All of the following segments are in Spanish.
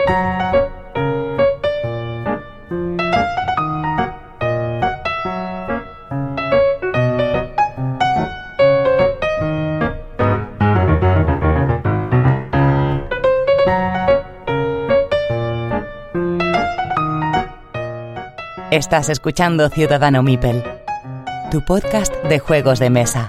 Estás escuchando Ciudadano Mipel, tu podcast de juegos de mesa.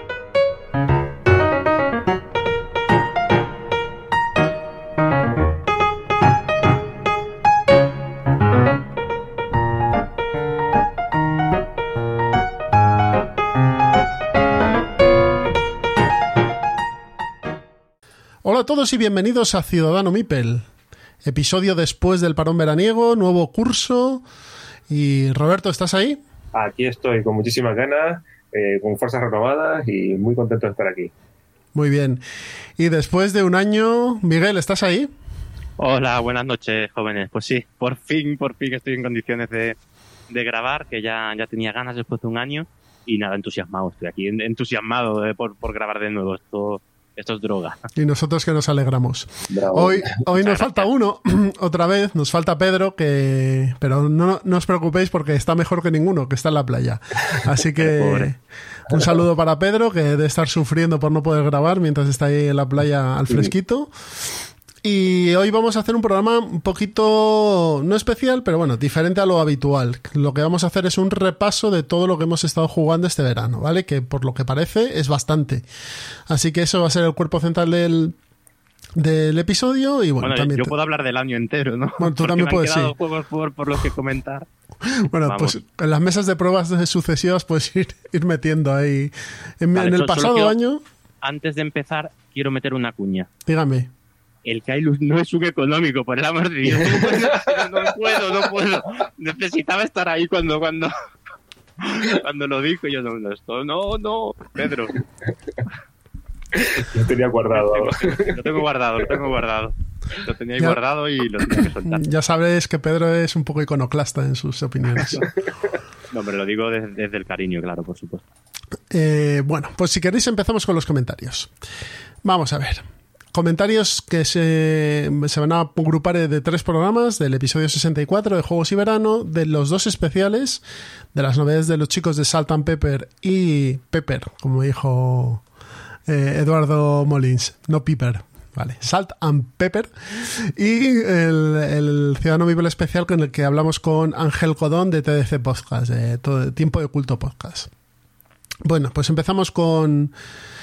Hola a todos y bienvenidos a Ciudadano Mipel. Episodio después del parón veraniego, nuevo curso. Y Roberto, ¿estás ahí? Aquí estoy con muchísimas ganas, con fuerzas renovadas y muy contento de estar aquí. Muy bien. Y después de un año, Miguel, ¿estás ahí? Hola, buenas noches, jóvenes. Pues sí, por fin estoy en condiciones de grabar, que ya tenía ganas después de un año. Y nada, entusiasmado, estoy aquí entusiasmado por grabar de nuevo. Esto es droga. Y nosotros que nos alegramos. Bravo. Hoy nos falta uno, otra vez, nos falta Pedro, pero no os preocupéis porque está mejor que ninguno, que está en la playa. Así que un saludo para Pedro, que debe estar sufriendo por no poder grabar mientras está ahí en la playa al fresquito. Y hoy vamos a hacer un programa un poquito, no especial, pero bueno, diferente a lo habitual. Lo que vamos a hacer es un repaso de todo lo que hemos estado jugando este verano, ¿vale? Que por lo que parece es bastante. Así que eso va a ser el cuerpo central del episodio. Y bueno, también yo puedo hablar del año entero, ¿no? Bueno, tú porque también puedes, me han quedado juegos por los que comentar. Bueno, Vamos. pues en las mesas de pruebas sucesivas puedes ir metiendo ahí. En el pasado año... Antes de empezar, quiero meter una cuña. Dígame. El Kailus no es un económico, por el amor de Dios. No puedo. Necesitaba estar ahí cuando lo dijo. Yo no, Pedro. Lo tenía guardado. Lo tengo guardado. Lo tenía ahí guardado y lo tenía que soltar. Ya sabes que Pedro es un poco iconoclasta en sus opiniones. No, pero lo digo desde el cariño, claro, por supuesto. Bueno, pues si queréis empezamos con los comentarios. Vamos a ver. Comentarios que se van a agrupar de 3 programas, del episodio 64 de Juegos y Verano, de los 2 especiales, de las novedades de los chicos de Salt and Pepper y Pepper, como dijo Eduardo Molins, no Piper, vale, Salt and Pepper, y el Ciudadano Mipel especial con el que hablamos con Ángel Codón de TDC Podcast, de todo Tiempo de Culto Podcast. Bueno, pues empezamos con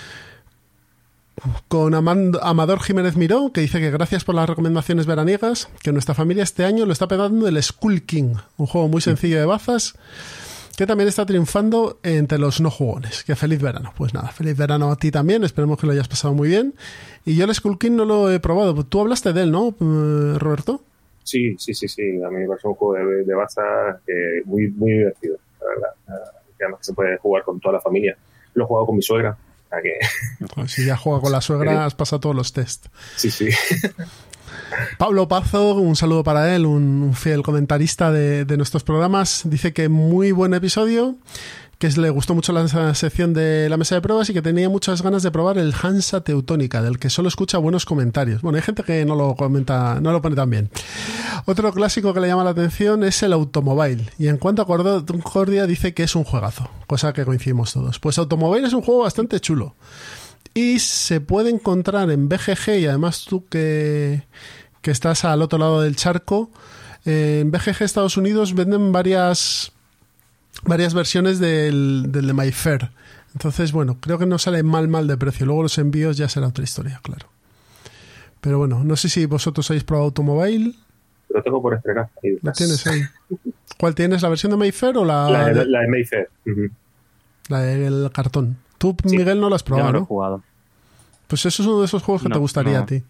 Amador Jiménez Miró, que dice que gracias por las recomendaciones veraniegas, que nuestra familia este año lo está pegando el Skull King, un juego muy sencillo de bazas que también está triunfando entre los no jugones. Que feliz verano. Pues nada, feliz verano a ti también, esperemos que lo hayas pasado muy bien. Y yo el Skull King no lo he probado, tú hablaste de él, ¿no, Roberto? Sí, a mí me parece un juego de bazas muy, muy divertido, la verdad. Que además se puede jugar con toda la familia. Lo he jugado con mi suegra. Pues si ya juega con la suegra, has pasado todos los test. Sí. Pablo Pazo, un saludo para él, un fiel comentarista de nuestros programas. Dice que muy buen episodio, que le gustó mucho la sección de la mesa de pruebas y que tenía muchas ganas de probar el Hansa Teutónica, del que solo escucha buenos comentarios. Bueno, hay gente que no lo comenta, no lo pone tan bien. Otro clásico que le llama la atención es el Automobile, y en cuanto a Concordia dice que es un juegazo, cosa que coincidimos todos. Pues Automobile es un juego bastante chulo y se puede encontrar en BGG, y además tú que estás al otro lado del charco, en BGG Estados Unidos venden varias versiones del de My Fair. Entonces, bueno, creo que no sale mal de precio. Luego los envíos ya será otra historia, claro. Pero bueno, no sé si vosotros habéis probado Automobile. Lo tengo por estrenar. ¿Lo tienes ahí? ¿Cuál tienes? ¿La versión de My Fair o la de Mayfair? Uh-huh. La del cartón. Tú, sí. Miguel, no lo has probado, yo no ¿no? He jugado. Pues eso es uno de esos juegos que te gustaría a ti.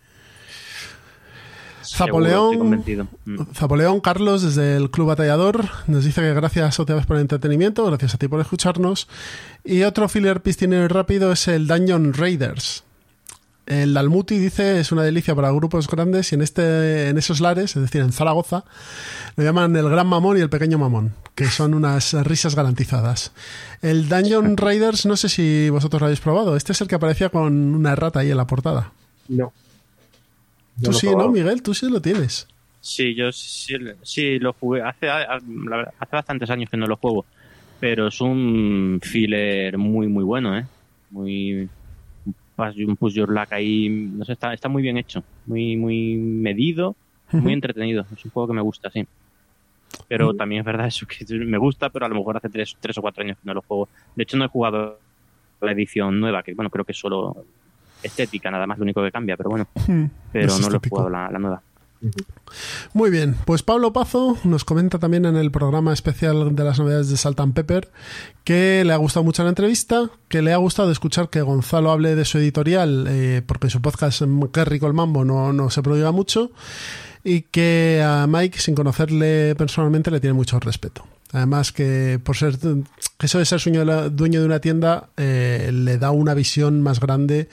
Zapoleón Carlos, desde el Club Batallador, nos dice que gracias otra vez por el entretenimiento, gracias a ti por escucharnos. Y otro filler piscinero y rápido es el Dungeon Raiders. El Dalmuti dice es una delicia para grupos grandes, y en esos lares, es decir, en Zaragoza, lo llaman el Gran Mamón y el Pequeño Mamón, que son unas risas garantizadas. El Dungeon Raiders, no sé si vosotros lo habéis probado. Este es el que aparecía con una errata ahí en la portada. No. Tú sí, ¿no, Miguel? Tú sí lo tienes. Sí, yo sí lo jugué. La verdad, hace bastantes años que no lo juego. Pero es un filler muy, muy bueno, ¿eh? Un push your luck ahí. No sé, está muy bien hecho. Muy, muy medido, muy entretenido. Es un juego que me gusta, sí. Pero también es verdad eso, que me gusta, pero a lo mejor hace 3 o 4 años que no lo juego. De hecho, no he jugado la edición nueva, que bueno, creo que es solo estética, nada más lo único que cambia, pero bueno. Pero no lo he jugado la nueva. Muy bien, pues Pablo Pazo nos comenta también en el programa especial de las novedades de Salt and Pepper que le ha gustado mucho la entrevista, que le ha gustado escuchar que Gonzalo hable de su editorial, porque su podcast Qué rico el mambo no se prodiga mucho, y que a Mike, sin conocerle personalmente, le tiene mucho respeto. Además que por ser que eso de ser dueño de una tienda le da una visión más grande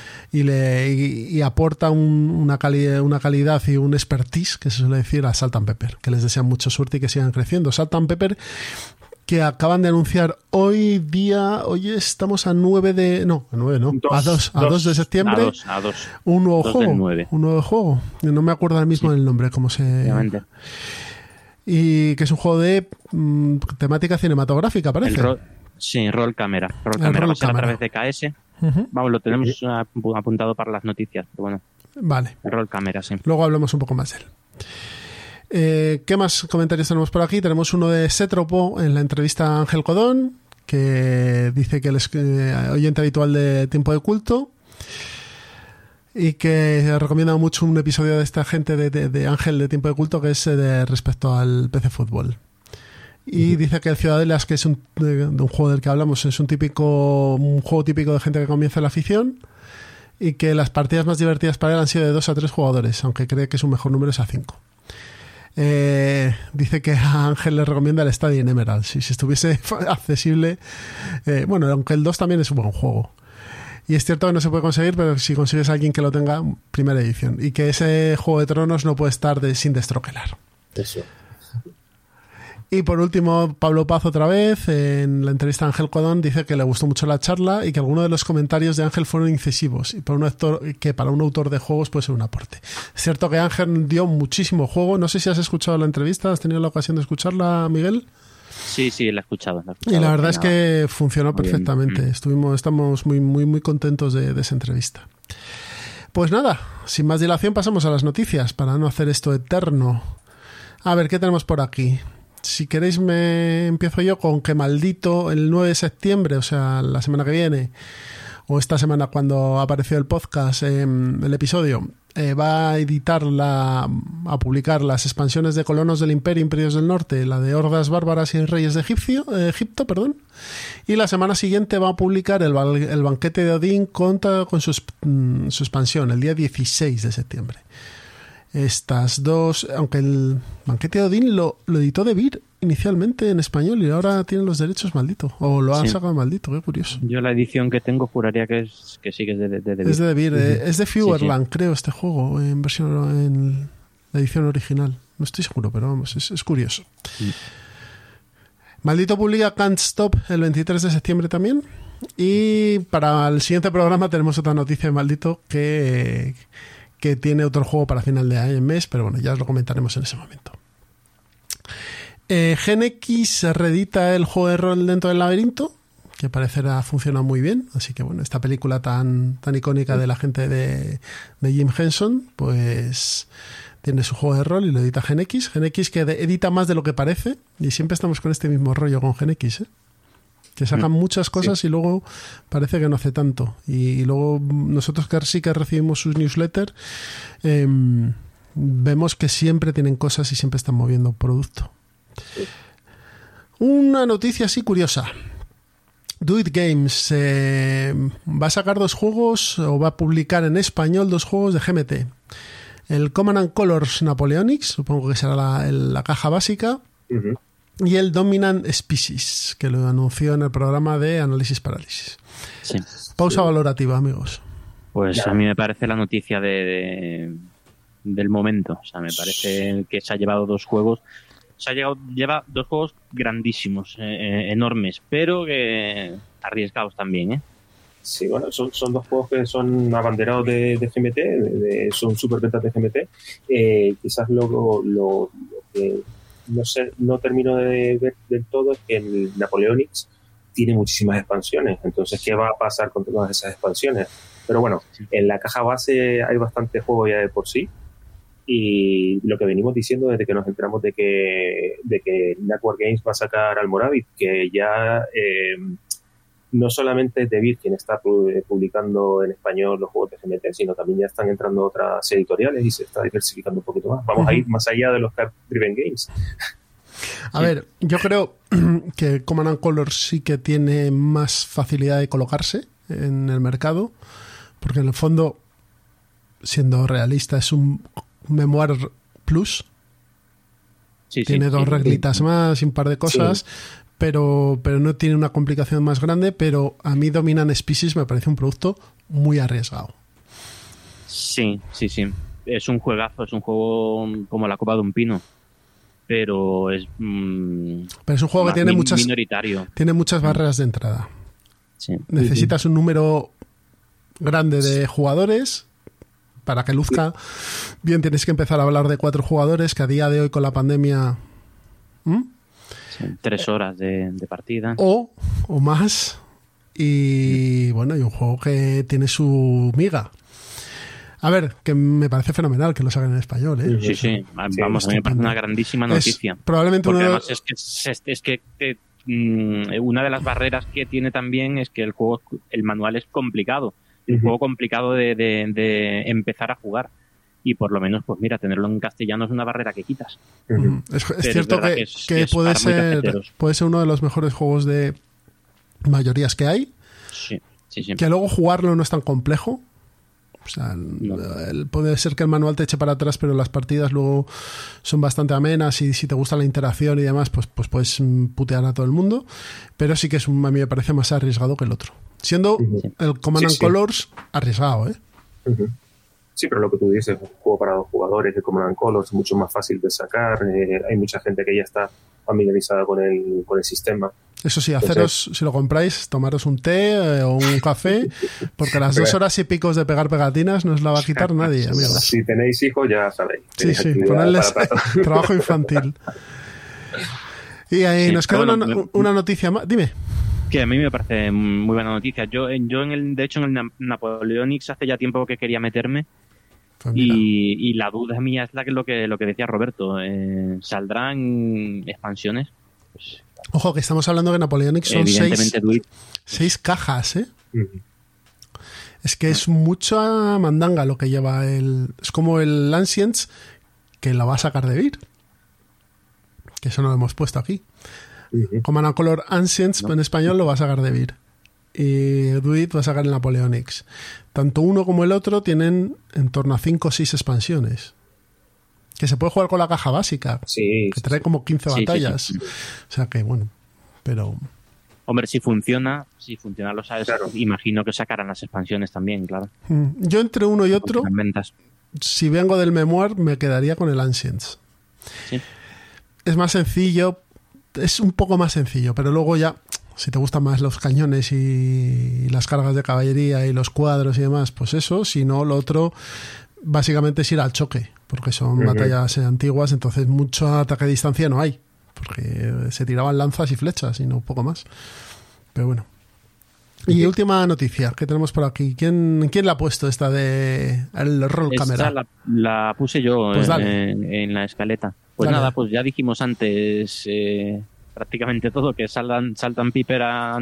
y aporta una calidad y un expertise, que se suele decir, a Salt and Pepper, que les desean mucha suerte y que sigan creciendo. Salt and Pepper, que acaban de anunciar hoy estamos a 9 de... No, a 9 no, a 2 de septiembre. A 2. Un nuevo juego. No me acuerdo ahora mismo el nombre, cómo se... Obviamente. Y que es un juego de temática cinematográfica, parece. Roll Camera. Va a ser a través de KS. Vamos, lo tenemos apuntado para las noticias, pero bueno. Vale. El Roll Camera, sí. Luego hablamos un poco más de él. ¿Qué más comentarios tenemos por aquí? Tenemos uno de Setropo en la entrevista a Ángel Codón, que dice que él es oyente habitual de Tiempo de Culto y que recomienda mucho un episodio de esta gente de Ángel de Tiempo de Culto, que es respecto al PC Fútbol. Y dice que el Ciudadelas, que es de un juego del que hablamos, es un juego típico de gente que comienza la afición, y que las partidas más divertidas para él han sido de 2 a 3 jugadores, aunque cree que su mejor número es a 5. Dice que a Ángel le recomienda el Stadium Emerald, si estuviese accesible. Bueno, aunque el 2 también es un buen juego. Y es cierto que no se puede conseguir, pero si consigues a alguien que lo tenga, primera edición. Y que ese Juego de Tronos no puede estar sin destroquelar. Eso. Y por último, Pablo Paz otra vez, en la entrevista a Ángel Codón, dice que le gustó mucho la charla y que algunos de los comentarios de Ángel fueron incisivos y que para un autor de juegos puede ser un aporte. Es cierto que Ángel dio muchísimo juego. No sé si has escuchado la entrevista, ¿has tenido la ocasión de escucharla, Miguel? Sí, la he escuchado. Y la verdad es que funcionó perfectamente. Estamos muy, muy, muy contentos de esa entrevista. Pues nada, sin más dilación pasamos a las noticias para no hacer esto eterno. A ver, ¿qué tenemos por aquí? Si queréis empiezo yo con que Maldito el 9 de septiembre, o sea, la semana que viene, o esta semana cuando apareció el podcast, el episodio, va a publicar las expansiones de Colonos del Imperio, Imperios del Norte, la de Hordas Bárbaras y Reyes de Egipto, y la semana siguiente va a publicar el Banquete de Odín con su expansión, el día 16 de septiembre. Estas dos, aunque el Banquete de Odín lo editó De Beer inicialmente en español y ahora tienen los derechos Maldito, o lo han sacado Maldito, qué curioso. Yo la edición que tengo juraría que sí que es de De Beer. Es de Beer, es de Feuerland, creo, este juego, en la edición original. No estoy seguro, pero vamos, es curioso. Maldito publica Can't Stop el 23 de septiembre también. Y para el siguiente programa tenemos otra noticia de Maldito que tiene otro juego para final de año en mes, pero bueno, ya os lo comentaremos en ese momento. GenX reedita el juego de rol Dentro del Laberinto, que parecerá funcionar muy bien, así que bueno, esta película tan icónica de la gente de Jim Henson, pues tiene su juego de rol y lo edita GenX que edita más de lo que parece, y siempre estamos con este mismo rollo con GenX, que sacan muchas cosas y luego parece que no hace tanto, y luego nosotros que sí que recibimos sus newsletters, vemos que siempre tienen cosas y siempre están moviendo producto. Una noticia así curiosa: Do It Games va a sacar 2 juegos, o va a publicar en español 2 juegos de GMT. El Command and Colors Napoleonics, supongo que será la caja básica, y el Dominant Species, que lo anunció en el programa de Análisis Parálisis. Sí. Pausa valorativa, amigos. Pues a mí me parece la noticia del momento. O sea, me parece que se ha llevado 2 juegos. Lleva 2 juegos grandísimos, enormes, pero que arriesgados también, Sí, bueno, son dos juegos que son abanderados de GMT, son superventas de GMT. Quizás lo que no termino de ver del todo es que el Napoleonics tiene muchísimas expansiones. Entonces, ¿qué va a pasar con todas esas expansiones? Pero bueno, en la caja base hay bastante juego ya de por sí. Y lo que venimos diciendo desde que nos enteramos de que Network Games va a sacar Almoravit, que ya no solamente es De Beer quien está publicando en español los juegos de GMT, sino también ya están entrando otras editoriales y se está diversificando un poquito más. Vamos a ir más allá de los Card Driven Games. A ver, yo creo que Command & Color sí que tiene más facilidad de colocarse en el mercado, porque en el fondo, siendo realista, es un Memoir Plus. Tiene dos reglitas más y un par de cosas, pero no tiene una complicación más grande. Pero a mí Dominant Species me parece un producto muy arriesgado. Sí. Es un juegazo, es un juego como la copa de un pino. Pero es un juego que tiene minoritario. Tiene muchas barreras de entrada. Sí. Necesitas un número grande de jugadores para que luzca bien. Tienes que empezar a hablar de 4 jugadores, que a día de hoy con la pandemia 3 horas de partida o más. Y bueno, y un juego que tiene su miga. A ver, que me parece fenomenal que lo saquen en español, ¿eh? Sí. Vamos, a mí me parece una grandísima noticia. Probablemente porque además es que una de las barreras que tiene también es que el manual es complicado. Es un juego complicado de empezar a jugar. Y por lo menos, pues mira, tenerlo en castellano es una barrera que quitas. Es cierto que puede ser uno de los mejores juegos de mayorías que hay. Sí. Que luego jugarlo no es tan complejo. O sea, puede ser que el manual te eche para atrás, pero las partidas luego son bastante amenas y si te gusta la interacción y demás, pues puedes putear a todo el mundo. Pero sí que a mí me parece más arriesgado que el otro. Siendo el Command & Colors arriesgado, ¿eh? Sí, pero lo que tú dices, un juego para 2 jugadores de Command & Colors es mucho más fácil de sacar. Hay mucha gente que ya está familiarizada con el sistema. Eso sí, haceros, si lo compráis, tomaros un té o un café, porque las 2 horas y picos de pegar pegatinas no os la va a quitar nadie, amigos. Si tenéis hijos, ya sabéis. Sí, ponerles trabajo infantil. Y ahí nos queda una noticia más. Dime. Que a mí me parece muy buena noticia. Yo de hecho, en el Napoleonics hace ya tiempo que quería meterme. Pues y la duda mía es lo que decía Roberto. ¿Saldrán expansiones? Pues, ojo, que estamos hablando de Napoleonics son 6 cajas, ¿eh? Es que es mucha mandanga lo que lleva es como el Ancients, que la va a sacar de Beer. Que eso no lo hemos puesto aquí. Command & Color Ancients en español lo va a sacar de Beer. Y Duit va a sacar el Napoleonics. Tanto uno como el otro tienen en torno a 5 o 6 expansiones. Que se puede jugar con la caja básica. Que trae como 15 batallas. Sí. O sea que, bueno, pero... Hombre, si funciona lo sabes, claro. Imagino que sacarán las expansiones también, claro. Yo entre uno y otro, si vengo del Memoir, me quedaría con el Ancients. Sí. Es más sencillo, es un poco más sencillo, pero luego ya, si te gustan más los cañones y las cargas de caballería y los cuadros y demás, pues eso. Si no, lo otro básicamente es ir al choque, porque son batallas antiguas, entonces mucho ataque a distancia no hay, porque se tiraban lanzas y flechas y no poco más. Pero bueno. Y última noticia que tenemos por aquí. ¿Quién la ha puesto esta de el roll camera? La puse yo pues en la escaleta. Pues dale. Nada, pues ya dijimos antes prácticamente todo, que Salt & Pepper ha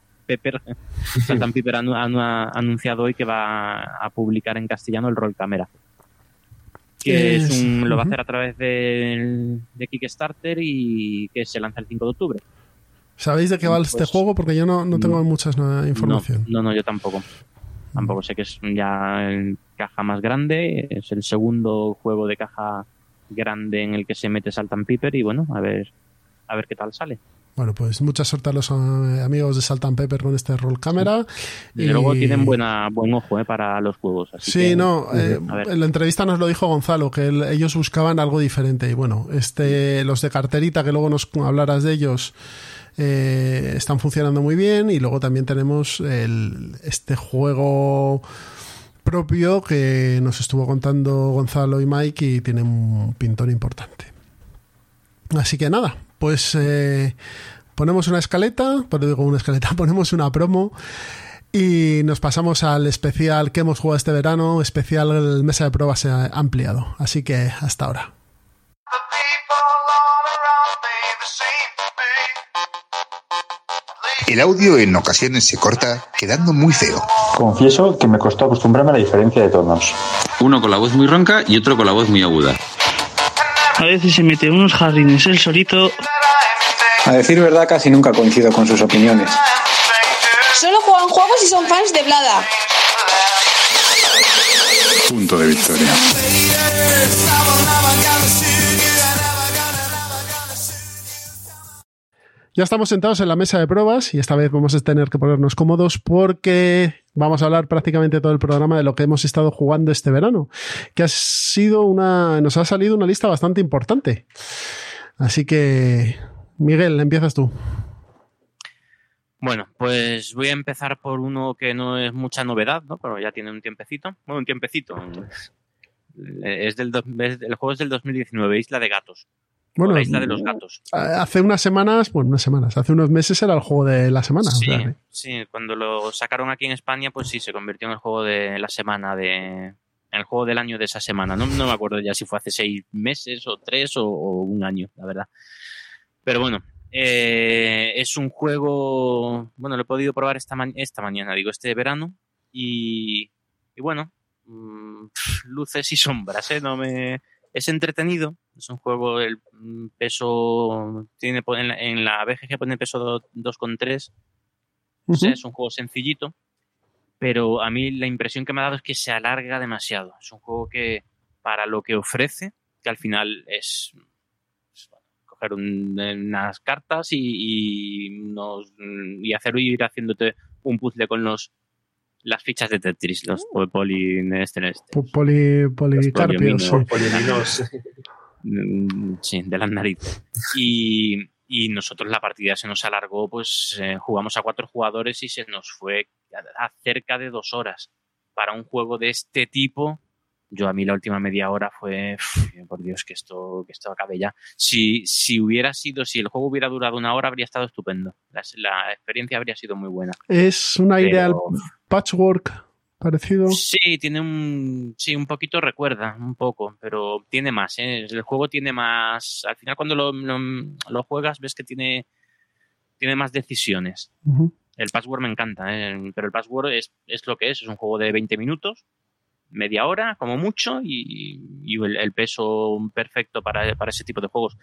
anunciado hoy que va a publicar en castellano el roll camera. Que lo va a hacer a través de Kickstarter y que se lanza el 5 de octubre. ¿Sabéis de qué va este juego? Porque yo no tengo mucha información. No, yo tampoco. Tampoco sé que es ya en caja más grande. Es el segundo juego de caja grande en el que se mete Salt & Pepper y bueno, a ver qué tal sale. Bueno, pues mucha suerte a los amigos de Salt & Pepper con este roll camera. Y luego tienen buen ojo para los juegos. Así sí, en la entrevista nos lo dijo Gonzalo, que ellos buscaban algo diferente. Y bueno, los de carterita, que luego nos hablarás de ellos, están funcionando muy bien, y luego también tenemos este juego propio que nos estuvo contando Gonzalo y Mike y tiene un pintón importante. Así que nada, pues ponemos una escaleta, ponemos una promo y nos pasamos al especial que hemos jugado este verano, especial mesa de pruebas ampliado. Así que hasta ahora. El audio en ocasiones se corta, quedando muy feo. Confieso que me costó acostumbrarme a la diferencia de tonos. Uno con la voz muy ronca y otro con la voz muy aguda. A veces se mete unos jardines el solito. A decir verdad, casi nunca coincido con sus opiniones. Solo juegan juegos y son fans de Blada. Punto de victoria. Ya estamos sentados en la mesa de pruebas y esta vez vamos a tener que ponernos cómodos porque vamos a hablar prácticamente todo el programa de lo que hemos estado jugando este verano, que nos ha salido una lista bastante importante. Así que, Miguel, empiezas tú. Bueno, pues voy a empezar por uno que no es mucha novedad, ¿no? Pero ya tiene un tiempecito. Bueno, un tiempecito. El juego es del 2019, Isla de Gatos. Bueno, la Isla de los Gatos. Hace hace unos meses era el juego de la semana. Sí, o sea, sí, cuando lo sacaron aquí en España, pues sí, se convirtió en el juego de la semana, en el juego del año de esa semana. No me acuerdo ya si fue hace 6 meses o 3 o un año, la verdad. Pero bueno, es un juego, bueno, lo he podido probar este verano, y bueno, luces y sombras, es entretenido. Es un juego, el peso tiene en la BGG pone peso 2,3. O sea, es un juego sencillito, pero a mí la impresión que me ha dado es que se alarga demasiado. Es un juego que, para lo que ofrece, que al final es coger unas cartas y ir haciéndote un puzzle con las fichas de Tetris, los policarpios. Poliminos. Sí, de las narices. Y nosotros la partida se nos alargó, pues jugamos a 4 jugadores y se nos fue a cerca de 2 horas. Para un juego de este tipo, a mí la última media hora fue, por Dios, que esto acabe ya. Si el juego hubiera durado 1 hora, habría estado estupendo. La experiencia habría sido muy buena. Es un aire al Patchwork parecido. Sí, tiene un poquito recuerda, un poco, pero tiene más, ¿eh? El juego tiene más. Al final, cuando lo juegas, ves que tiene más decisiones. Uh-huh. El Patchwork me encanta, pero el Patchwork es lo que es un juego de 20 minutos, media hora, como mucho, y el peso perfecto para ese tipo de juegos.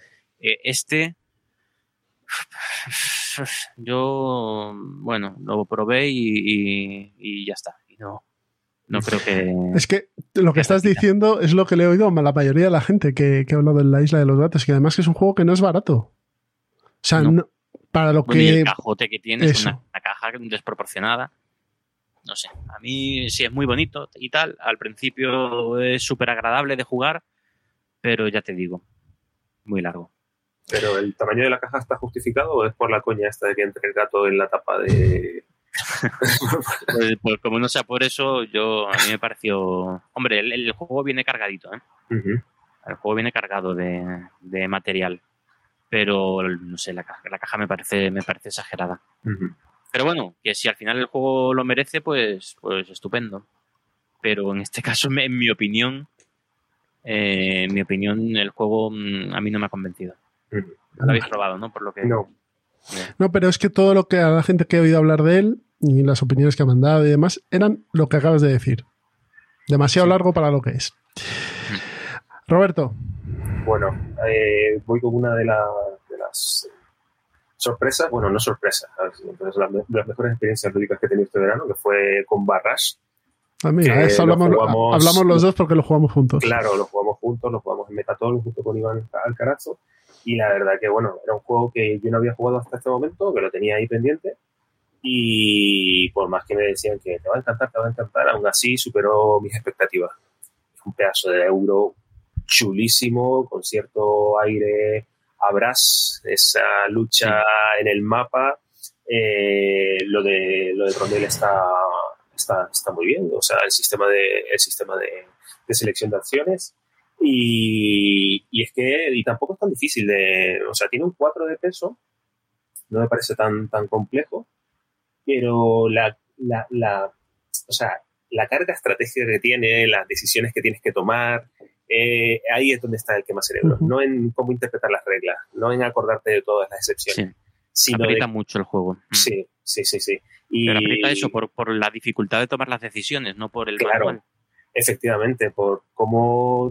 Yo, bueno, lo probé y ya está. Y no creo que... Es que lo que estás diciendo es lo que le he oído a la mayoría de la gente que ha hablado de la Isla de los Gatos, que además que es un juego que no es barato. O sea, no, para lo que... Y el cajote que tiene es una caja desproporcionada. No sé, a mí sí es muy bonito y tal. Al principio es súper agradable de jugar, pero ya te digo, muy largo. ¿Pero el tamaño de la caja está justificado o es por la coña esta de que entre el gato en la tapa de...? pues como no sea por eso, a mí me pareció... Hombre, el juego viene cargadito, ¿eh? Uh-huh. El juego viene cargado de material, pero no sé, la caja me parece exagerada. Uh-huh. Pero bueno, que si al final el juego lo merece, pues estupendo. Pero en este caso, en mi opinión, el juego a mí no me ha convencido. Uh-huh. No lo habéis probado, ¿no? Por lo que... No, pero es que todo lo que a la gente que he oído hablar de él y las opiniones que me han dado y demás eran lo que acabas de decir. Demasiado largo para lo que es. Roberto. Bueno, voy con una de las sorpresas, bueno, no sorpresas, de las mejores experiencias lúdicas que he tenido este verano, que fue con Barrage. Mira, eso hablamos los dos porque lo jugamos juntos. Claro, lo jugamos juntos, lo jugamos en Metatol junto con Iván Alcarazzo. Y la verdad que, bueno, era un juego que yo no había jugado hasta este momento, que lo tenía ahí pendiente. Y por más que me decían que te va a encantar, aún así superó mis expectativas. Es un pedazo de euro chulísimo, con cierto aire Brass, esa lucha en el mapa, lo de Rondel está muy bien, o sea, el sistema de selección de acciones y es que tampoco es tan difícil o sea, tiene un 4 de peso, no me parece tan complejo, pero o sea, la carga estratégica que tiene, las decisiones que tienes que tomar, ahí es donde está el quema cerebro, no en cómo interpretar las reglas, no en acordarte de todas las excepciones. Sí. Aprieta mucho el juego. Sí. Pero aprieta eso por la dificultad de tomar las decisiones, no por el manual. Efectivamente, por cómo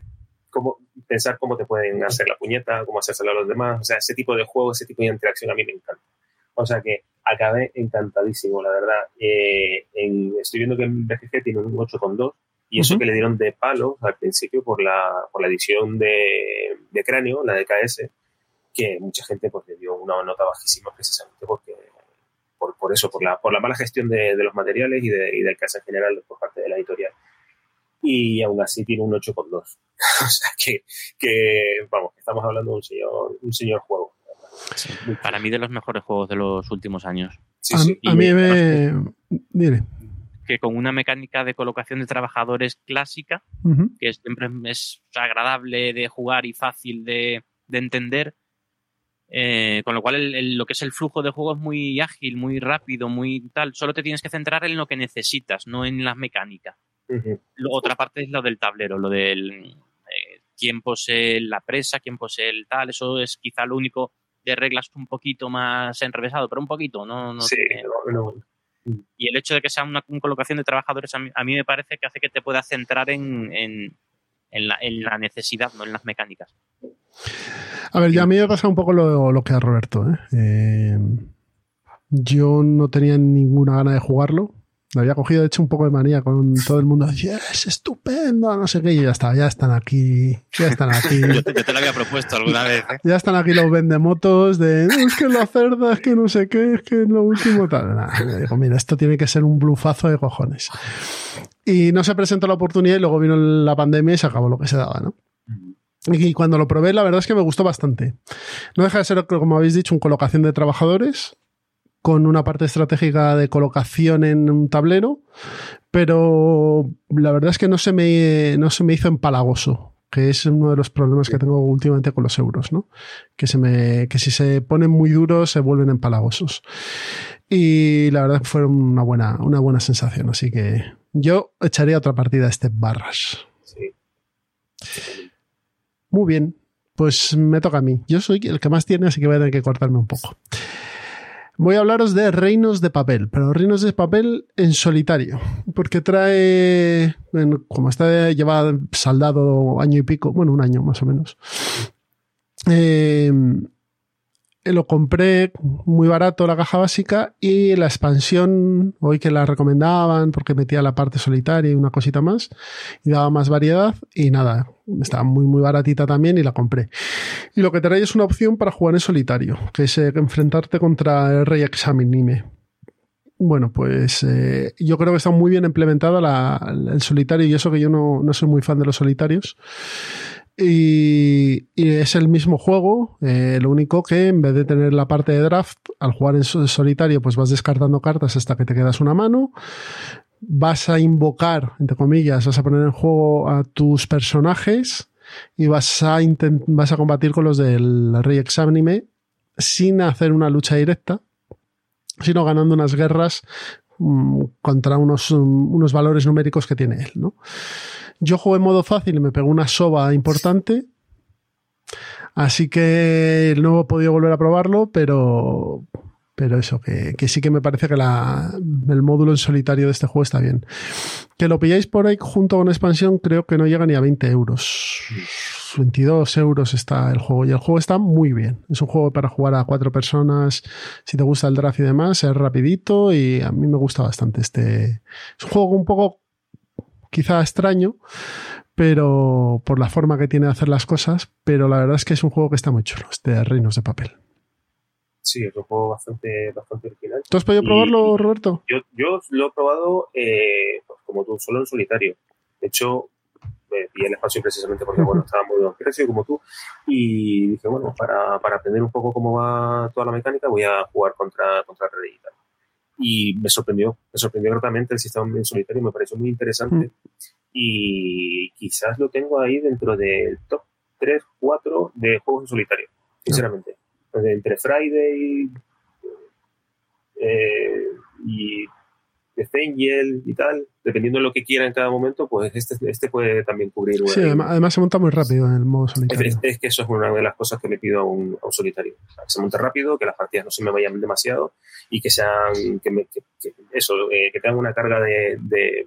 pensar cómo te pueden hacer la puñeta, cómo hacérsela a los demás, o sea, ese tipo de juego, ese tipo de interacción a mí me encanta. O sea que acabé encantadísimo, la verdad. Estoy viendo que en BGG tiene un 8,2 y eso que le dieron de palo al principio por la edición de Cráneo, la de KS, que mucha gente pues le dio una nota bajísima precisamente porque por eso, por la mala gestión de los materiales y del caso en general por parte de la editorial. Y aún así tiene un 8,2. O sea que vamos, estamos hablando de un señor juego. Sí. Para mí de los mejores juegos de los últimos años. A mí Mire. Que con una mecánica de colocación de trabajadores clásica, que siempre es agradable de jugar y fácil de entender, con lo cual lo que es el flujo de juego es muy ágil, muy rápido, muy tal. Solo te tienes que centrar en lo que necesitas, no en las mecánicas. Otra parte es lo del tablero, lo del quién posee la presa, quién posee el tal. Eso es quizá lo único de reglas un poquito más enrevesado, pero un poquito, no sí, tiene... no. Y el hecho de que sea una colocación de trabajadores a mí me parece que hace que te puedas centrar en la necesidad, no en las mecánicas. A ver, ya a mí me pasa un poco lo que a Roberto. Yo no tenía ninguna gana de jugarlo. Lo había cogido, de hecho, un poco de manía con todo el mundo. Decía, es estupendo, no sé qué. Y ya está, ya están aquí. yo te lo había propuesto alguna vez. Ya están aquí los vendemotos de, es que la cerda, es que no sé qué, es que lo último tal. Me digo, mira, esto tiene que ser un blufazo de cojones. Y no se presentó la oportunidad y luego vino la pandemia y se acabó lo que se daba, ¿no? Y cuando lo probé, la verdad es que me gustó bastante. No deja de ser, como habéis dicho, una colocación de trabajadores con una parte estratégica de colocación en un tablero, pero la verdad es que no se me hizo empalagoso, que es uno de los problemas que tengo últimamente con los euros, ¿no? Que si se ponen muy duros se vuelven empalagosos. Y la verdad fue una buena sensación, así que yo echaría otra partida a este Barras. Sí. Muy bien, pues me toca a mí. Yo soy el que más tiene, así que voy a tener que cortarme un poco. Voy a hablaros de Reinos de Papel, pero Reinos de Papel en solitario, porque trae, como lleva saldado año y pico, bueno, un año más o menos. Lo compré muy barato la caja básica y la expansión, hoy que la recomendaban porque metía la parte solitaria y una cosita más y daba más variedad y nada, estaba muy muy baratita también y la compré. Y lo que trae es una opción para jugar en solitario, que es enfrentarte contra el Rey Examine. Bueno, pues yo creo que está muy bien implementada el solitario y eso que yo no soy muy fan de los solitarios. Y es el mismo juego, lo único que en vez de tener la parte de draft, al jugar en solitario pues vas descartando cartas hasta que te quedas una mano, vas a invocar, entre comillas, vas a poner en juego a tus personajes y vas a combatir con los del Rey Examine sin hacer una lucha directa, sino ganando unas guerras contra unos valores numéricos que tiene él, ¿no? Yo jugué en modo fácil y me pegó una soba importante, así que no he podido volver a probarlo, pero eso, que sí que me parece que el módulo en solitario de este juego está bien. Que lo pilláis por ahí junto con expansión, creo que no llega ni a 20 euros. 22 euros está el juego y el juego está muy bien. Es un juego para jugar a 4 personas, si te gusta el draft y demás, es rapidito y a mí me gusta bastante es un juego un poco quizá extraño, pero por la forma que tiene de hacer las cosas, pero la verdad es que es un juego que está muy chulo, Reinos de Papel. Sí, es un juego bastante original. ¿Tú has podido probarlo, Roberto? Yo lo he probado, pues como tú, solo en solitario. De hecho, pillé la expansión precisamente porque, bueno, estaba muy buen precio como tú, y dije, bueno, para aprender un poco cómo va toda la mecánica voy a jugar contra Red Digital. Y me sorprendió gratamente el sistema en solitario, me pareció muy interesante y quizás lo tengo ahí dentro del top 3, 4 de juegos en solitario, sinceramente. Entre Friday y The Angel y tal, dependiendo de lo que quiera en cada momento, pues este puede también cubrir. Sí, además se monta muy rápido en el modo solitario. Es que eso es una de las cosas que le pido a un solitario. O sea, que se monte rápido, que las partidas no se me vayan demasiado y que sean que tengan una carga de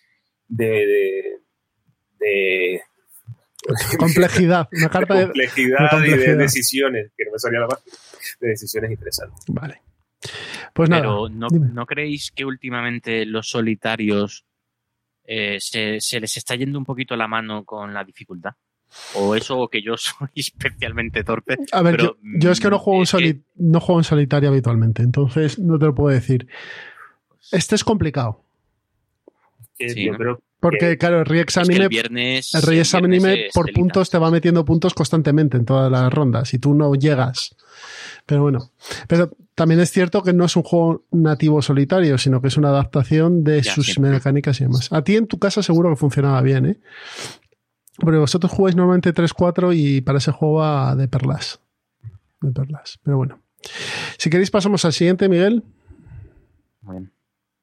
complejidad, una carta de complejidad y de decisiones, que no me salía la parte, de decisiones interesantes. Vale. Pues nada. Pero ¿no creéis que últimamente los solitarios se les está yendo un poquito la mano con la dificultad? O eso, o que yo soy especialmente torpe. A ver, pero, yo es que no juego en solitario habitualmente, entonces no te lo puedo decir. Este es complicado. Sí, yo creo porque, claro, el Re-Examine por puntos te va metiendo puntos constantemente en todas las rondas y tú no llegas. Pero bueno, pero también es cierto que no es un juego nativo solitario, sino que es una adaptación de sus mecánicas y demás. A ti en tu casa seguro que funcionaba bien, ¿eh? Porque vosotros jugáis normalmente 3-4 y para ese juego va de perlas. Pero bueno. Si queréis pasamos al siguiente, Miguel. Muy bien.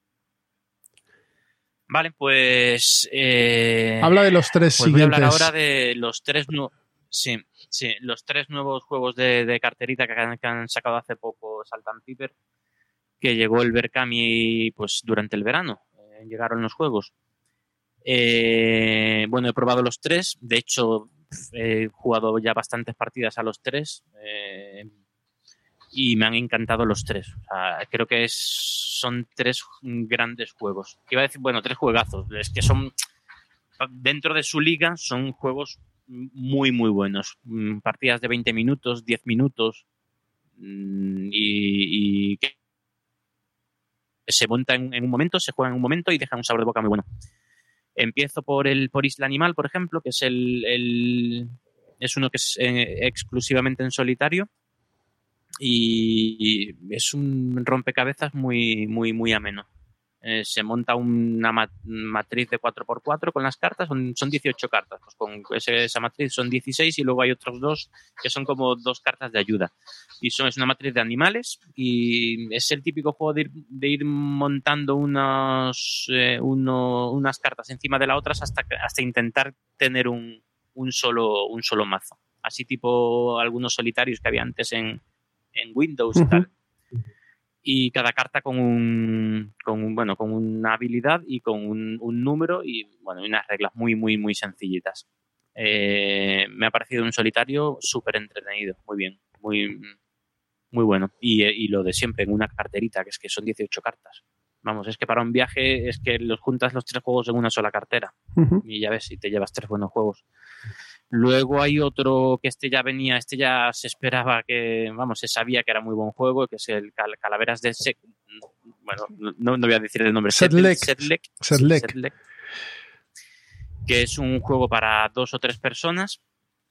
Vale, pues... habla de los tres pues siguientes. Voy a hablar ahora de los tres... los tres nuevos juegos de carterita que han sacado hace poco Salt and Pepper, que llegó el Berkami pues durante el verano. Llegaron los juegos. Bueno, he probado los tres. De hecho, he jugado ya bastantes partidas a los tres. Y me han encantado los tres. O sea, creo que son tres grandes juegos. Iba a decir, bueno, tres juegazos. Es que son, dentro de su liga, son juegos muy, muy buenos. Partidas de 20 minutos, 10 minutos. Y que se monta en un momento, se juega en un momento y deja un sabor de boca muy bueno. Empiezo por Isla Animal, por ejemplo, que es es uno que es exclusivamente en solitario. Y es un rompecabezas muy, muy, muy ameno. Se monta una matriz de 4x4 con las cartas, son 18 cartas. Pues con esa matriz son 16 y luego hay otros dos que son como dos cartas de ayuda. Y es una matriz de animales y es el típico juego de ir montando unas cartas encima de las otras hasta intentar tener un solo mazo. Así tipo algunos solitarios que había antes en Windows y tal. Y cada carta con una habilidad y con un número y bueno, unas reglas muy, muy, muy sencillitas. Me ha parecido un solitario súper entretenido, muy bien, muy, muy bueno. Y lo de siempre, en una carterita, que es que son 18 cartas. Vamos, es que para un viaje es que los juntas los tres juegos en una sola cartera. Y ya ves, si te llevas tres buenos juegos. Luego hay otro que este ya se esperaba se sabía que era muy buen juego, que es el Calaveras de bueno, no voy a decir el nombre. Sedlec. Que es un juego para 2 o 3 personas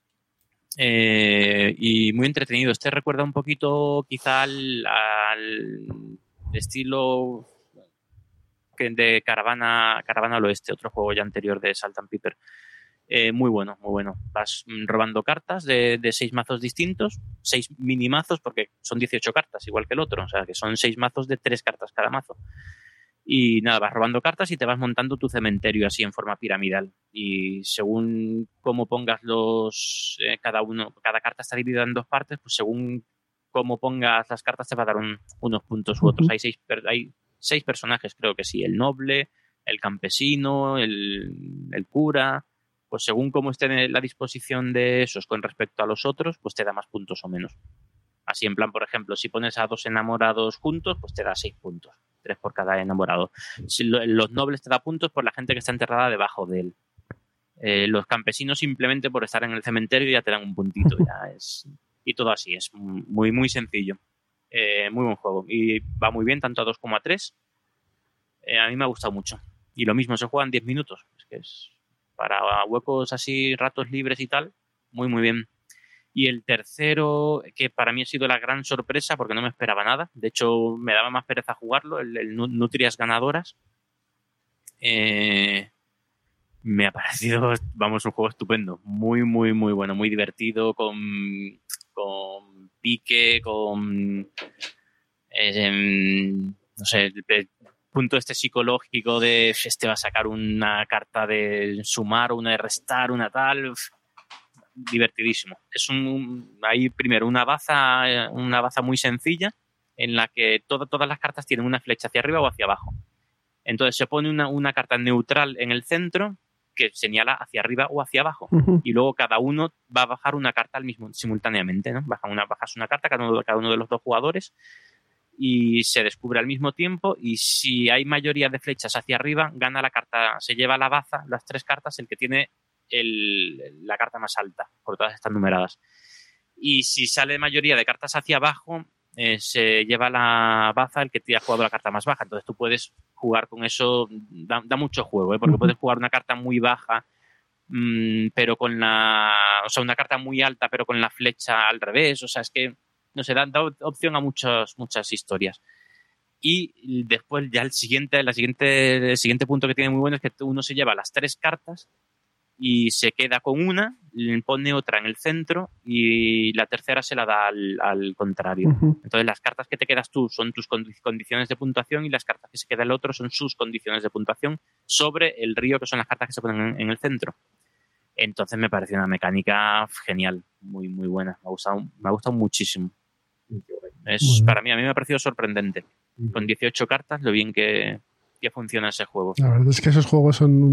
y muy entretenido. Este recuerda un poquito quizá al estilo de Caravana al Oeste, otro juego ya anterior de Salt and Pepper. Muy bueno, muy bueno. Vas robando cartas de 6 mazos distintos, 6 mini mazos, porque son 18 cartas, igual que el otro. O sea, que son 6 mazos de 3 cartas cada mazo. Y nada, vas robando cartas y te vas montando tu cementerio así en forma piramidal. Y según cómo pongas cada carta está dividida en 2 partes, pues según cómo pongas las cartas te va a dar unos puntos u otros. Hay 6 personajes, creo que sí. El noble, el campesino, el cura. Pues según cómo esté la disposición de esos con respecto a los otros, pues te da más puntos o menos. Así en plan, por ejemplo, si pones a 2 enamorados juntos, pues te da 6 puntos. 3 por cada enamorado. Si los nobles te da puntos por la gente que está enterrada debajo de él. Los campesinos simplemente por estar en el cementerio ya te dan un puntito. Y todo así, es muy, muy sencillo. Muy buen juego. Y va muy bien tanto a 2 como a 3. A mí me ha gustado mucho. Y lo mismo, se juega en 10 minutos. Es que para huecos así, ratos libres y tal, muy, muy bien. Y el tercero, que para mí ha sido la gran sorpresa, porque no me esperaba nada. De hecho, me daba más pereza jugarlo, el Nutrias Ganadoras. Me ha parecido, vamos, un juego estupendo. Muy, muy, muy bueno. Muy divertido, con pique, con... no sé, el punto psicológico de este va a sacar una carta de sumar, una de restar, una tal... divertidísimo. Es hay primero una baza muy sencilla en la que todas las cartas tienen una flecha hacia arriba o hacia abajo. Entonces se pone una carta neutral en el centro que señala hacia arriba o hacia abajo. Y luego cada uno va a bajar una carta simultáneamente, ¿no? Bajas una carta cada uno de los dos jugadores y se descubre al mismo tiempo, y si hay mayoría de flechas hacia arriba, gana la carta, se lleva la baza, las 3 cartas, el que tiene la carta más alta, porque todas están numeradas. Y si sale mayoría de cartas hacia abajo, se lleva la baza el que te ha jugado la carta más baja. Entonces tú puedes jugar con eso, da mucho juego, porque puedes jugar una carta muy baja, pero con una carta muy alta, pero con la flecha al revés. O sea, es que, no sé, da opción a muchas historias. Y después ya el siguiente punto que tiene muy bueno es que uno se lleva las 3 cartas y se queda con una, pone otra en el centro y la tercera se la da al contrario. Entonces las cartas que te quedas tú son tus condiciones de puntuación y las cartas que se queda el otro son sus condiciones de puntuación sobre el río, que son las cartas que se ponen en el centro. Entonces me pareció una mecánica genial, muy, muy buena. Me ha gustado muchísimo. Para mí me ha parecido sorprendente. Con 18 cartas, lo bien que funciona ese juego. La verdad es que esos juegos son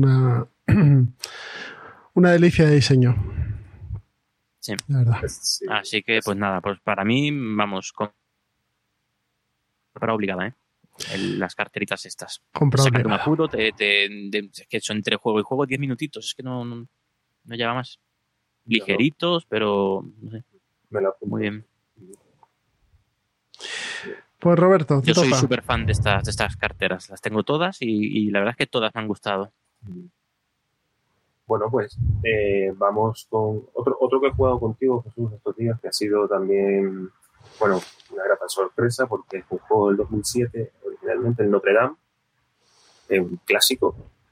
una delicia de diseño. Sí. La verdad. Sí. Así que, pues nada, pues para mí, vamos, compra obligada, las carteritas estas. Compra obligada. obligada. Un apuro, es que son entre juego y juego 10 minutitos, es que no lleva más. Ligeritos, pero no sé. Muy bien. Pues Roberto, yo soy súper fan de estas carteras. Las tengo todas y la verdad es que todas me han gustado. Bueno, pues vamos con otro que he jugado contigo, Jesús, estos días, que ha sido también, bueno, una grata sorpresa, porque es un juego del 2007, originalmente el Notre Dame, un clásico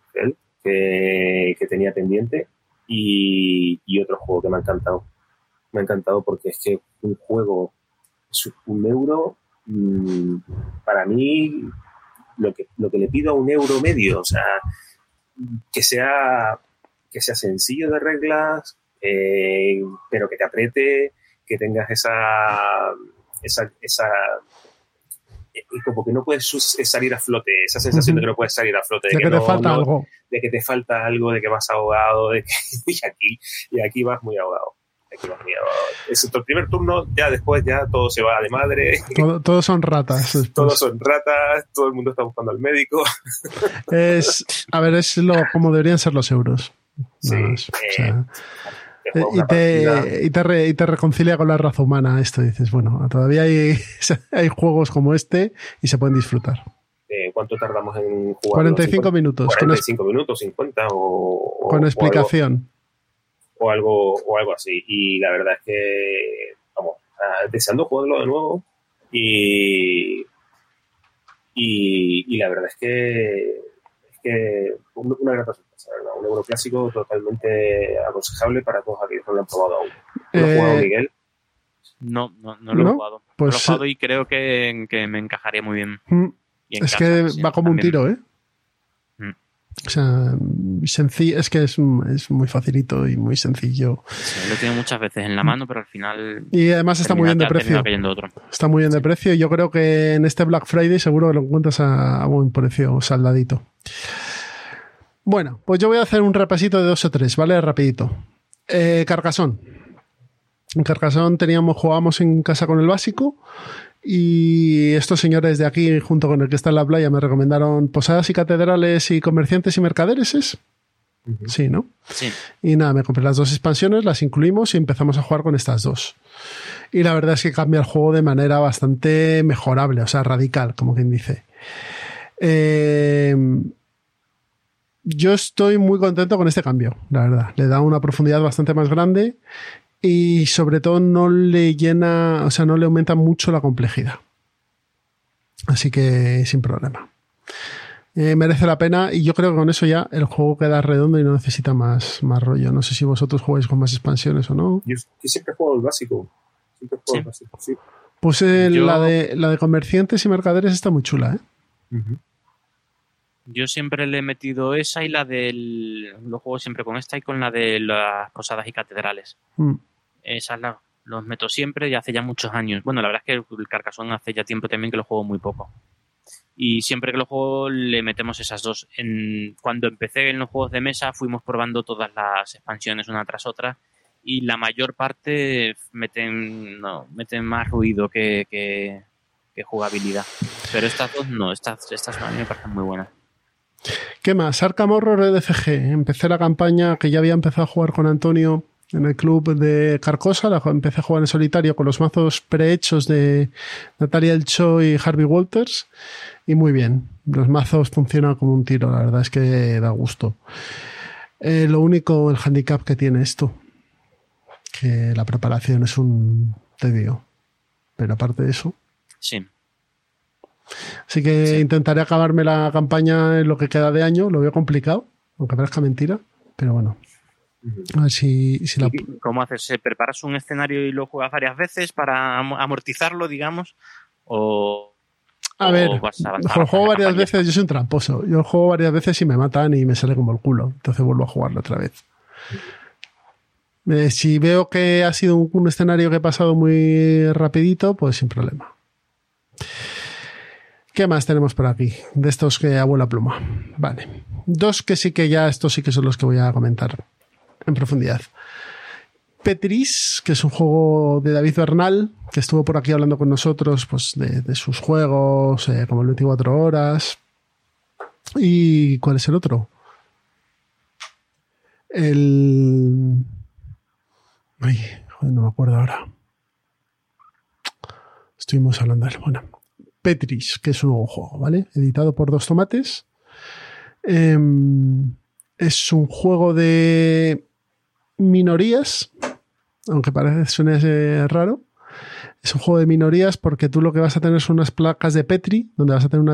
que tenía pendiente, y otro juego que me ha encantado. Me ha encantado porque es que un juego es €1, para mí lo que le pido a €1.50, o sea, que sea sencillo de reglas, pero que te apriete, que tengas esa como que no puedes salir a flote, esa sensación de que no puedes salir a flote, de que te falta algo, de que te falta algo, de que vas ahogado, y aquí vas muy ahogado. Excepto el primer turno, ya después ya todo se va de madre. Todos son ratas. Después. Todos son ratas, todo el mundo está buscando al médico. Es como deberían ser los euros. Sí. Y te reconcilia con la raza humana esto. Dices, bueno, todavía hay juegos como este y se pueden disfrutar. ¿Cuánto tardamos en jugar? 45 minutos. 45 minutos, 50 o con explicación. O algo así. Y la verdad es que, vamos, deseando jugarlo de nuevo y la verdad es que una gran sorpresa, ¿verdad? Un euroclásico totalmente aconsejable para todos aquellos que no lo han probado aún. ¿Lo has jugado, Miguel? No lo he jugado. Pues, no lo he jugado y creo que me encajaría muy bien. Es que va como un tiro, ¿eh? O sea, es que es muy facilito y muy sencillo. Sí, lo he tenido muchas veces en la mano, pero al final... Y además está muy bien de precio. Está muy bien de precio y yo creo que en este Black Friday seguro que lo encuentras a buen precio, saldadito. Bueno, pues yo voy a hacer un repasito de 2 o 3, ¿vale? Rapidito. Carcassonne. En Carcassonne jugábamos en casa con el básico. Y estos señores de aquí, junto con el que está en la playa, me recomendaron Posadas y Catedrales y Comerciantes y Mercaderes, ¿es? Uh-huh. Sí, ¿no? Sí. Y nada, me compré las 2 expansiones, las incluimos y empezamos a jugar con estas 2. Y la verdad es que cambia el juego de manera bastante mejorable, o sea, radical, como quien dice. Yo estoy muy contento con este cambio, la verdad. Le da una profundidad bastante más grande y sobre todo no le llena, o sea, no le aumenta mucho la complejidad. Así que sin problema. Merece la pena y yo creo que con eso ya el juego queda redondo y no necesita más rollo. No sé si vosotros jugáis con más expansiones o no. Yo siempre juego el básico. Sí. Pues la de comerciantes y mercaderes está muy chula, ¿eh? Uh-huh. Yo siempre le he metido esa y la del... Lo juego siempre con esta y con la de las posadas y catedrales. Esas los meto siempre y hace ya muchos años. Bueno, la verdad es que el Carcassonne hace ya tiempo también que lo juego muy poco. Y siempre que lo juego le metemos esas dos. Cuando empecé en los juegos de mesa fuimos probando todas las expansiones una tras otra y la mayor parte meten más ruido que jugabilidad. Pero estas dos no, estas a mí me parecen muy buenas. ¿Qué más? Arkham Horror EDFG. Empecé la campaña que ya había empezado a jugar con Antonio en el club de Carcosa. Empecé a jugar en solitario con los mazos prehechos de Natalia Elcho y Harvey Walters. Y muy bien. Los mazos funcionan como un tiro. La verdad es que da gusto. Lo único, el handicap que tiene esto, que la preparación es un tedio. Pero aparte de eso... Sí. Así que intentaré acabarme la campaña en lo que queda de año. Lo veo complicado, aunque parezca mentira, pero bueno. A ver si la... ¿Cómo haces? ¿Preparas un escenario y lo juegas varias veces para amortizarlo, digamos? A ver, lo juego varias veces. Yo soy un tramposo. Yo lo juego varias veces y me matan y me sale como el culo. Entonces vuelvo a jugarlo otra vez. Si veo que ha sido un escenario que he pasado muy rapidito, pues sin problema. ¿Qué más tenemos por aquí? De estos que abuela pluma. Vale. Dos que sí que ya, estos sí que son los que voy a comentar en profundidad. Petris, que es un juego de David Bernal, que estuvo por aquí hablando con nosotros pues de sus juegos, como el 24 horas. ¿Y cuál es el otro? Ay, joder, no me acuerdo ahora. Estuvimos hablando de él. Bueno. Petris, que es un nuevo juego, ¿vale? Editado por Dos Tomates. Es un juego de minorías, aunque suene raro. Es un juego de minorías porque tú lo que vas a tener son unas placas de Petri, donde vas a tener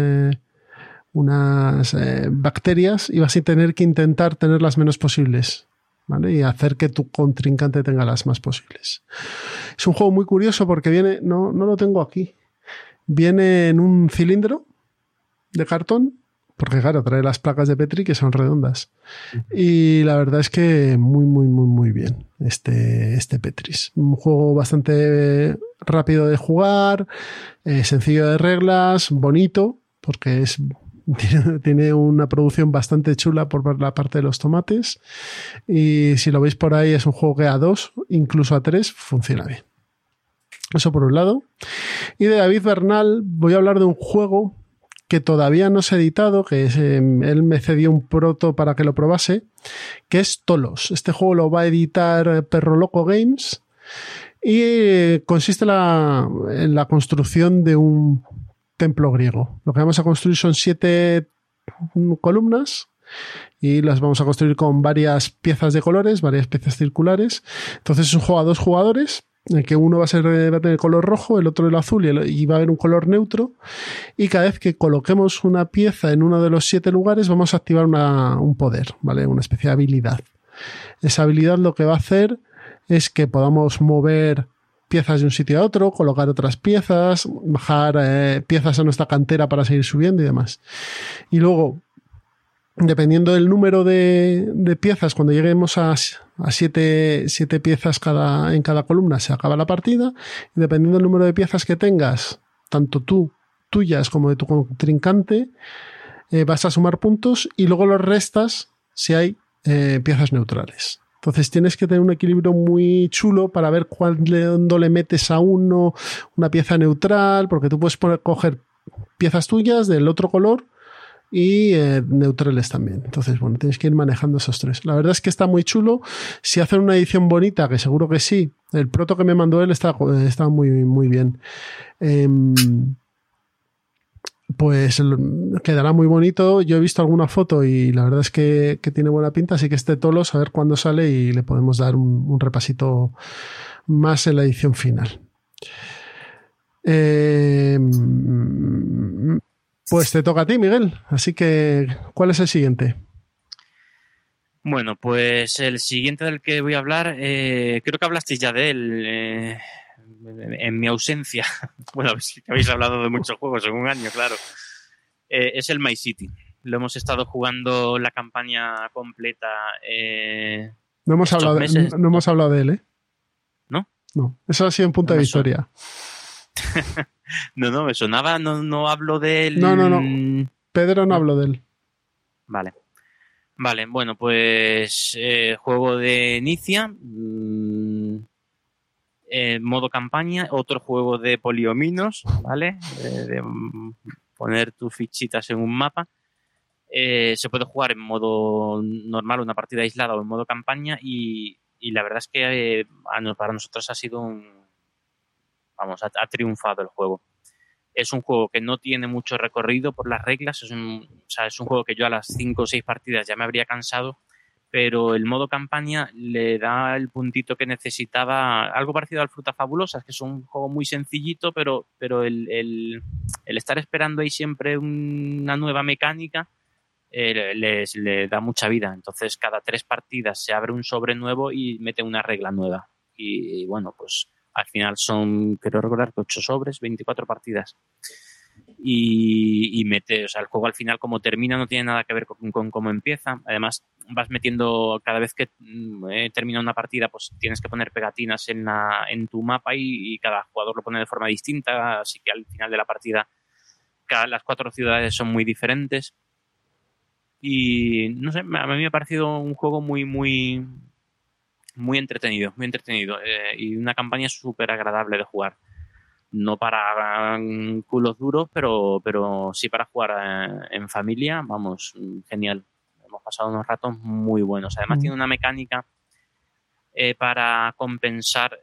unas bacterias y vas a tener que intentar tener las menos posibles, ¿vale? Y hacer que tu contrincante tenga las más posibles. Es un juego muy curioso porque viene, no lo tengo aquí. Viene en un cilindro de cartón, porque claro, trae las placas de Petri que son redondas. Y la verdad es que muy bien este Petris. Un juego bastante rápido de jugar, sencillo de reglas, bonito, porque tiene una producción bastante chula por la parte de los tomates. Y si lo veis por ahí, es un juego que a 2, incluso a 3, funciona bien. Eso por un lado. Y de David Bernal voy a hablar de un juego que todavía no se ha editado, que él me cedió un proto para que lo probase, que es Tolos. Este juego lo va a editar Perro Loco Games y consiste en la construcción de un templo griego. Lo que vamos a construir son 7 columnas y las vamos a construir con varias piezas de colores, varias piezas circulares. Entonces es un juego a 2 jugadores, en que uno va a tener color rojo, el otro el azul y va a haber un color neutro, y cada vez que coloquemos una pieza en uno de los 7 lugares vamos a activar un poder, ¿vale? Una especie de habilidad. Esa habilidad lo que va a hacer es que podamos mover piezas de un sitio a otro, colocar otras piezas, bajar piezas a nuestra cantera para seguir subiendo y demás. Y luego, dependiendo del número de piezas, cuando lleguemos a 7 piezas en cada columna, se acaba la partida. Y dependiendo del número de piezas que tengas, tanto tuyas como de tu contrincante, vas a sumar puntos y luego los restas si hay piezas neutrales. Entonces tienes que tener un equilibrio muy chulo para ver cuándo le metes a uno una pieza neutral, porque tú puedes coger piezas tuyas del otro color y neutrales también. Entonces, bueno, tienes que ir manejando esos 3. La verdad es que está muy chulo. Si hacen una edición bonita, que seguro que sí, el proto que me mandó él está muy bien. pues quedará muy bonito. Yo he visto alguna foto y la verdad es que tiene buena pinta, así que este Tolos a ver cuándo sale y le podemos dar un repasito más en la edición final. Pues te toca a ti, Miguel, así que ¿cuál es el siguiente? Bueno, pues el siguiente del que voy a hablar, creo que hablasteis ya de él en mi ausencia. Bueno, sí que habéis hablado de muchos juegos en un año, claro. Es el My City. Lo hemos estado jugando la campaña completa. No hemos hablado de él, ¿eh? ¿No? No, eso ha sido un punto de victoria. No, me sonaba, no hablo de él. No. Pedro no habló de él. Vale, bueno, pues juego de inicia, modo campaña, otro juego de poliominos, ¿vale? De poner tus fichitas en un mapa. Se puede jugar en modo normal, una partida aislada o en modo campaña y la verdad es que para nosotros ha sido ha triunfado el juego. Es un juego que no tiene mucho recorrido por las reglas, es un juego que yo a las 5 o 6 partidas ya me habría cansado, pero el modo campaña le da el puntito que necesitaba, algo parecido al Frutas Fabulosas, que es un juego muy sencillito, pero el estar esperando ahí siempre una nueva mecánica le da mucha vida. Entonces cada 3 partidas se abre un sobre nuevo y mete una regla nueva. Y bueno, pues al final son, creo recordar que 8 sobres, 24 partidas. Y mete, o sea, el juego al final como termina no tiene nada que ver con cómo empieza. Además, vas metiendo, cada vez que termina una partida, pues tienes que poner pegatinas en tu mapa y cada jugador lo pone de forma distinta, así que al final de la partida las 4 ciudades son muy diferentes. Y no sé, a mí me ha parecido un juego muy entretenido, y una campaña súper agradable de jugar. No para culos duros, pero sí para jugar en familia, vamos, genial. Hemos pasado unos ratos muy buenos. Además tiene una mecánica para compensar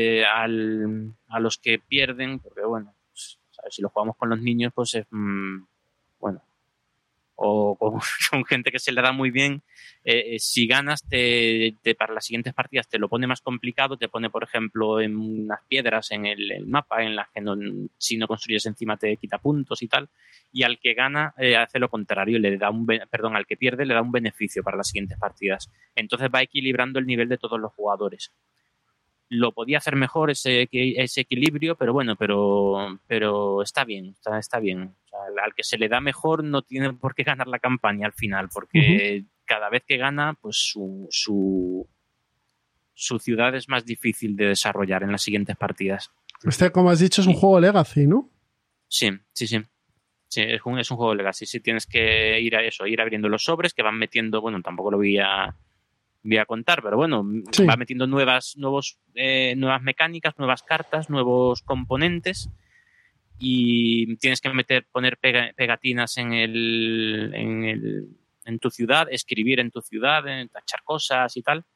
a los que pierden, porque bueno, pues, ¿sabes? Si lo jugamos con los niños, pues es bueno, o con gente que se le da muy bien, si ganas para las siguientes partidas te lo pone más complicado, te pone por ejemplo en unas piedras en el mapa en las que si no construyes encima te quita puntos y tal, y al que gana hace lo contrario, al que pierde le da un beneficio para las siguientes partidas. Entonces va equilibrando el nivel de todos los jugadores. Lo podía hacer mejor ese equilibrio, pero bueno, pero está bien, está bien. O sea, al que se le da mejor no tiene por qué ganar la campaña al final, porque cada vez que gana, pues su ciudad es más difícil de desarrollar en las siguientes partidas. Como has dicho, es un juego Legacy, ¿no? Sí. Sí, es un juego Legacy. Sí, tienes que ir abriendo los sobres que van metiendo, bueno, tampoco lo voy a contar, pero bueno, sí. Va metiendo nuevas mecánicas, nuevas cartas, nuevos componentes y tienes que poner pegatinas en tu ciudad, escribir en tu ciudad, tachar cosas y tal.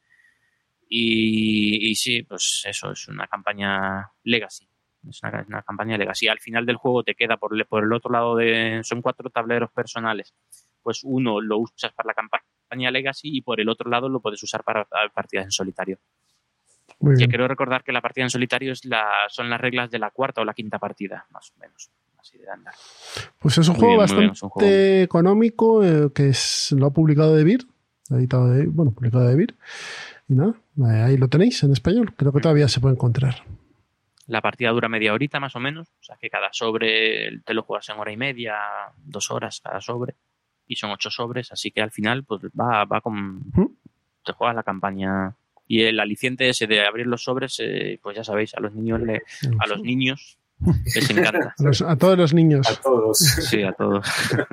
Y sí, pues eso es una campaña Legacy. Es una campaña Legacy. Al final del juego te queda por el otro lado son 4 tableros personales. Pues uno lo usas para la campaña Legacy y por el otro lado lo puedes usar para partidas en solitario. Que creo recordar que la partida en solitario son las reglas de la 4ª o la 5ª partida, más o menos. Así de andar. Pues es un juego bastante económico, que lo ha publicado De Beer, publicado De Beer. Y nada, ahí lo tenéis en español. Creo que todavía se puede encontrar. La partida dura media horita más o menos, o sea que cada sobre te lo juegas en 1:30, 2 horas cada sobre. Y son 8 sobres, así que al final pues va con... Te juegas la campaña. Y el aliciente ese de abrir los sobres, pues ya sabéis, a los niños les encanta. A todos los niños. A todos. Sí, a todos.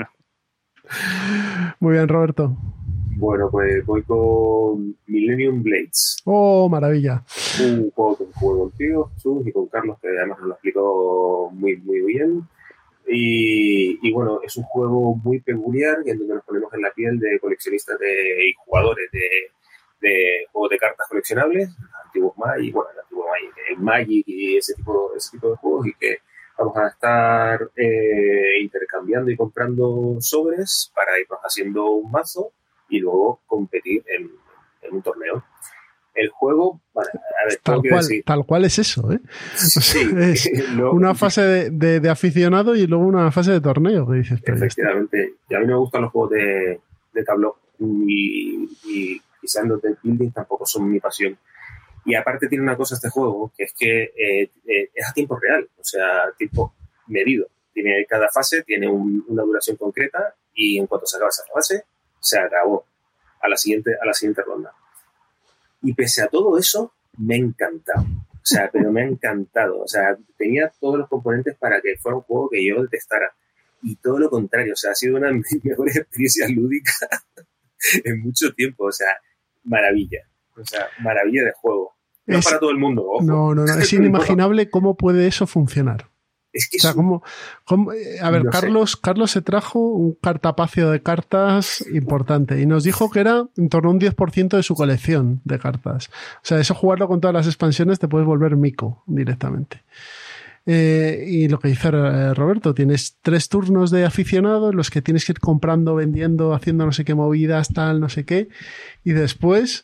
Muy bien, Roberto. Bueno, pues voy con Millennium Blades. ¡Oh, maravilla! Un juego que juego contigo, Jesús, y con Carlos, que además nos lo explicó muy, muy bien. Y bueno, es un juego muy peculiar en donde nos ponemos en la piel de coleccionistas y jugadores de juegos de cartas coleccionables, antiguos Magic, el antiguo Magic y ese tipo de juegos, y que Vamos a estar intercambiando y comprando sobres para irnos haciendo un mazo y luego competir en un torneo. El juego, bueno, a ver, tal cual es eso, ¿eh? Sí, es una fase de aficionado y luego una fase de torneo, que dices. Efectivamente. Y a mí no me gustan los juegos de tabló y quizás los de building tampoco son mi pasión. Y aparte tiene una cosa este juego, que es que es a tiempo real, o sea, tiempo medido. Cada fase tiene una duración concreta y en cuanto se acaba esa fase, se acabó a la siguiente ronda. Y pese a todo eso, me ha encantado. O sea, pero me ha encantado. O sea, tenía todos los componentes para que fuera un juego que yo detestara. Y todo lo contrario. O sea, ha sido una de mis mejores experiencias lúdicas en mucho tiempo. O sea, maravilla. O sea, maravilla de juego. No es para todo el mundo, ojo. No. Es inimaginable cómo puede eso funcionar. Es que o sea, a ver, no Carlos se trajo un cartapacio de cartas importante y nos dijo que era en torno a un 10% de su colección de cartas. O sea, eso jugarlo con todas las expansiones te puedes volver mico directamente. Y lo que dice Roberto, tienes 3 turnos de aficionado en los que tienes que ir comprando, vendiendo, haciendo no sé qué movidas, tal, no sé qué. Y después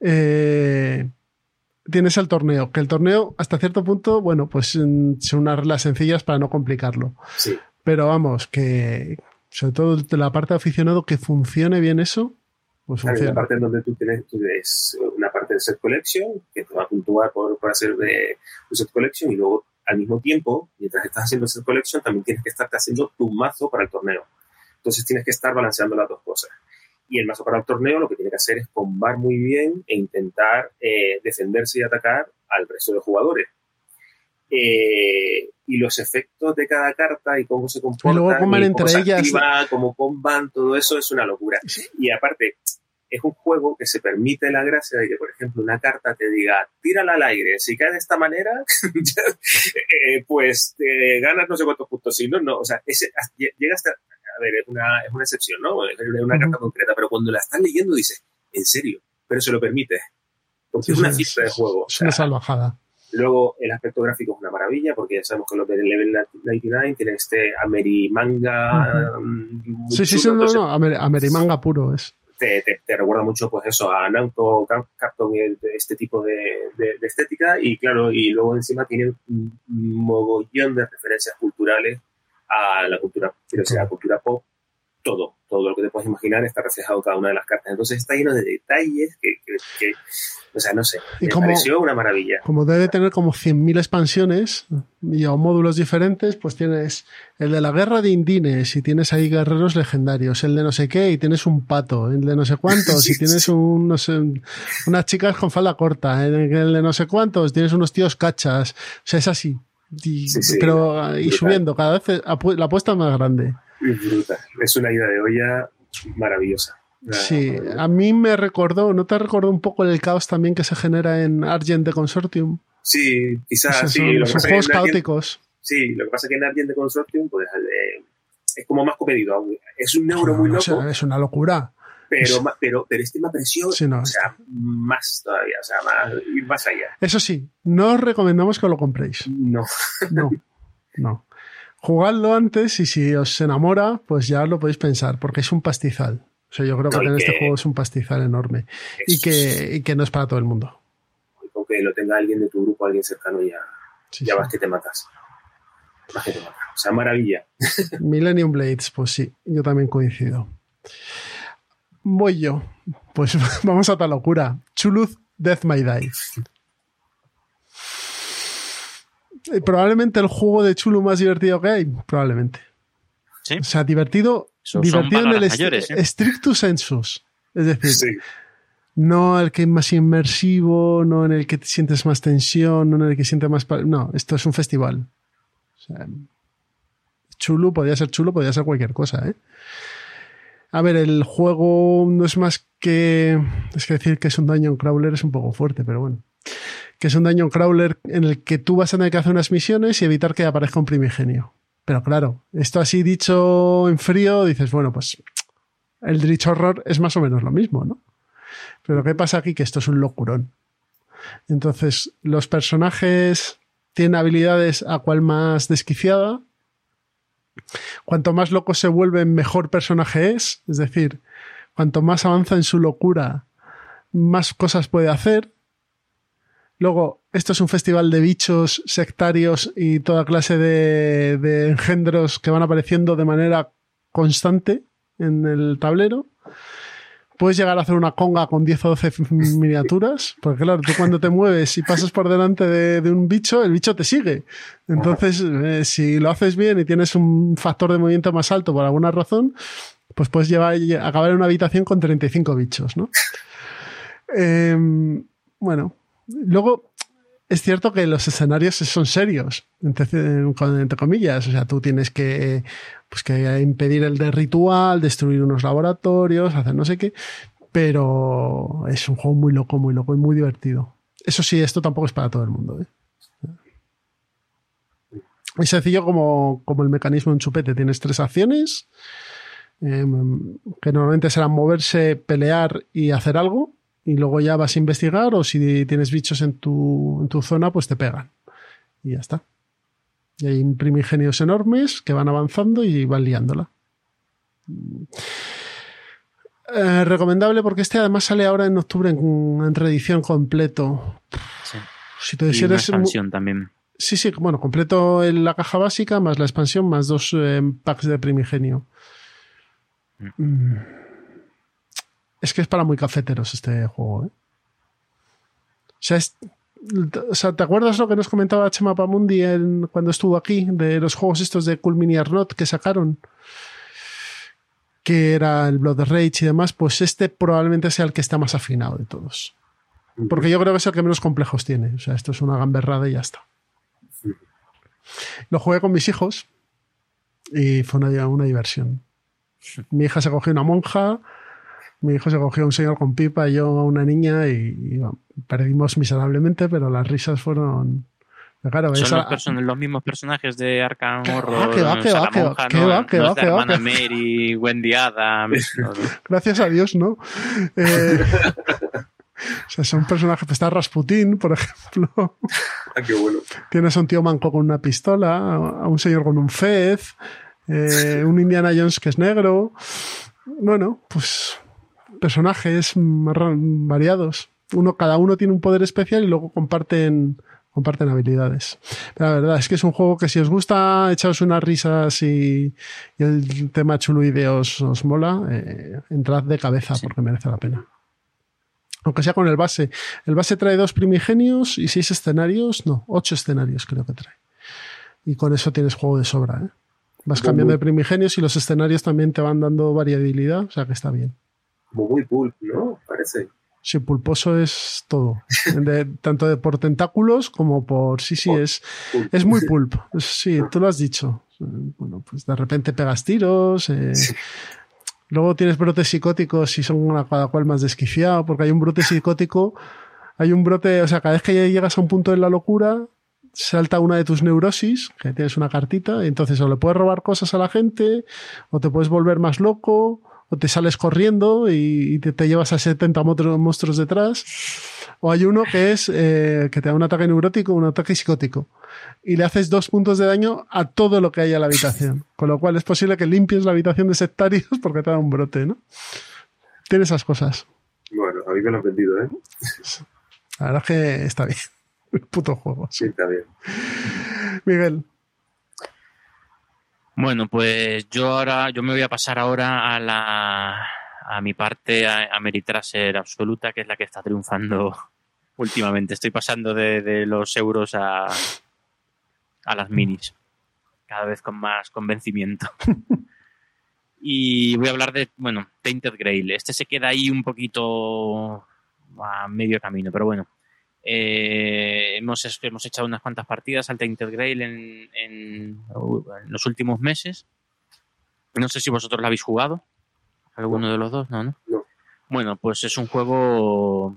tienes el torneo, que el torneo hasta cierto punto, bueno, pues son unas reglas sencillas para no complicarlo. Sí. Pero vamos, que sobre todo de la parte de aficionado, que funcione bien eso, pues funciona. La parte en donde tú tienes una parte de set collection, que te va a puntuar por hacer de set collection, y luego al mismo tiempo, mientras estás haciendo set collection, también tienes que estarte haciendo tu mazo para el torneo. Entonces tienes que estar balanceando las dos cosas. Y el mazo para el torneo lo que tiene que hacer es combar muy bien e intentar defenderse y atacar al resto de jugadores. Y los efectos de cada carta y cómo se comportan, y luego comban entre cómo ellas, se activa, cómo comban, todo eso es una locura. Sí. Y aparte, es un juego que se permite la gracia de que, por ejemplo, una carta te diga, tírala al aire, si cae de esta manera, pues ganas no sé cuántos puntos. Si no, o sea, llega hasta... A ver, es una excepción, ¿no? Es una carta concreta, pero cuando la estás leyendo dices, ¿en serio? Pero se lo permite. Porque es una cifra de juego. Es una salvajada. Luego, el aspecto gráfico es una maravilla, porque ya sabemos que los de Level 99 tienen este Amerimanga. Amerimanga puro es. Te recuerda mucho, pues eso, a Naruto, Capcom, este tipo de estética, y claro, y luego encima tiene un mogollón de referencias culturales a la cultura, pero sea la cultura pop, todo lo que te puedes imaginar está reflejado en cada una de las cartas. Entonces está lleno de detalles que o sea, no sé, me pareció una maravilla. Como debe tener como 100.000 expansiones y a módulos diferentes, pues tienes el de la guerra de Indines y tienes ahí guerreros legendarios, el de no sé qué y tienes un pato, el de no sé cuántos y tienes unas chicas con falda corta, el de no sé cuántos tienes unos tíos cachas, o sea, es así. Pero y subiendo cada vez la apuesta es más grande. Brutal. Es una ida de olla maravillosa. Sí, a mí me recordó, ¿no te recordó un poco el caos también que se genera en Argent de Consortium? Sí, quizás. Son juegos caóticos. Sí, lo que pasa es que en Argent de Consortium pues, es como más comedido. Es un euro muy loco. O sea, es una locura. Pero este me pareció, o sea, más todavía, o sea, ir más allá. Eso sí, no os recomendamos que lo compréis. No. Jugadlo antes y si os enamora, pues ya lo podéis pensar, porque es un pastizal. O sea, yo creo que en este juego es un pastizal enorme y que no es para todo el mundo. Y con que lo tenga alguien de tu grupo, alguien cercano, ya vas que te matas. Vas que te matas. O sea, maravilla. Millennium Blades, pues sí, yo también coincido. Voy yo. Pues vamos a otra locura. Chuluth Death May Die. Probablemente el juego de Chulu más divertido que hay. Probablemente. ¿Sí? O sea, divertido en el strictus sensus. Es decir, no el que es más inmersivo, no en el que te sientes más tensión, no en el que sientes más... No, esto es un festival. O sea, podía ser cualquier cosa, ¿eh? A ver, el juego no es más que... Es que decir que es un dungeon crawler es un poco fuerte, pero bueno. Que es un dungeon crawler en el que tú vas a tener que hacer unas misiones y evitar que aparezca un primigenio. Pero claro, esto así dicho en frío, dices, bueno, pues el Dritch Horror es más o menos lo mismo, ¿no? Pero ¿qué pasa aquí? Que esto es un locurón. Entonces, los personajes tienen habilidades a cual más desquiciada. Cuanto más loco se vuelve, mejor personaje es decir, cuanto más avanza en su locura, más cosas puede hacer. Luego, esto es un festival de bichos sectarios y toda clase de engendros que van apareciendo de manera constante en el tablero. Puedes llegar a hacer una conga con 10 o 12 miniaturas, porque claro, tú cuando te mueves y pasas por delante de un bicho, el bicho te sigue. Entonces, si lo haces bien y tienes un factor de movimiento más alto por alguna razón, pues puedes acabar en una habitación con 35 bichos, ¿no? Bueno, luego es cierto que los escenarios son serios, entre comillas. O sea, tú tienes que impedir el de ritual, destruir unos laboratorios, hacer no sé qué, pero es un juego muy loco y muy divertido. Eso sí, esto tampoco es para todo el mundo, ¿eh? Es sencillo como el mecanismo en Chupete. Tienes 3 acciones, que normalmente serán moverse, pelear y hacer algo. Y luego ya vas a investigar, o si tienes bichos en tu zona, pues te pegan. Y ya está. Y hay primigenios enormes que van avanzando y van liándola. Recomendable porque además sale ahora en octubre en reedición completo. Sí. Si te y una eres expansión también. Sí, bueno, completo en la caja básica, más la expansión, más 2 packs de primigenio. Es que es para muy cafeteros este juego, ¿eh? O sea, ¿te acuerdas lo que nos comentaba Chema Pamundi cuando estuvo aquí de los juegos estos de Cool Mini Arnott que sacaron? Que era el Blood Rage y demás. Pues este probablemente sea el que está más afinado de todos. Porque yo creo que es el que menos complejos tiene. O sea, esto es una gamberrada y ya está. Lo jugué con mis hijos y fue una diversión. Mi hija se cogió una monja, mi hijo se cogió a un señor con pipa y yo a una niña y bueno, perdimos miserablemente, pero las risas fueron... Claro, son los mismos personajes de Arkham Horror. ¿Qué va? Hermana Mary, Wendy Adams. Gracias a Dios, ¿no? O sea, son personajes. Está Rasputín, por ejemplo. Qué bueno. Tienes a un tío manco con una pistola, a un señor con un fez, un Indiana Jones que es negro. Bueno, pues personajes variados. Cada uno tiene un poder especial y luego comparten habilidades. Pero la verdad es que es un juego que si os gusta echaros unas risas y el tema chuloide os mola, entrad de cabeza porque merece la pena. Aunque sea con el base. El base trae 2 primigenios y 6 escenarios. No, 8 escenarios creo que trae. Y con eso tienes juego de sobra, ¿eh? Vas cambiando de primigenios y los escenarios también te van dando variabilidad, o sea que está bien. Como muy pulp, ¿no? Parece. Sí, pulposo es todo. Tanto por tentáculos como por... Sí, es muy pulp. Sí, tú lo has dicho. Bueno, pues de repente pegas tiros... Sí. Luego tienes brotes psicóticos y son cada cual más desquiciado, porque hay un brote psicótico, o sea, cada vez que llegas a un punto de la locura, salta una de tus neurosis, que tienes una cartita, y entonces o le puedes robar cosas a la gente, o te puedes volver más loco, o te sales corriendo y te llevas a 70 monstruos detrás, o hay uno que es que te da un ataque neurótico, un ataque psicótico, y le haces 2 puntos de daño a todo lo que hay en la habitación, con lo cual es posible que limpies la habitación de sectarios porque te da un brote, ¿no? Tiene esas cosas. Bueno, a mí me lo han vendido, ¿eh? La verdad es que está bien. El puto juego. Sí, está bien. Miguel. Bueno, pues yo me voy a pasar ahora a mi parte Ameritraser absoluta, que es la que está triunfando últimamente. Estoy pasando de los euros a las minis, cada vez con más convencimiento. Y voy a hablar de, Tainted Grail. Este se queda ahí un poquito a medio camino, pero bueno. Hemos echado unas cuantas partidas al Tainted Grail en los últimos meses. No sé si vosotros lo habéis jugado. ¿Alguno de los dos? No. Bueno, pues es un juego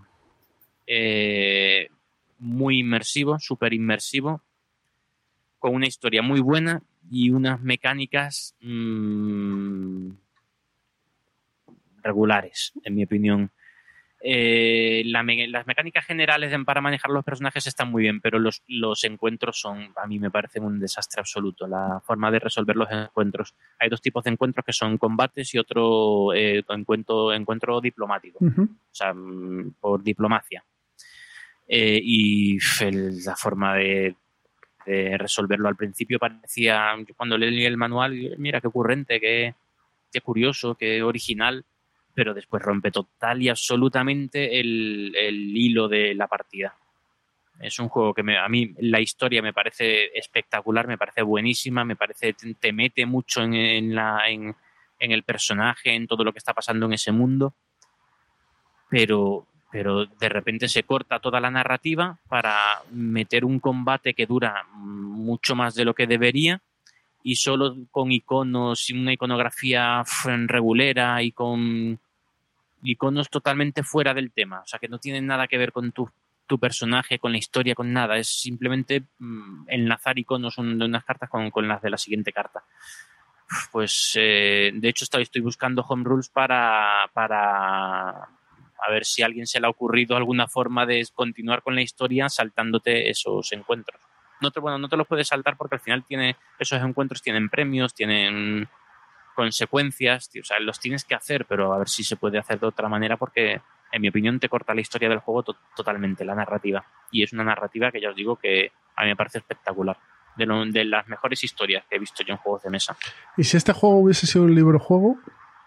muy inmersivo, súper inmersivo, con una historia muy buena y unas mecánicas regulares, en mi opinión. Las mecánicas generales para manejar los personajes están muy bien, pero los encuentros a mí me parecen un desastre absoluto. La forma de resolver los encuentros. Hay 2 tipos de encuentros que son combates y otro encuentro diplomático. Uh-huh. O sea, por diplomacia. Y la forma de resolverlo al principio parecía, cuando leí el manual, mira qué ocurrente, qué curioso, qué original. Pero después rompe total y absolutamente el hilo de la partida. Es un juego que a mí la historia me parece espectacular, me parece buenísima, me parece te mete mucho en el personaje, en todo lo que está pasando en ese mundo, pero de repente se corta toda la narrativa para meter un combate que dura mucho más de lo que debería, y solo con iconos y una iconografía regulera y con iconos totalmente fuera del tema, o sea, que no tienen nada que ver con tu personaje, con la historia, con nada. Es simplemente enlazar iconos de unas cartas con las de la siguiente carta. Pues, de hecho, estoy buscando home rules para a ver si a alguien se le ha ocurrido alguna forma de continuar con la historia saltándote esos encuentros. No te los puedes saltar porque al final esos encuentros tienen premios, tienen consecuencias, tío, o sea, los tienes que hacer, pero a ver si se puede hacer de otra manera, porque en mi opinión te corta la historia del juego totalmente, la narrativa, y es una narrativa que ya os digo que a mí me parece espectacular, de las mejores historias que he visto yo en juegos de mesa. ¿Y si este juego hubiese sido un libro-juego?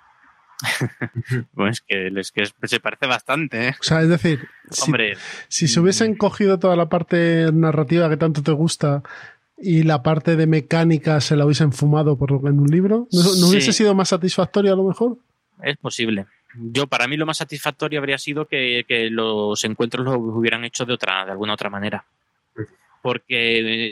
Pues es que se parece bastante, ¿eh? O sea, es decir, hombre, si se hubiesen cogido toda la parte narrativa que tanto te gusta y la parte de mecánica se la hubiesen fumado en un libro, ¿no hubiese sido más satisfactorio a lo mejor? Es posible. Para mí lo más satisfactorio habría sido que los encuentros los hubieran hecho de alguna otra manera. Porque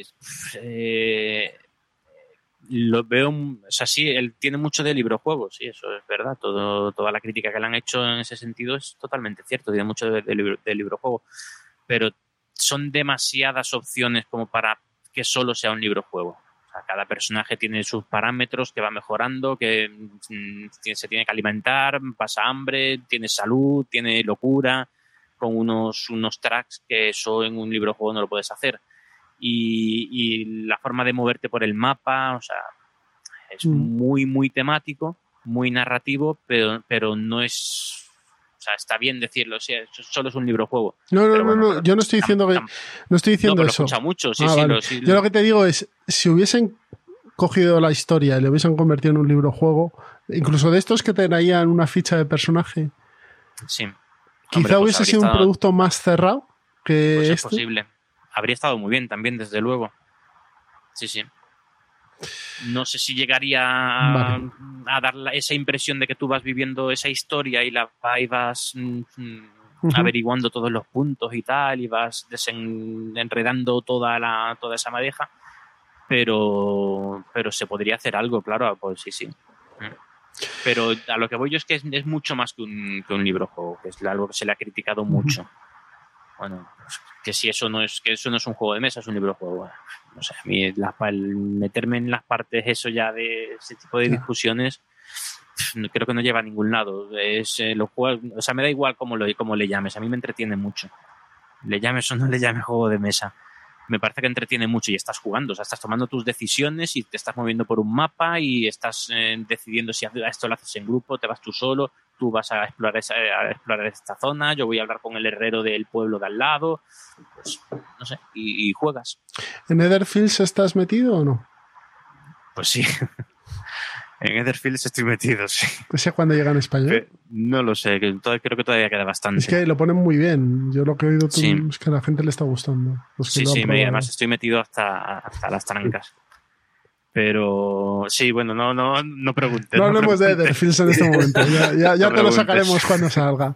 lo veo, o sea, sí, él tiene mucho de librojuegos, sí, eso es verdad. Toda la crítica que le han hecho en ese sentido es totalmente cierto, tiene mucho de librojuego. Pero son demasiadas opciones como para que solo sea un librojuego. O sea, cada personaje tiene sus parámetros que va mejorando, que se tiene que alimentar, pasa hambre, tiene salud, tiene locura, con unos tracks que eso en un librojuego no lo puedes hacer. Y la forma de moverte por el mapa, o sea, es muy, muy temático, muy narrativo, pero no es... O sea, está bien decirlo, o sea, solo es un librojuego. No, yo no estoy diciendo eso. Lo he escuchado mucho, sí. Vale. Yo lo que te digo es, si hubiesen cogido la historia y le hubiesen convertido en un librojuego, incluso de estos que traían una ficha de personaje, sí. Quizá hubiese sido un producto más cerrado que pues este. Es posible. Habría estado muy bien también, desde luego. Sí. No sé si llegaría a dar esa impresión de que tú vas viviendo esa historia y vas averiguando todos los puntos y tal, y vas enredando toda esa madeja, pero se podría hacer algo, claro, pues sí. Pero a lo que voy yo es que es mucho más que un librojuego, que es algo que se le ha criticado mucho. Bueno, pues que si eso no es un juego de mesa, es un librojuego. No sé, a mí el meterme en las partes eso ya de ese tipo de discusiones creo que no lleva a ningún lado. Los juegos, o sea, me da igual cómo le llames, a mí me entretiene mucho. Le llames o no le llames juego de mesa, me parece que entretiene mucho y estás jugando, o sea, estás tomando tus decisiones y te estás moviendo por un mapa y estás decidiendo si esto lo haces en grupo, te vas tú solo, tú vas a explorar esta zona, yo voy a hablar con el herrero del pueblo de al lado, pues no sé, y juegas. ¿En Netherfields estás metido o no? Pues sí. En Netherfields estoy metido, sí. ¿Ese cuándo llega en español? No lo sé, creo que todavía queda bastante. Es que lo ponen muy bien. Yo lo que he oído es que a la gente le está gustando. Sí, además estoy metido hasta las trancas. Pero sí, bueno, no preguntes. No hablemos de Netherfields en este momento. Ya te lo sacaremos cuando salga.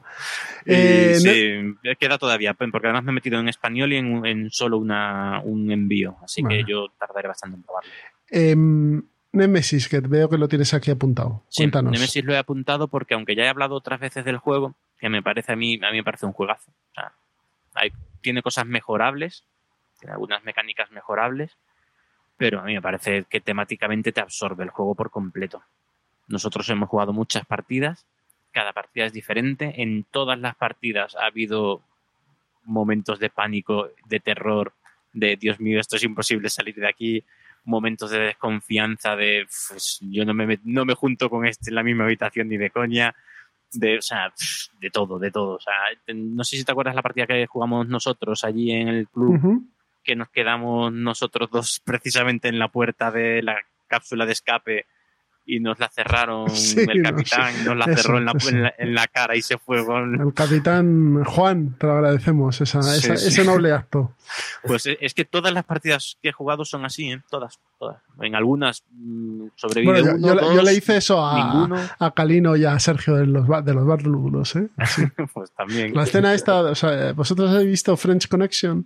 Sí, queda todavía, porque además me he metido en español y en solo un envío. Así que yo tardaré bastante en probarlo. Nemesis, que veo que lo tienes aquí apuntado. Sí, cuéntanos. Nemesis lo he apuntado porque aunque ya he hablado otras veces del juego, que me parece a mí me parece un juegazo. O sea, tiene cosas mejorables, tiene algunas mecánicas mejorables, pero a mí me parece que temáticamente te absorbe el juego por completo. Nosotros hemos jugado muchas partidas cada partida es diferente. En todas las partidas ha habido momentos de pánico, de terror, de Dios mío, esto es imposible salir de aquí, momentos de desconfianza, de pues, yo no me junto con este en la misma habitación ni de coña, de todo. O sea, no sé si te acuerdas la partida que jugamos nosotros allí en el club, que nos quedamos nosotros dos precisamente en la puerta de la cápsula de escape y nos la cerraron, el capitán nos la cerró en la cara y se fue con... El capitán Juan, te lo agradecemos, ese noble acto. Pues es que todas las partidas que he jugado son así, ¿eh? Todas. En algunas sobrevive yo le hice eso a Calino y a Sergio de los Barludos, ¿eh? Pues también. La escena esta, o sea, ¿vosotros habéis visto French Connection?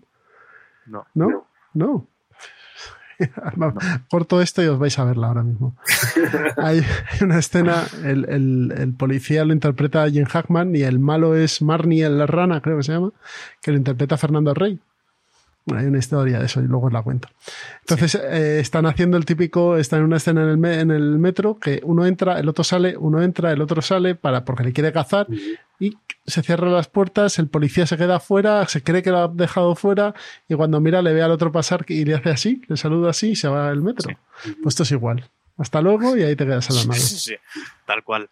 No. Corto esto y os vais a verla ahora mismo. Hay una escena, el policía lo interpreta Jim Hackman y el malo es Marnie la rana, creo que se llama, que lo interpreta Fernando Rey. Bueno, hay una historia de eso y luego os la cuento. Entonces están haciendo el típico, están en una escena en el metro que uno entra, el otro sale, uno entra, el otro sale porque le quiere cazar y se cierran las puertas, el policía se queda afuera, se cree que lo ha dejado fuera y cuando mira le ve al otro pasar y le hace así, le saluda así y se va al metro. Pues esto es igual. Hasta luego y ahí te quedas en la nave. Sí, tal cual.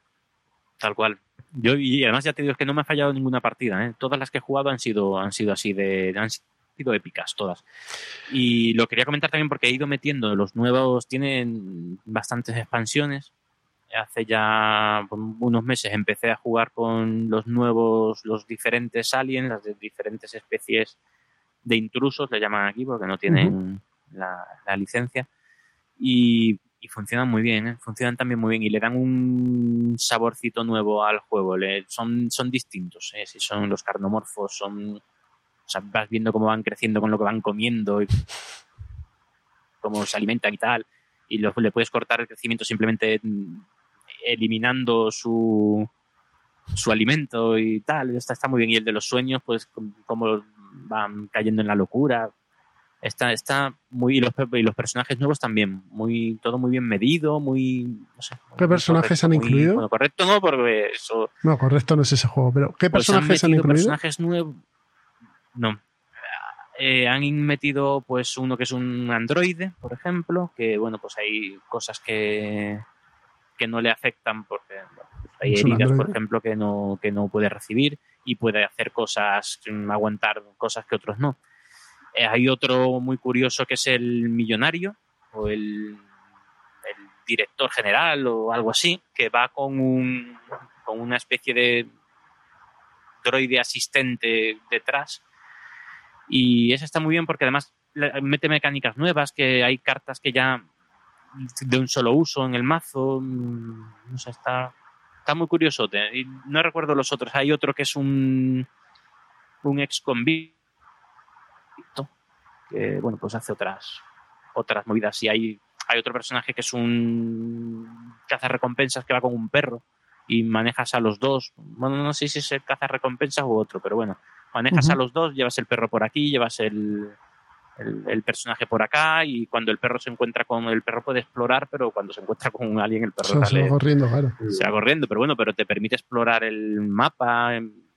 Y además ya te digo, es que no me ha fallado ninguna partida, ¿eh? Todas las que he jugado han sido así han sido épicas todas. Y lo quería comentar también porque he ido metiendo los nuevos, tienen bastantes expansiones. Hace ya unos meses empecé a jugar con los diferentes aliens, las de diferentes especies de intrusos, le llaman aquí porque no tienen la licencia. Y funcionan muy bien, ¿eh? Funcionan también muy bien y le dan un saborcito nuevo al juego. Son distintos, ¿eh? Si son los carnomorfos, o sea, vas viendo cómo van creciendo con lo que van comiendo y cómo se alimentan y tal. Y le puedes cortar el crecimiento simplemente eliminando su alimento y tal. Está muy bien. Y el de los sueños, pues cómo van cayendo en la locura. Está muy... Y los personajes nuevos también. Todo muy bien medido, muy... No sé, ¿Qué personajes han incluido? Bueno, correcto no, porque eso... No, correcto no es ese juego, pero ¿qué personajes han incluido? Personajes nuevos... No. Han metido pues uno que es un androide, por ejemplo, que bueno, pues hay cosas que no le afectan porque hay heridas, por ejemplo, que no puede recibir y puede hacer cosas, aguantar cosas que otros no. Hay otro muy curioso que es el millonario o el director general o algo así, que va con una especie de droide asistente detrás. Y eso está muy bien porque además mete mecánicas nuevas, que hay cartas que ya de un solo uso en el mazo. No sé, está muy curiosote. Y no recuerdo los otros. Hay otro que es un ex convicto que, bueno, pues hace otras movidas. Y hay otro personaje que es un cazarrecompensas que va con un perro y manejas a los dos. Bueno, no sé si es el cazarrecompensas u otro, pero bueno. Manejas a los dos, llevas el perro por aquí, llevas el personaje por acá y cuando el perro se encuentra con... El perro puede explorar, pero cuando se encuentra con un alien el perro se va corriendo, claro. Se va corriendo, pero bueno, pero te permite explorar el mapa.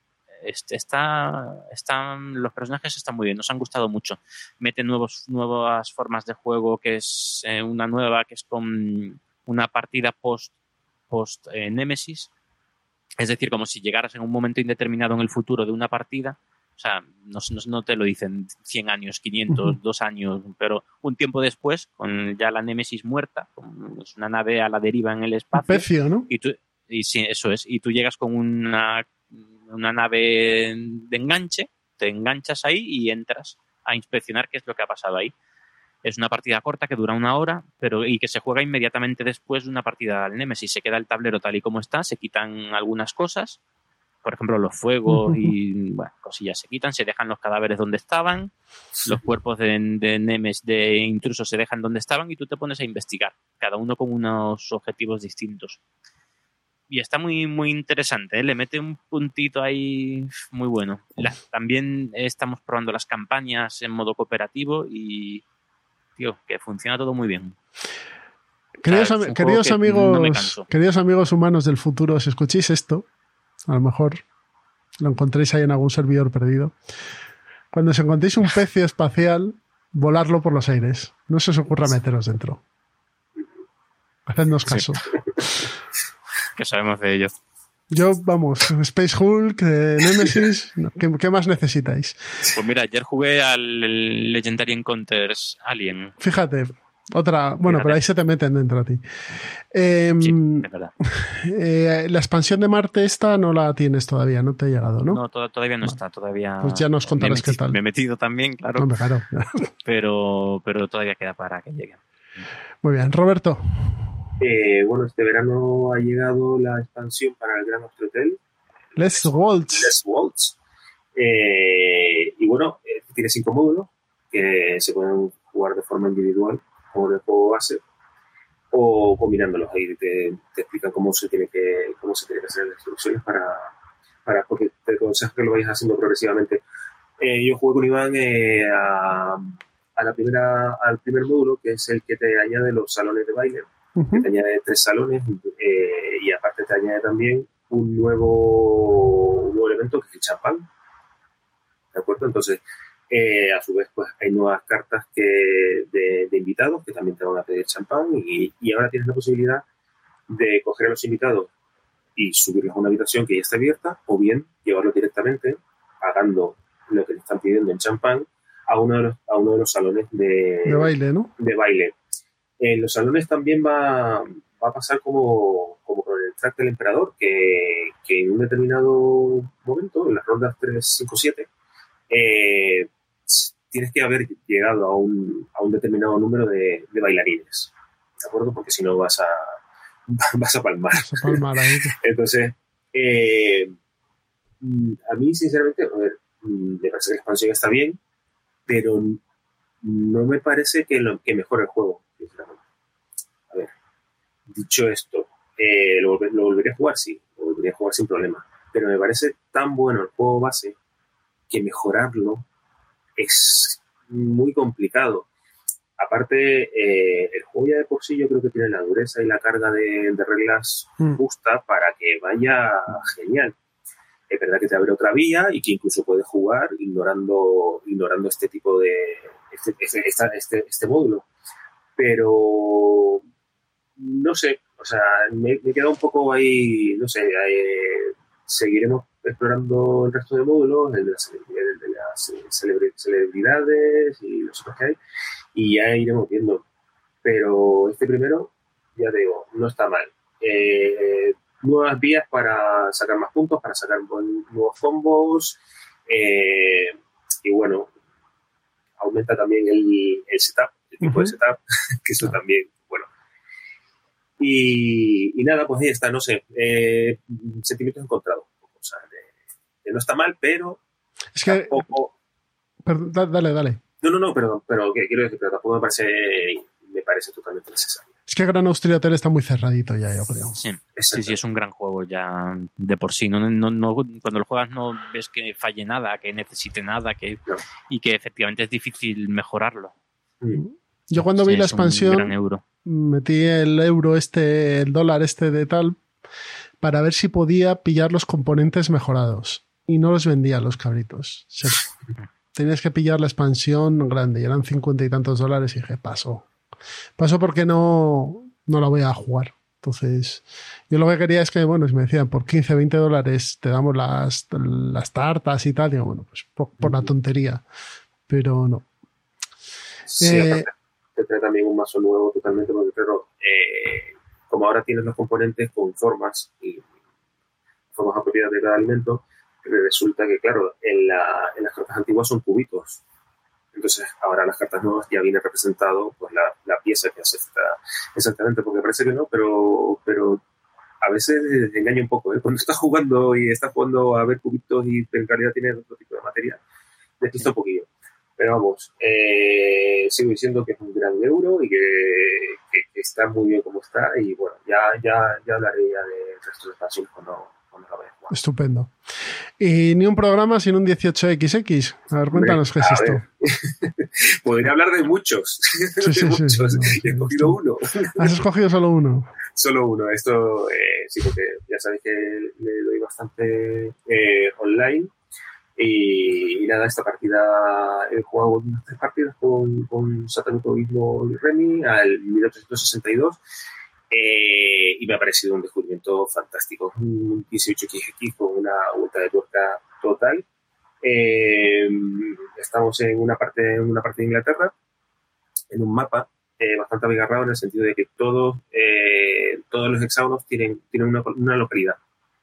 Los personajes están muy bien, nos han gustado mucho. Mete nuevas formas de juego, que es una nueva, que es con una partida post Némesis. Es decir, como si llegaras en un momento indeterminado en el futuro de una partida, o sea, no te lo dicen 100 años, 500, 2 años, pero un tiempo después, con ya la Némesis muerta, es una nave a la deriva en el espacio. Pecio, ¿no? Y sí, eso es. Y tú llegas con una nave de enganche, te enganchas ahí y entras a inspeccionar qué es lo que ha pasado ahí. Es una partida corta que dura 1 hora, y que se juega inmediatamente después de una partida al Némesis. Se queda el tablero tal y como está, se quitan algunas cosas, por ejemplo los fuegos y bueno, cosillas se quitan, se dejan los cadáveres donde estaban, los cuerpos de Némesis, de intrusos se dejan donde estaban y tú te pones a investigar, cada uno con unos objetivos distintos. Y está muy, muy interesante, ¿eh? Le mete un puntito ahí muy bueno. También estamos probando las campañas en modo cooperativo y... Tío, que funciona todo muy bien. Queridos amigos humanos del futuro, si escuchéis esto, A lo mejor lo encontréis ahí en algún servidor perdido. Cuando os encontréis un pez espacial, volarlo por los aires. No se os ocurra meteros dentro. Hacednos caso. Sí. ¿Qué sabemos de ello? Yo, vamos, Space Hulk, Nemesis, ¿qué más necesitáis? Pues mira, ayer jugué al Legendary Encounters Alien. Fíjate, otra, bueno, pero ahí se te meten dentro a ti. Sí, es verdad. La expansión de Marte esta no la tienes todavía, no te ha llegado, ¿no? No, todavía no está, todavía... Pues ya nos contarás qué tal. Me he metido también, claro. No, claro. Pero todavía queda para que llegue. Muy bien, Roberto. Bueno, este verano ha llegado la expansión para el Grand Austria Hotel. Les Waltz. Les Waltz. Y bueno, tiene 5 módulos que se pueden jugar de forma individual como el juego base o combinándolos. Ahí te explican cómo se tiene que hacer las instrucciones porque te aconsejo que lo vayas haciendo progresivamente. Yo jugué con Iván al primer módulo, que es el que te añade los salones de baile. Que te añade 3 salones y aparte te añade también un nuevo elemento que es el champán. ¿De acuerdo? Entonces, a su vez, pues hay nuevas cartas de invitados que también te van a pedir champán y ahora tienes la posibilidad de coger a los invitados y subirlos a una habitación que ya está abierta o bien llevarlos directamente pagando lo que te están pidiendo en champán a uno de los salones de baile, ¿no? De baile. En los salones también va a pasar como con el track del emperador, que en un determinado momento, en las rondas 3, 5, 7, tienes que haber llegado a un determinado número de bailarines, ¿de acuerdo? Porque si no vas a palmar. Vas a palmar ahí. Entonces, a mí, sinceramente, me parece que la expansión está bien, pero no me parece que mejore el juego. A ver, dicho esto, ¿lo volvería a jugar? Sí, lo volvería a jugar sin problema. Pero me parece tan bueno el juego base que mejorarlo es muy complicado. Aparte, el juego ya de por sí yo creo que tiene la dureza y la carga de reglas justa para que vaya genial. Es verdad que te abre otra vía y que incluso puedes jugar ignorando este tipo de este módulo. Pero no sé, o sea, me queda un poco ahí, no sé, seguiremos explorando el resto de módulos, el de las celebridades y los otros que hay, y ya iremos viendo. Pero este primero, ya te digo, no está mal. Nuevas vías para sacar más puntos, para sacar nuevos combos, y bueno, aumenta también el setup, el tipo de setup, que eso también, bueno. Y nada, pues ahí está, no sé, sentimientos encontrados. O sea, no está mal, pero es que tampoco... Perdón, dale. No, pero ¿qué quiero decir? Pero tampoco me parece totalmente necesario. Es que Gran Austria Hotel está muy cerradito ya, yo creo. Sí, es un gran juego ya de por sí. No, cuando lo juegas no ves que falle nada, que necesite nada, y que efectivamente es difícil mejorarlo. Yo cuando vi la expansión metí el dólar de tal, para ver si podía pillar los componentes mejorados. Y no los vendían los cabritos. O sea, tenías que pillar la expansión grande y eran 50 y tantos dólares y dije, paso porque no la voy a jugar. Entonces, yo lo que quería es que, bueno, si me decían por 15, 20 dólares te damos las tartas y tal, digo, bueno, pues por la tontería. Pero no. Sí, aparte, te trae también un mazo nuevo totalmente, porque claro, como ahora tienes los componentes con formas y formas apropiadas de cada alimento, resulta que, claro, en las cartas antiguas son cubitos. Entonces, ahora las cartas nuevas ya viene representado pues la pieza que hace exactamente, porque parece que no, pero a veces engaña un poco, ¿eh? Cuando estás jugando a ver cubitos y en realidad tienes otro tipo de material, despista un poquillo. Pero vamos, sigo diciendo que es un gran euro y que está muy bien como está, y bueno, ya hablaré ya del resto de expansiones cuando lo vaya a jugar. Estupendo. Y ni un programa sin un 18XX. A ver, cuéntanos qué es esto. Podría hablar de muchos. Sí. He escogido uno. ¿Has escogido solo uno? Solo uno. Esto sí, porque ya sabéis que le doy bastante online. Y nada, esta partida he jugado unas 3 partidas con Satánico Abismo y Remy al 1862 y me ha parecido un descubrimiento fantástico. Un 18XX con una vuelta de tuerca total. Estamos en una parte de Inglaterra, en un mapa bastante abigarrado en el sentido de que todos los hexágonos tienen una localidad.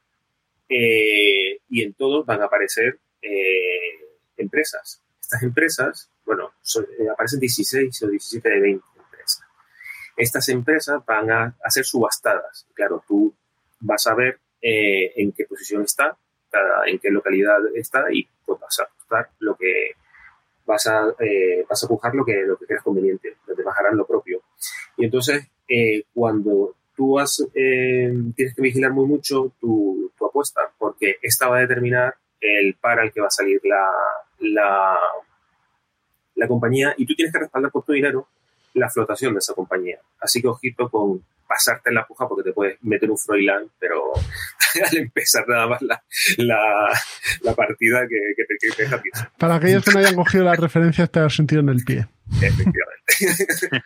Y en todos van a aparecer empresas. Estas empresas, aparecen 16 o 17 de 20 empresas. Estas empresas van a ser subastadas. Claro, tú vas a ver en qué posición está, en qué localidad está y pues vas a apostar lo que vas a pujar lo que creas conveniente, los demás harán lo propio. Y entonces, cuando tú tienes que vigilar muy mucho tu apuesta, porque esta va a determinar el par al que va a salir la compañía, y tú tienes que respaldar con tu dinero la flotación de esa compañía. Así que ojito con pasarte en la puja, porque te puedes meter un Froilán, pero al empezar nada más la partida que te deja piso. Para aquellos que no hayan cogido las referencias, te has sentido en el pie. Efectivamente.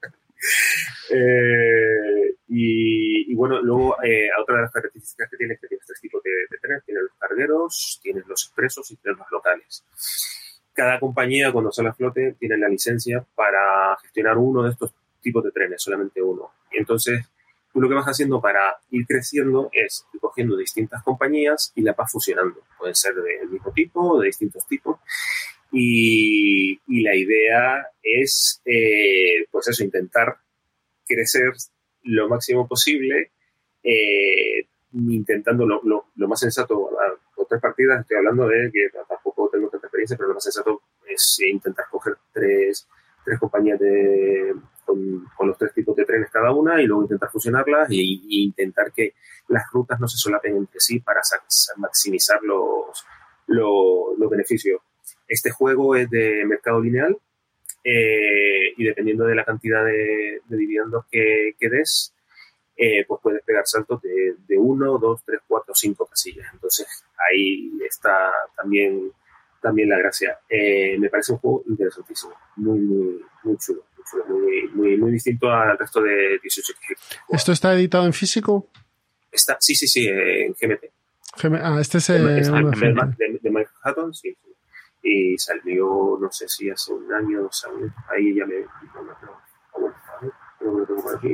Y bueno, luego otra de las características que tienes 3 tipos de trenes. Tienes los cargueros, tienes los expresos y tienes los locales. Cada compañía, cuando sale a flote, tiene la licencia para gestionar uno de estos tipos de trenes, solamente uno. Y entonces, tú lo que vas haciendo para ir creciendo es ir cogiendo distintas compañías y las vas fusionando. Pueden ser del mismo tipo o de distintos tipos. Y la idea es, pues eso, intentar crecer lo máximo posible, intentando lo más sensato. Con 3 partidas estoy hablando de que tampoco tengo tanta experiencia, pero lo más sensato es intentar coger tres compañías con los 3 tipos de trenes cada una, y luego intentar fusionarlas y intentar que las rutas no se solapen entre sí para maximizar los beneficios. Este juego es de mercado lineal, y dependiendo de la cantidad de dividendos que des, pues puedes pegar saltos de 1, 2, 3, 4, 5 casillas. Entonces ahí está también la gracia. Me parece un juego interesantísimo, muy chulo, muy distinto al resto de 18 que he jugado. ¿Esto está editado en físico? Sí, en GMT. Este es de Mike Hatton, sí. Y salió, no sé si hace un año, 2 años. Ahí ya me... No lo tengo por aquí.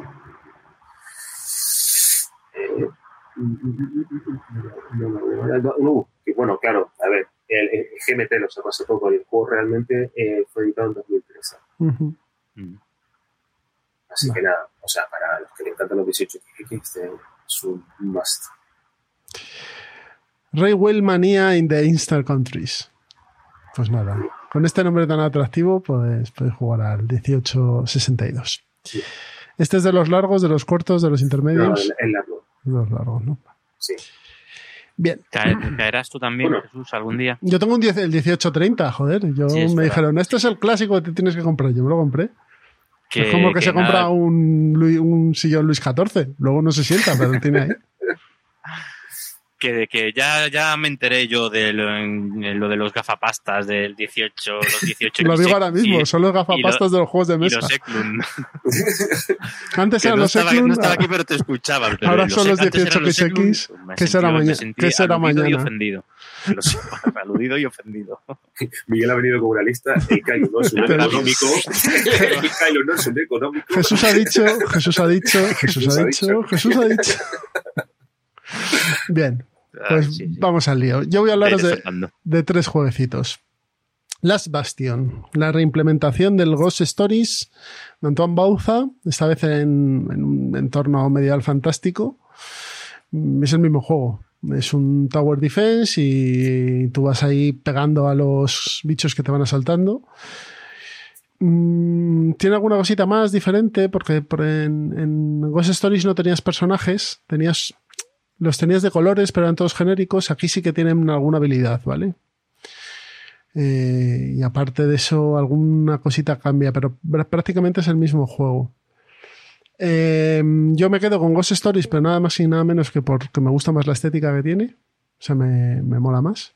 Bueno, claro, a ver, el GMT lo sacó hace poco, y el juego realmente fue editado en 2013. Uh-huh. Así que nada, o sea, para los que le encantan los 18, este es un must. Railway Mania in the Eastern Countries. Pues nada, con este nombre tan atractivo puedes jugar al 1862. Sí. ¿Este es de los largos, de los cortos, de los intermedios? No, el largo. Los largos, ¿no? Sí. Bien. ¿Caerás tú también, Jesús, algún día? Yo tengo el 1830, joder. Me dijeron, este es el clásico que te tienes que comprar. Yo me lo compré. Es como que se compra un sillón Luis XIV. Luego no se sienta, pero lo tiene ahí. Que ya me enteré yo de lo de los gafapastas del 18, los 18. Lo digo ahora mismo, son los gafapastas de los juegos de mesa. Y los Eklund. Antes eran los Eklund. No estaba aquí, pero te escuchaba. Pero ahora son los 18XX. ¿Qué será mañana? Y ofendido. Aludido y ofendido. Miguel ha venido con una lista. El Kylo no es un económico. El Kylo no es un económico. Jesús ha dicho. Bien, pues sí. Vamos al lío. Yo voy a hablaros de 3 jueguecitos. Last Bastion, la reimplementación del Ghost Stories de Antoine Bauza, esta vez en un entorno medieval fantástico. Es el mismo juego. Es un Tower Defense y tú vas ahí pegando a los bichos que te van asaltando. Tiene alguna cosita más diferente porque en Ghost Stories no tenías personajes, los tenías de colores, pero eran todos genéricos. Aquí sí que tienen alguna habilidad, ¿vale? Y aparte de eso, alguna cosita cambia, pero prácticamente es el mismo juego. Yo me quedo con Ghost Stories, pero nada más y nada menos que porque me gusta más la estética que tiene. O sea, me mola más.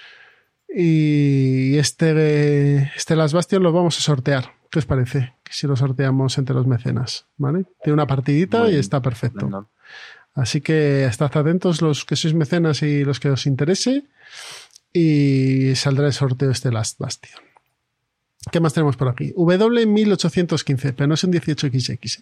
Y este Last Bastion lo vamos a sortear. ¿Qué os parece? Que si lo sorteamos entre los mecenas, ¿vale? Tiene una partidita y está perfecto. Bueno. Así que estad atentos los que sois mecenas y los que os interese. Y saldrá el sorteo este Last Bastion. ¿Qué más tenemos por aquí? W1815, pero no es un 18XX.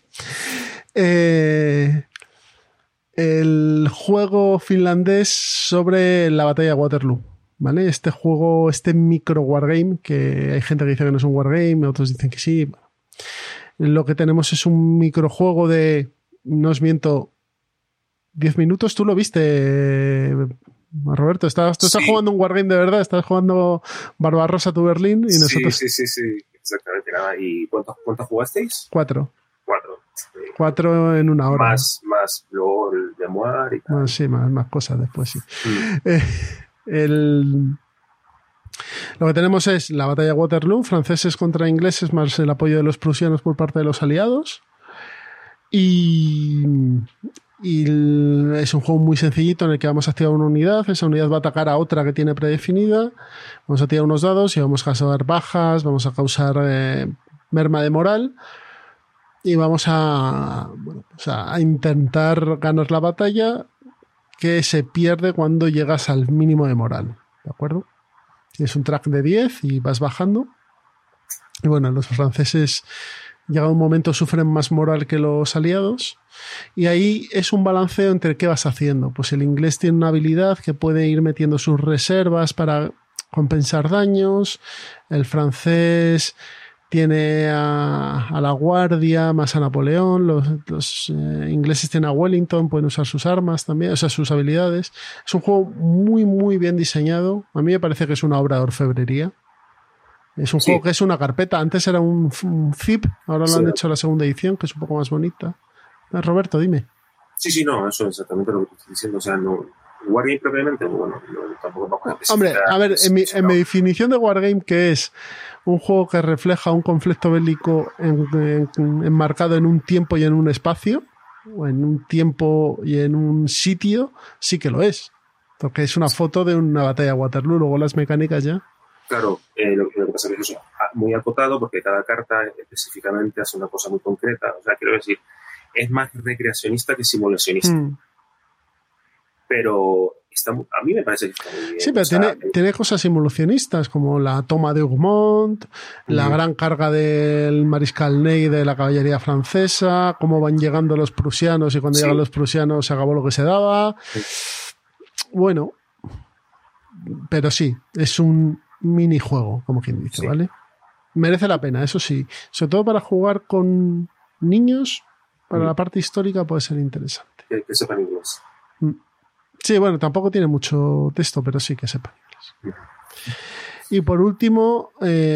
El juego finlandés sobre la batalla de Waterloo. ¿Vale? Este juego, este micro wargame, que hay gente que dice que no es un wargame, otros dicen que sí. Lo que tenemos es un microjuego de, no os miento, 10 minutos. ¿Tú lo viste, Roberto? Tú estás jugando un wargame de verdad, estás jugando Barbarossa to Berlin y nosotros... Sí, exactamente. Nada. ¿Y cuántos jugasteis? 4. 4. 4 en una hora. Más luego el Memoir y tal. Sí, más cosas después, sí. Lo que tenemos es la batalla de Waterloo, franceses contra ingleses, más el apoyo de los prusianos por parte de los aliados. Y es un juego muy sencillito en el que vamos a activar una unidad. Esa unidad va a atacar a otra que tiene predefinida. Vamos a tirar unos dados y vamos a causar bajas, vamos a causar merma de moral. Y vamos a intentar ganar la batalla, que se pierde cuando llegas al mínimo de moral, ¿de acuerdo? Tienes un track de 10 y vas bajando. Y bueno, los franceses, llega un momento, sufren más moral que los aliados. Y ahí es un balanceo entre qué vas haciendo. Pues el inglés tiene una habilidad que puede ir metiendo sus reservas para compensar daños. El francés tiene a la Guardia, más a Napoleón. Los ingleses tienen a Wellington, pueden usar sus armas también, o sea, sus habilidades. Es un juego muy, muy bien diseñado. A mí me parece que es una obra de orfebrería. Es un juego que es una carpeta. Antes era un zip, ahora lo han hecho la segunda edición, que es un poco más bonita. Roberto, dime. Sí, no, eso es exactamente lo que estoy diciendo. O sea, no... Wargame propiamente, bueno, tampoco vamos a especificar. Hombre, a ver, en mi definición de Wargame, que es un juego que refleja un conflicto bélico enmarcado en un tiempo y en un espacio, o en un tiempo y en un sitio, sí que lo es. Porque es una foto de una batalla de Waterloo, luego las mecánicas ya. Claro, lo que pasa es que eso es muy acotado porque cada carta específicamente hace una cosa muy concreta. O sea, quiero decir, es más recreacionista que simulacionista. Pero a mí me parece que está muy bien. Sí, pero tiene cosas simulacionistas como la toma de Hougomont, la gran carga del mariscal Ney de la caballería francesa, cómo van llegando los prusianos y cuando llegan los prusianos se acabó lo que se daba. Bueno, pero sí, es un minijuego, como quien dice, ¿vale? Merece la pena, eso sí. Sobre todo para jugar con niños, para la parte histórica puede ser interesante. Que sepan inglés. Sí, bueno, tampoco tiene mucho texto, pero sí que sepan inglés. Y por último,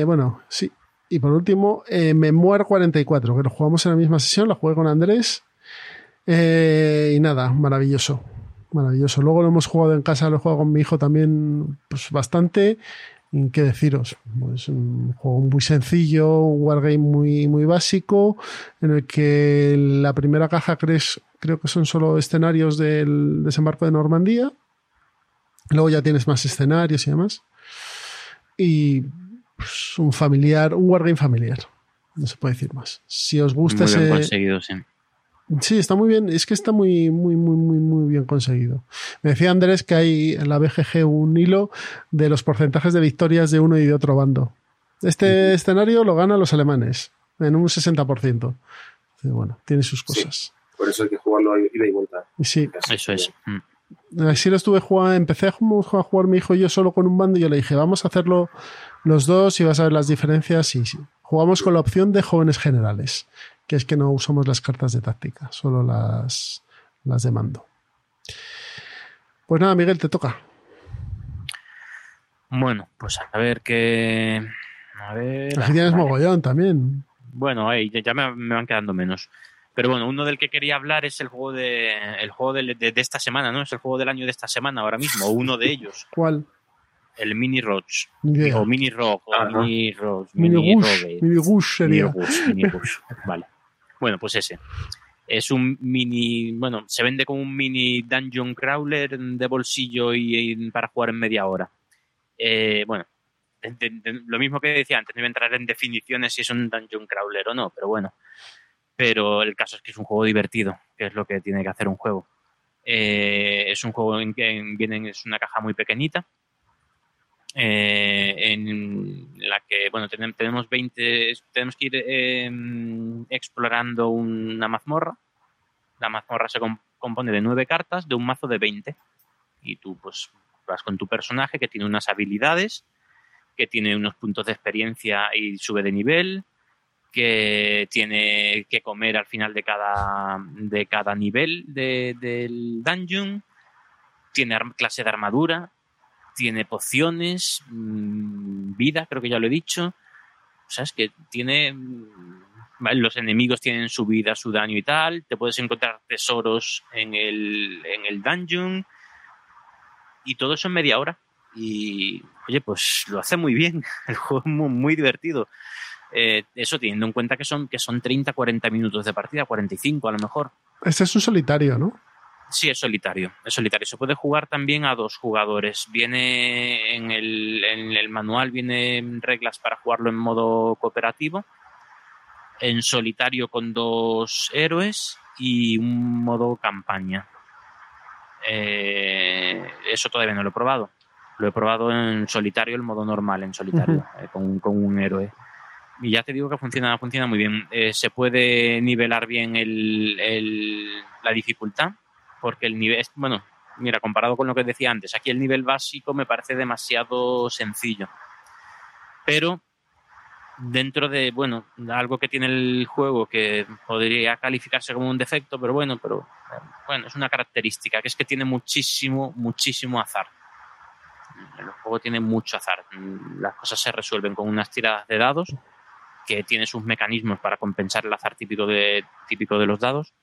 Memoir 44, que lo jugamos en la misma sesión, la jugué con Andrés. Y nada, maravilloso. Luego lo hemos jugado en casa, lo he jugado con mi hijo también, pues bastante. ¿Y qué deciros? Es un juego muy sencillo, un wargame muy, muy básico, en el que la primera caja creo que son solo escenarios del desembarco de Normandía. Luego ya tienes más escenarios y demás. Y pues, un wargame familiar. No se puede decir más. Si os gusta muy bien conseguido, sí. Sí, está muy bien. Es que está muy, muy, muy, muy, muy bien conseguido. Me decía Andrés que hay en la BGG un hilo de los porcentajes de victorias de uno y de otro bando. Este escenario lo ganan los alemanes en un 60%. Bueno, tiene sus cosas. Sí, por eso hay que jugarlo ida y vuelta. Sí. Eso es. Así lo estuve jugando. Empecé a jugar mi hijo y yo solo con un bando y yo le dije, vamos a hacerlo los dos y vas a ver las diferencias. Y sí. Jugamos con la opción de jóvenes generales, que es que no usamos las cartas de táctica, solo las de mando. Pues nada, Miguel, te toca. Bueno, pues a ver qué... Aquí tienes mogollón también. Bueno, ya me van quedando menos. Pero bueno, uno del que quería hablar es el juego de esta semana, ¿no? Es el juego del año de esta semana ahora mismo, o uno de ellos. ¿Cuál? El Mini Roach. Yeah. O Mini Rock. O Mini Roach. Mini Gush sería. Mini Gush. Vale. Bueno, pues ese. Es un mini, bueno, se vende como un mini dungeon crawler de bolsillo y para jugar en media hora. Bueno, lo mismo que decía antes, no iba a entrar en definiciones si es un dungeon crawler o no, pero bueno. Pero el caso es que es un juego divertido, que es lo que tiene que hacer un juego. Es un juego en que es una caja muy pequeñita, en la que, bueno, tenemos que ir explorando una mazmorra. La mazmorra se compone de 9 cartas de un mazo de 20 y tú pues vas con tu personaje que tiene unas habilidades, que tiene unos puntos de experiencia y sube de nivel, que tiene que comer al final de cada nivel del dungeon, tiene clase de armadura, tiene pociones, vida, creo que ya lo he dicho. O sea, es que tiene... Los enemigos tienen su vida, su daño y tal. Te puedes encontrar tesoros en el dungeon. Y todo eso en media hora. Y, oye, pues lo hace muy bien. El juego es muy, muy divertido. Eso teniendo en cuenta que son 30, 40 minutos de partida, 45 a lo mejor. Este es un solitario, ¿no? Sí, es solitario. Se puede jugar también a 2 jugadores. Viene en el manual, vienen reglas para jugarlo en modo cooperativo, en solitario con 2 héroes y un modo campaña. Eso todavía no lo he probado. Lo he probado en solitario, el modo normal en solitario, con un héroe. Y ya te digo que funciona muy bien. Se puede nivelar bien la dificultad, porque el nivel, bueno, mira, comparado con lo que decía antes, aquí el nivel básico me parece demasiado sencillo. Pero dentro de, bueno, algo que tiene el juego que podría calificarse como un defecto, pero bueno, es una característica, que es que tiene muchísimo azar. El juego tiene mucho azar. Las cosas se resuelven con unas tiradas de dados, que tiene sus mecanismos para compensar el azar típico de los dados,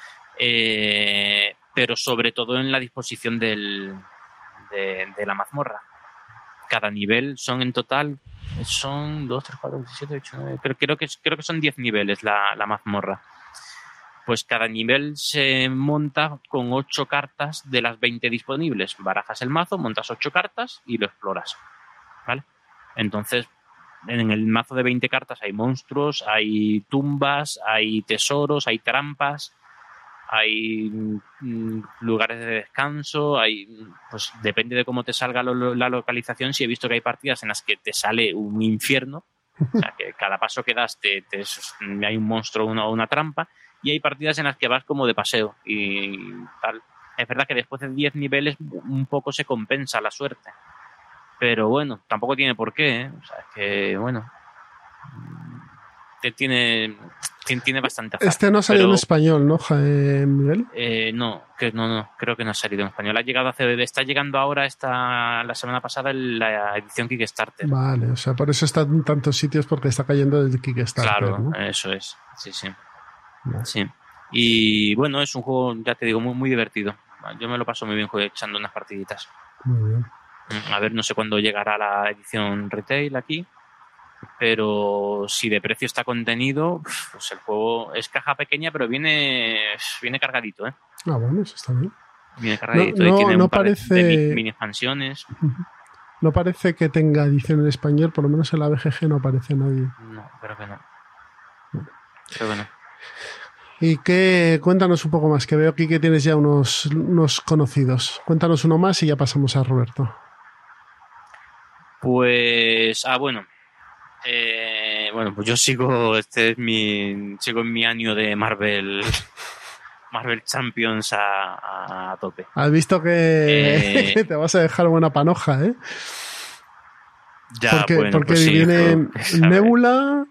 pero sobre todo en la disposición de la mazmorra. Cada nivel son 2, 3, 4, 17, 8, 9, creo que son 10 niveles la mazmorra. Pues cada nivel se monta con 8 cartas de las 20 disponibles. Barajas el mazo, montas 8 cartas y lo exploras, ¿vale? Entonces, en el mazo de 20 cartas hay monstruos, hay tumbas, hay tesoros, hay trampas, hay lugares de descanso, pues depende de cómo te salga la localización. Si he visto que hay partidas en las que te sale un infierno, o sea, que cada paso que das hay un monstruo o una trampa, y hay partidas en las que vas como de paseo y tal. Es verdad que después de 10 niveles un poco se compensa la suerte, pero bueno, tampoco tiene por qué, ¿eh? O sea, es que bueno, tiene bastante azar. Este no ha salido en español, ¿no, Miguel? No, creo que no ha salido en español. Está llegando ahora la semana pasada la edición Kickstarter. Vale, o sea, por eso está en tantos sitios, porque está cayendo del Kickstarter. Claro, ¿no? Eso es, sí. Vale. Sí. Y bueno, es un juego, ya te digo, muy, muy divertido. Yo me lo paso muy bien echando unas partiditas. Muy bien. A ver, no sé cuándo llegará la edición retail aquí, pero si de precio está contenido, pues el juego es caja pequeña, pero viene cargadito, ¿eh? Ah, bueno, eso está bien. Viene cargadito y tiene un par de mini expansiones. No parece que tenga edición en español, por lo menos en la BGG no aparece nadie. No, creo que no. Y cuéntanos un poco más, que veo aquí que tienes ya unos conocidos. Cuéntanos uno más y ya pasamos a Roberto. Pues, bueno, pues yo sigo en mi año de Marvel Champions a tope. Has visto que te vas a dejar buena panoja, ¿eh? Ya, porque pues sí, viene Nebula,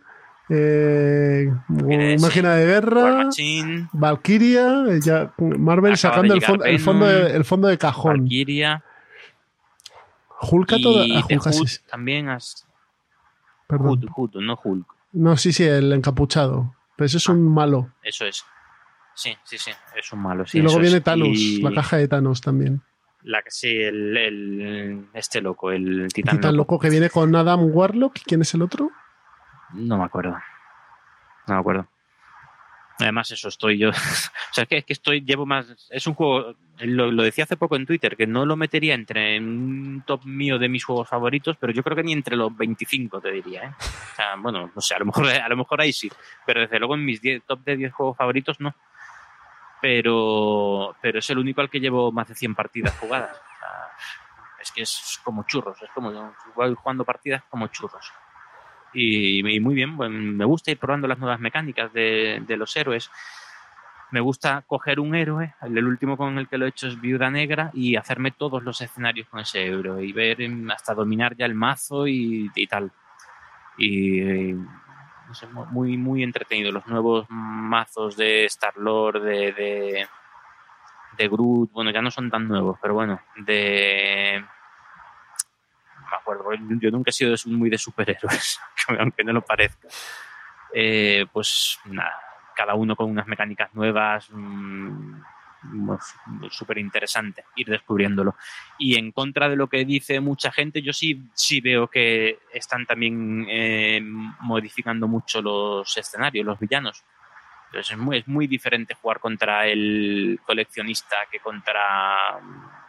Máquina de Guerra, Valkyria, ya Marvel sacando el fondo de cajón. Valkyria. Hulk también Perdón. Hulk, no Hulk. No, sí, el encapuchado. Pero eso es un malo. Eso es. Sí, es un malo. Sí, y luego viene Thanos, la caja de Thanos también. Este loco, el Titán loco que viene con Adam Warlock. ¿Quién es el otro? No me acuerdo. Además, eso estoy yo. O sea, es que llevo más. Es un juego. Lo decía hace poco en Twitter, que no lo metería entre un top mío de mis juegos favoritos, pero yo creo que ni entre los 25 te diría, ¿eh? O sea, bueno, no sé, a lo mejor ahí sí. Pero desde luego en mis top de 10 juegos favoritos no. Pero es el único al que llevo más de 100 partidas jugadas. O sea, es que es como churros. Es como voy jugando partidas como churros. Y muy bien, bueno, me gusta ir probando las nuevas mecánicas de los héroes. Me gusta coger un héroe, el último con el que lo he hecho es Viuda Negra, y hacerme todos los escenarios con ese héroe y ver hasta dominar ya el mazo y tal. Y no sé, muy, muy entretenido. Los nuevos mazos de Star-Lord, de Groot, bueno, ya no son tan nuevos, pero bueno, me acuerdo, yo nunca he sido muy de superhéroes, aunque no lo parezca. Pues nada, cada uno con unas mecánicas nuevas, súper interesante ir descubriéndolo. Y en contra de lo que dice mucha gente, yo sí veo que están también modificando mucho los escenarios, los villanos. Entonces es muy diferente jugar contra el coleccionista que contra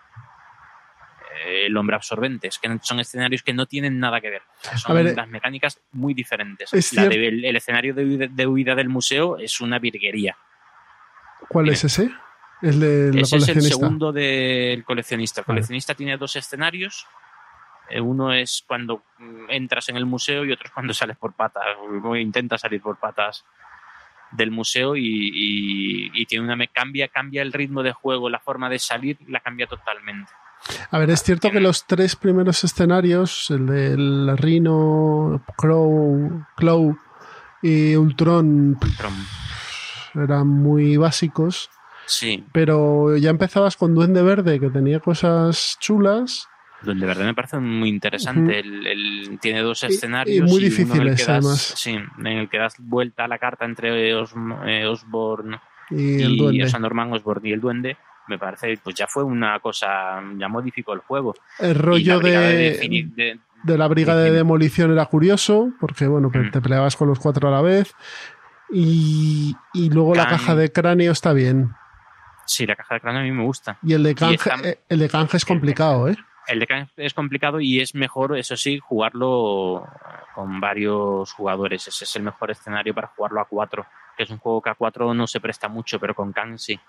el hombre absorbente. Es que son escenarios que no tienen nada que ver. Son las mecánicas muy diferentes. El escenario de huida del museo es una virguería. ¿Cuál es ese? El de la coleccionista. Es el segundo del coleccionista. El coleccionista tiene 2 escenarios. Uno es cuando entras en el museo y otro es cuando sales por patas o intentas salir por patas del museo y tiene cambia el ritmo de juego, la forma de salir la cambia totalmente. A ver, es cierto que los 3 primeros escenarios, el del Rhino, Claw y Ultron, eran muy básicos. Sí. Pero ya empezabas con Duende Verde, que tenía cosas chulas. Duende Verde me parece muy interesante. Tiene 2 escenarios. Y muy difíciles, además. Sí, en el que das vuelta a la carta entre Osborn y el Duende. O sea, Norman Osborn y el Duende. Me parece, pues ya fue una cosa, ya modificó el juego. El rollo de la brigada de demolición era curioso, porque bueno, te peleabas con los 4 a la vez. Y luego la caja de cráneo está bien. Sí, la caja de cráneo a mí me gusta. Y el de canje es complicado, ¿eh? El de canje es complicado y es mejor, eso sí, jugarlo con varios jugadores. Ese es el mejor escenario para jugarlo a 4, que es un juego que a 4 no se presta mucho, pero con Kang sí.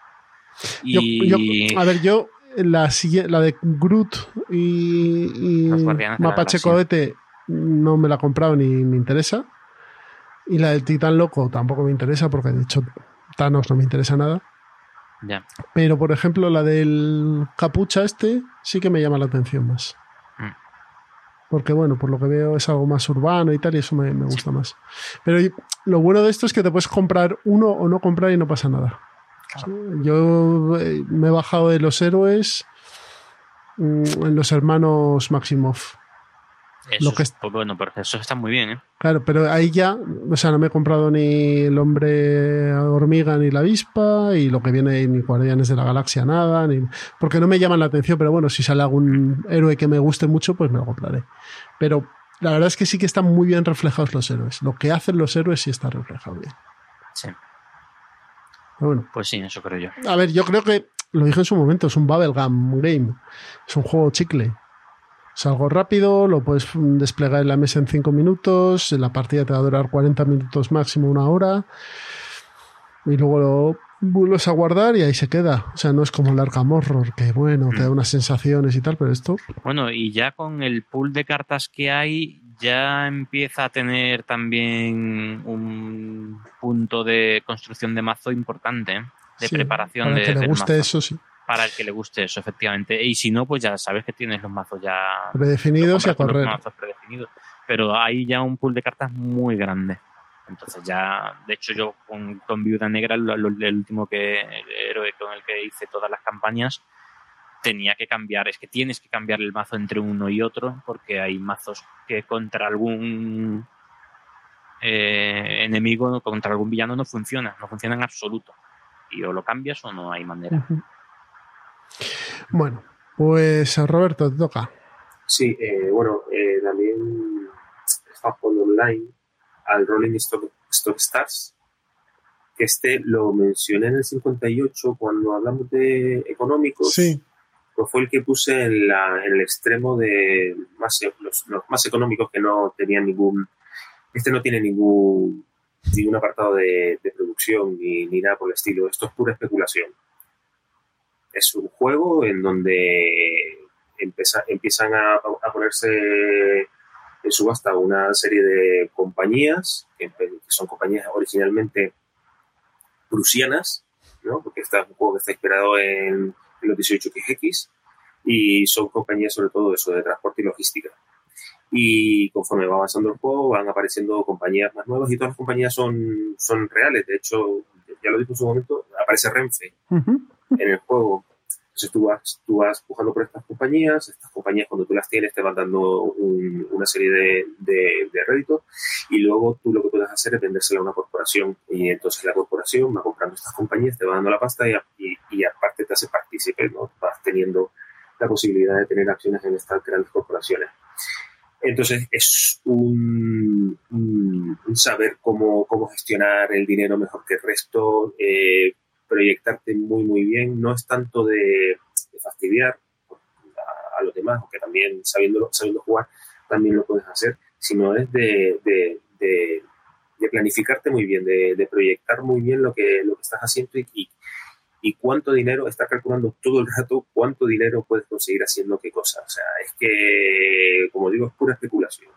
Yo la de Groot y Mapache Cohete no me la he comprado ni me interesa, y la del Titán Loco tampoco me interesa porque de hecho Thanos no me interesa nada. Ya. Pero por ejemplo la del Capucha sí que me llama la atención más, porque bueno, por lo que veo es algo más urbano y tal, y eso me gusta más. Pero lo bueno de esto es que te puedes comprar uno o no comprar y no pasa nada. Yo me he bajado de los héroes en los hermanos Maximoff. Bueno, porque eso está muy bien, ¿eh? Claro, pero ahí ya, o sea, no me he comprado ni el hombre hormiga ni la avispa, y lo que viene ni Guardianes de la Galaxia nada, porque no me llaman la atención, pero bueno, si sale algún héroe que me guste mucho, pues me lo compraré. Pero la verdad es que sí que están muy bien reflejados los héroes. Lo que hacen los héroes sí está reflejado bien. Sí. Bueno, pues sí, eso creo yo. A ver, yo creo que lo dije en su momento, es un bubblegum game, es un juego chicle. Es algo rápido, lo puedes desplegar en la mesa en 5 minutos, la partida te va a durar 40 minutos máximo, 1 hora, y luego lo vuelves a guardar y ahí se queda. O sea, no es como el Arkham Horror, que bueno, te da unas sensaciones y tal, pero esto... Bueno, y ya con el pool de cartas que hay, ya empieza a tener también un punto de construcción de mazo importante, de preparación para que le guste mazo. Eso, sí. Para el que le guste eso, efectivamente. Y si no, pues ya sabes que tienes los mazos ya predefinidos y a correr. Los mazos predefinidos. Pero hay ya un pool de cartas muy grande. Entonces ya, de hecho yo con Viuda Negra, el último héroe con el que hice todas las campañas, tenía que cambiar. Es que tienes que cambiar el mazo entre uno y otro, porque hay mazos que contra algún enemigo, contra algún villano no funciona en absoluto. Y o lo cambias o no hay manera. Uh-huh. Bueno, pues Roberto, te toca. Sí, también está jugando online al Rolling Stock Stars, que lo mencioné en el 58 cuando hablamos de económicos. Sí. Pues fue el que puse en el extremo de los más económicos, que no tenían no tiene ningún apartado de producción ni nada por el estilo. Esto es pura especulación. Es un juego en donde empiezan a ponerse en subasta una serie de compañías que son compañías originalmente prusianas, ¿no? Porque este es un juego que está inspirado en los 18XX y son compañías sobre todo eso de transporte y logística. Y conforme va avanzando el juego van apareciendo compañías más nuevas y todas las compañías son reales. De hecho, ya lo dije en su momento, aparece Renfe en el juego. Entonces tú vas pujando por estas compañías cuando tú las tienes te van dando una serie de réditos y luego tú lo que puedes hacer es vendérsela a una corporación y entonces la corporación va comprando estas compañías, te va dando la pasta y aparte te hace partícipe, ¿no? Vas teniendo la posibilidad de tener acciones en estas grandes corporaciones. Entonces es un saber cómo gestionar el dinero mejor que el resto, proyectarte muy muy bien. No es tanto de fastidiar a los demás, aunque también sabiendo jugar también lo puedes hacer, sino es de planificarte muy bien, de proyectar muy bien lo que estás haciendo y cuánto dinero, estás calculando todo el rato cuánto dinero puedes conseguir haciendo qué cosa. O sea, es que, como digo, es pura especulación.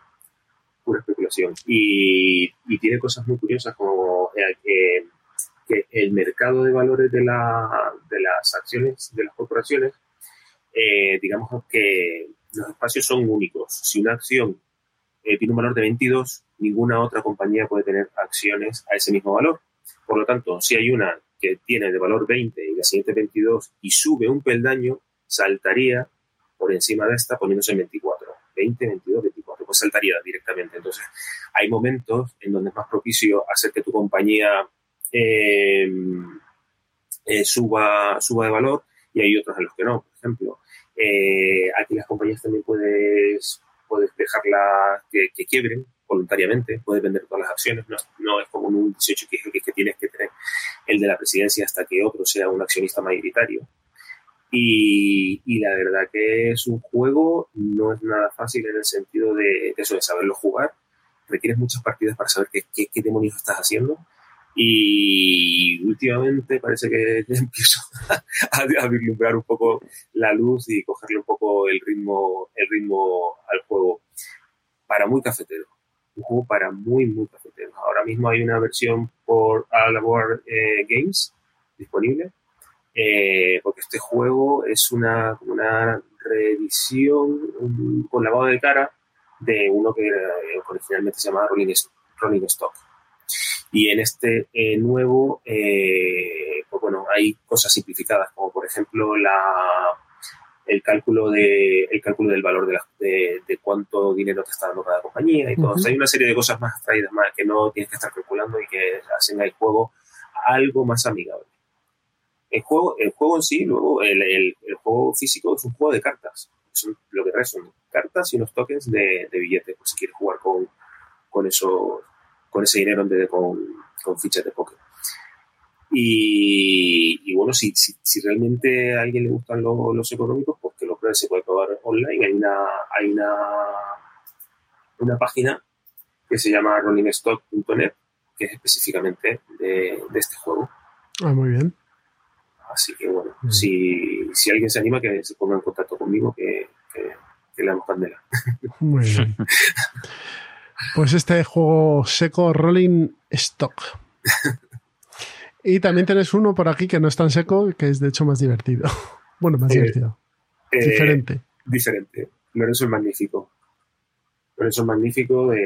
Y tiene cosas muy curiosas como que el mercado de valores de las acciones de las corporaciones, digamos que los espacios son únicos. Si una acción tiene un valor de 22, ninguna otra compañía puede tener acciones a ese mismo valor. Por lo tanto, si hay una que tiene de valor 20 y la siguiente 22 y sube un peldaño, saltaría por encima de esta poniéndose en 24. 20, 22, 24, pues saltaría directamente. Entonces, hay momentos en donde es más propicio hacer que tu compañía suba de valor y hay otros en los que no. Por ejemplo, aquí las compañías también puedes dejarlas que quiebren voluntariamente, puedes vender todas las acciones, no es como en un 18 que tienes que tener el de la presidencia hasta que otro sea un accionista mayoritario. Y la verdad que es un juego, no es nada fácil en el sentido de eso, de saberlo jugar. Requieres muchas partidas para saber qué demonios estás haciendo. Y últimamente parece que empiezo a vislumbrar un poco la luz y cogerle un poco el ritmo al juego. Para muy cafetero. Un juego para muy, muy cafetero. Ahora mismo hay una versión por Alabor Games disponible. Porque este juego es una reedición con lavado de cara de uno que originalmente se llamaba Rolling Stock. Y en este nuevo, pues bueno, hay cosas simplificadas, como por ejemplo el cálculo del valor de cuánto dinero te está dando cada compañía y todo. O sea, hay una serie de cosas más traídas más que no tienes que estar calculando y que hacen al juego algo más amigable. El juego en sí, luego, el juego físico es un juego de cartas. Lo que trae son cartas y unos tokens de billetes, por si quieres jugar con ese dinero en vez de con fichas de póker. Y bueno, si realmente a alguien le gustan los económicos, pues que lo pruebe, se puede probar online. Hay una página que se llama rollingstock.net, que es específicamente de este juego. Ah, muy bien. Así que bueno, si alguien se anima, que se ponga en contacto conmigo, que le damos candela. Muy bien. Pues este juego seco, Rolling Stock. Y también tenés uno por aquí que no es tan seco, que es de hecho más divertido. Bueno, más divertido. Diferente. Diferente. Lorenzo el Magnífico. Lorenzo el Magnífico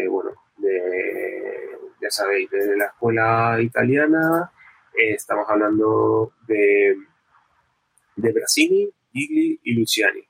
ya sabéis, de la escuela italiana. Estamos hablando de Brasini, Gigli y Luciani.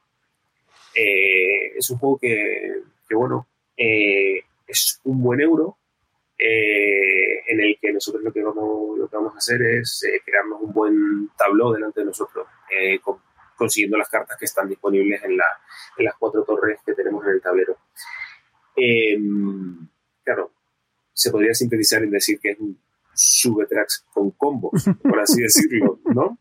Es un juego que bueno, es un buen euro, en el que nosotros lo que vamos a hacer es crearnos un buen tabló delante de nosotros, consiguiendo las cartas que están disponibles en las 4 torres que tenemos en el tablero. Claro, se podría sintetizar en decir que subtracks con combos, por así decirlo, ¿no?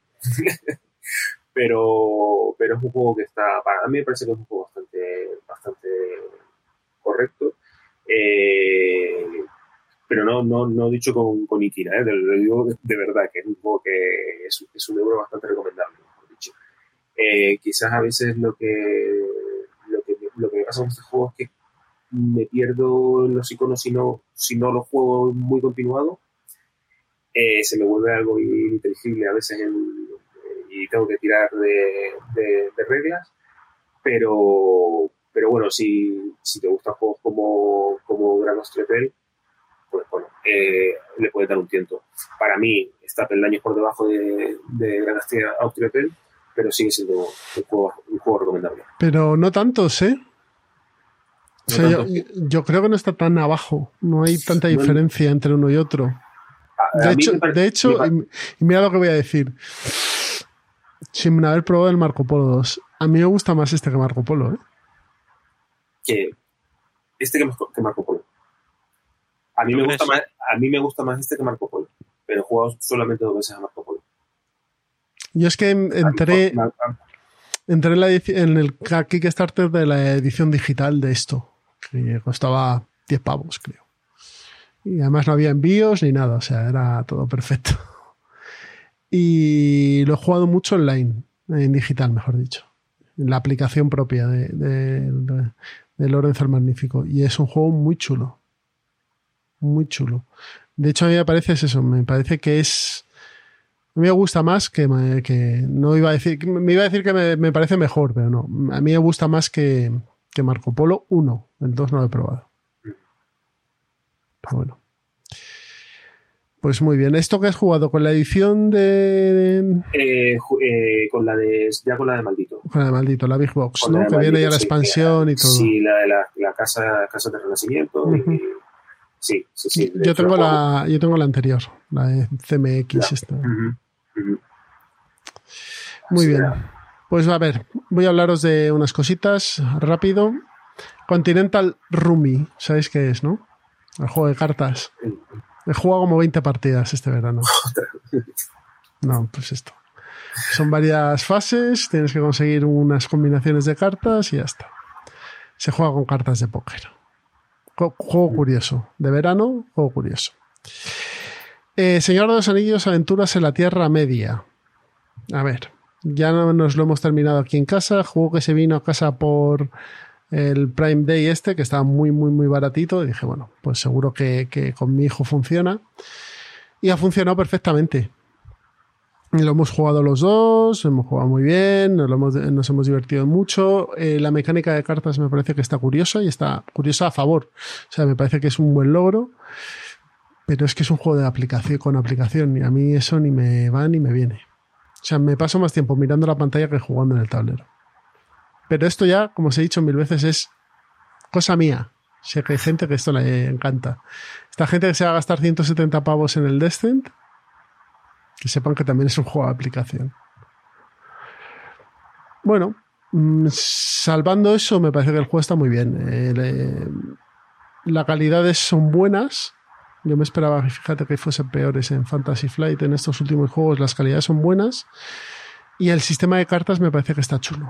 pero es un juego que está, para mí me parece que es un juego bastante correcto, pero no dicho con Ikira, lo digo de verdad, que es un juego que es un euro bastante recomendable, mejor dicho. Quizás a veces lo que me pasa con este juego es que me pierdo en los iconos si no lo juego muy continuado. Se me vuelve algo ininteligible a veces y tengo que tirar de reglas, pero bueno, si te gustan juegos como Grand Austria Hotel, pues bueno, le puedes dar un tiento. Para mí está peldaños por debajo de Grand Austria Hotel, pero sigue siendo un juego recomendable. Pero no tantos, ¿eh? O sea, yo creo que no está tan abajo, no hay tanta diferencia entre uno y otro. De hecho, y mira lo que voy a decir, sin haber probado el Marco Polo 2, a mí me gusta más este que Marco Polo, ¿eh? Que Marco Polo. A mí me gusta más este que Marco Polo, pero he jugado solamente 2 veces a Marco Polo. Yo es que entré en el Kickstarter de la edición digital de esto, que costaba 10 pavos, creo. Y además no había envíos ni nada, o sea, era todo perfecto. Y lo he jugado mucho online, en digital, mejor dicho. En la aplicación propia de Lorenzo el Magnífico. Y es un juego muy chulo. Muy chulo. De hecho, a mí me parece eso, me parece que es... A mí me gusta más que no iba a decir... Me iba a decir que me parece mejor, pero no. A mí me gusta más que Marco Polo 1. El 2 no lo he probado. Pero bueno. Pues muy bien. ¿Esto que has jugado? ¿Con la edición de...? Con la de Maldito. Con la de Maldito, la Big Box, ¿no? Que viene ya la expansión y todo. Sí, la de la casa de Renacimiento. Uh-huh. Sí. Yo tengo la anterior, la de CMX. Esta. Uh-huh. Uh-huh. Muy bien. Pues a ver, voy a hablaros de unas cositas rápido. Continental Rummy, ¿sabéis qué es, no? El juego de cartas. He jugado como 20 partidas este verano. No, pues esto. Son varias fases, tienes que conseguir unas combinaciones de cartas y ya está. Se juega con cartas de póker. Juego curioso. De verano, juego curioso. Señor de los Anillos, Aventuras en la Tierra Media. A ver, ya nos lo hemos terminado aquí en casa. Juego que se vino a casa por el Prime Day que estaba muy, muy, muy baratito. Y dije, bueno, pues seguro que con mi hijo funciona. Y ha funcionado perfectamente. Lo hemos jugado los dos, hemos jugado muy bien, nos hemos divertido mucho. La mecánica de cartas me parece que está curiosa y está curiosa a favor. O sea, me parece que es un buen logro, pero es que es un juego de aplicación con aplicación y a mí eso ni me va ni me viene. O sea, me paso más tiempo mirando la pantalla que jugando en el tablero. Pero esto ya, como os he dicho 1000 veces, es cosa mía. Sé que hay gente que esto le encanta. Esta gente que se va a gastar 170 pavos en el Descent, que sepan que también es un juego de aplicación. Bueno, salvando eso, me parece que el juego está muy bien. Las calidades son buenas. Yo me esperaba, fíjate, que fuesen peores en Fantasy Flight. En estos últimos juegos las calidades son buenas. Y el sistema de cartas me parece que está chulo.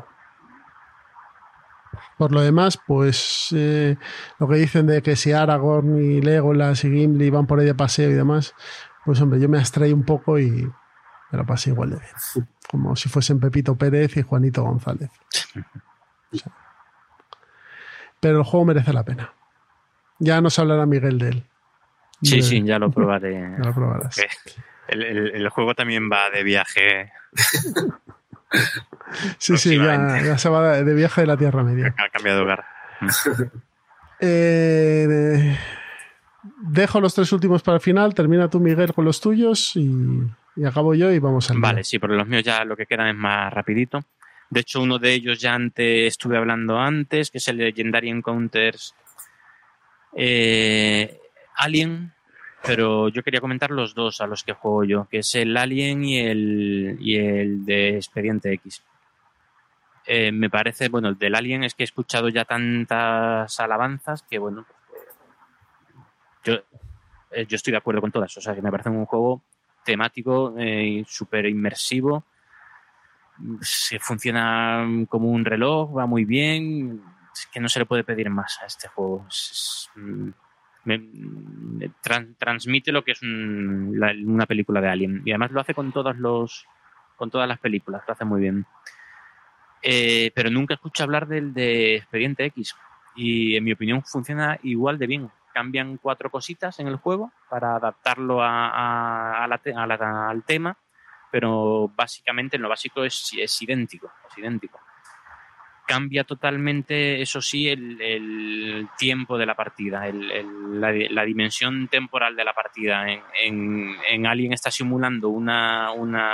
Por lo demás, pues lo que dicen de que si Aragorn y Legolas y Gimli van por ahí de paseo y demás, pues hombre, yo me abstraí un poco y me lo pasé igual de bien. Como si fuesen Pepito Pérez y Juanito González. O sea, pero el juego merece la pena. Ya nos hablará Miguel de él. Sí, ya lo probaré. Ya lo probarás. El juego también va de viaje. Sí, ya se va de viaje de la Tierra Media. Ha cambiado de hogar. Dejo los 3 últimos para el final. Termina tú, Miguel, con los tuyos y acabo yo y vamos al Vale, sí, porque los míos ya lo que quedan es más rapidito. De hecho, uno de ellos ya estuve hablando antes, que es el Legendary Encounters Alien, pero yo quería comentar los dos a los que juego yo, que es el Alien y el de Expediente X. Me parece, bueno, el del Alien es que he escuchado ya tantas alabanzas que, bueno, yo yo estoy de acuerdo con todas. O sea, que me parece un juego temático, súper inmersivo. Se funciona como un reloj, va muy bien. Es que no se le puede pedir más a este juego. Transmite lo que es una película de Alien. Y además lo hace con todas las películas. Lo hace muy bien. Pero nunca escucho hablar del de Expediente X. Y en mi opinión funciona igual de bien. Cambian 4 cositas en el juego para adaptarlo al tema, pero básicamente en lo básico es idéntico. Cambia totalmente, eso sí, el tiempo de la partida, la dimensión temporal de la partida. En Alien está simulando una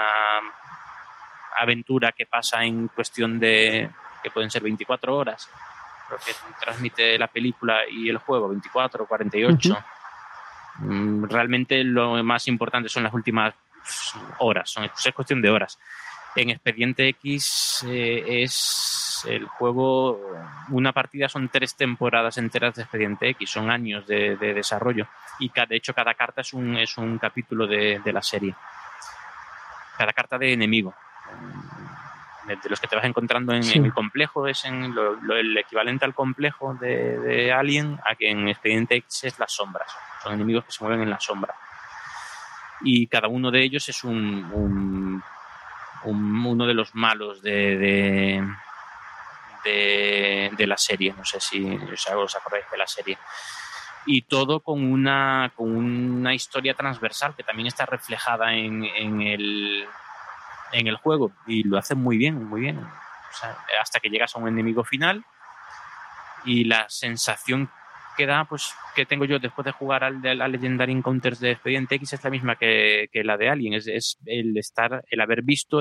aventura que pasa en cuestión de, que pueden ser 24 horas, lo que transmite la película y el juego, 24 o 48. Realmente lo más importante son las últimas horas, es cuestión de horas. En Expediente X es el juego, una partida son 3 temporadas enteras de Expediente X, son años de desarrollo, y de hecho cada carta es un capítulo de la serie, cada carta de enemigo. De los que te vas encontrando en el complejo es el equivalente al complejo de Alien, a que en Expediente X es las sombras. Son enemigos que se mueven en la sombra. Y cada uno de ellos es uno de los malos de la serie. No sé si os acordáis de la serie. Y todo con una historia transversal que también está reflejada en el juego, y lo hacen muy bien, muy bien. O sea, hasta que llegas a un enemigo final, y la sensación que da, pues, que tengo yo después de jugar al Legendary Encounters de Expediente X, es la misma que la de Alien. Es el haber visto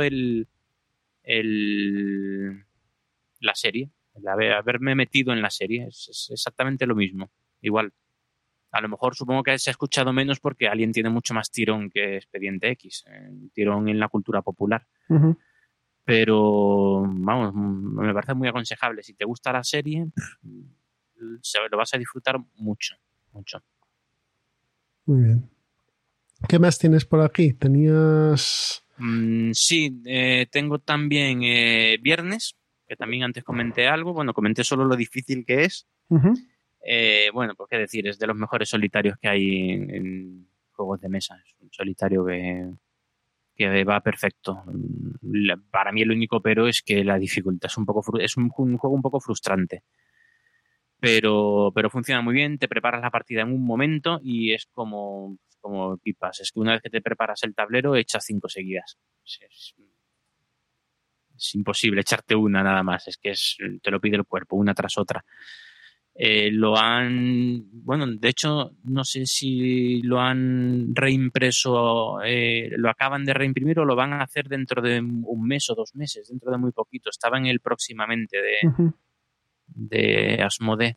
la serie, el haberme metido en la serie. Es exactamente lo mismo, igual. A lo mejor supongo que se ha escuchado menos porque Alien tiene mucho más tirón que Expediente X, tirón en la cultura popular. Uh-huh. Pero, vamos, me parece muy aconsejable. Si te gusta la serie, lo vas a disfrutar mucho, mucho. Muy bien. ¿Qué más tienes por aquí? ¿Tenías...? Sí, tengo también Viernes, que también antes comenté algo. Bueno, comenté solo lo difícil que es. Uh-huh. Bueno, pues qué decir, es de los mejores solitarios que hay en juegos de mesa. Es un solitario que va perfecto. Para mí el único pero es que la dificultad es un juego un poco frustrante. Pero funciona muy bien, te preparas la partida en un momento y es como pipas. Es que una vez que te preparas el tablero, echas 5 seguidas. Es imposible echarte una nada más. Es que te lo pide el cuerpo, una tras otra. De hecho, no sé si lo han reimpreso, lo acaban de reimprimir o lo van a hacer dentro de un mes o 2 meses, dentro de muy poquito. Estaba en el próximamente de Asmodee.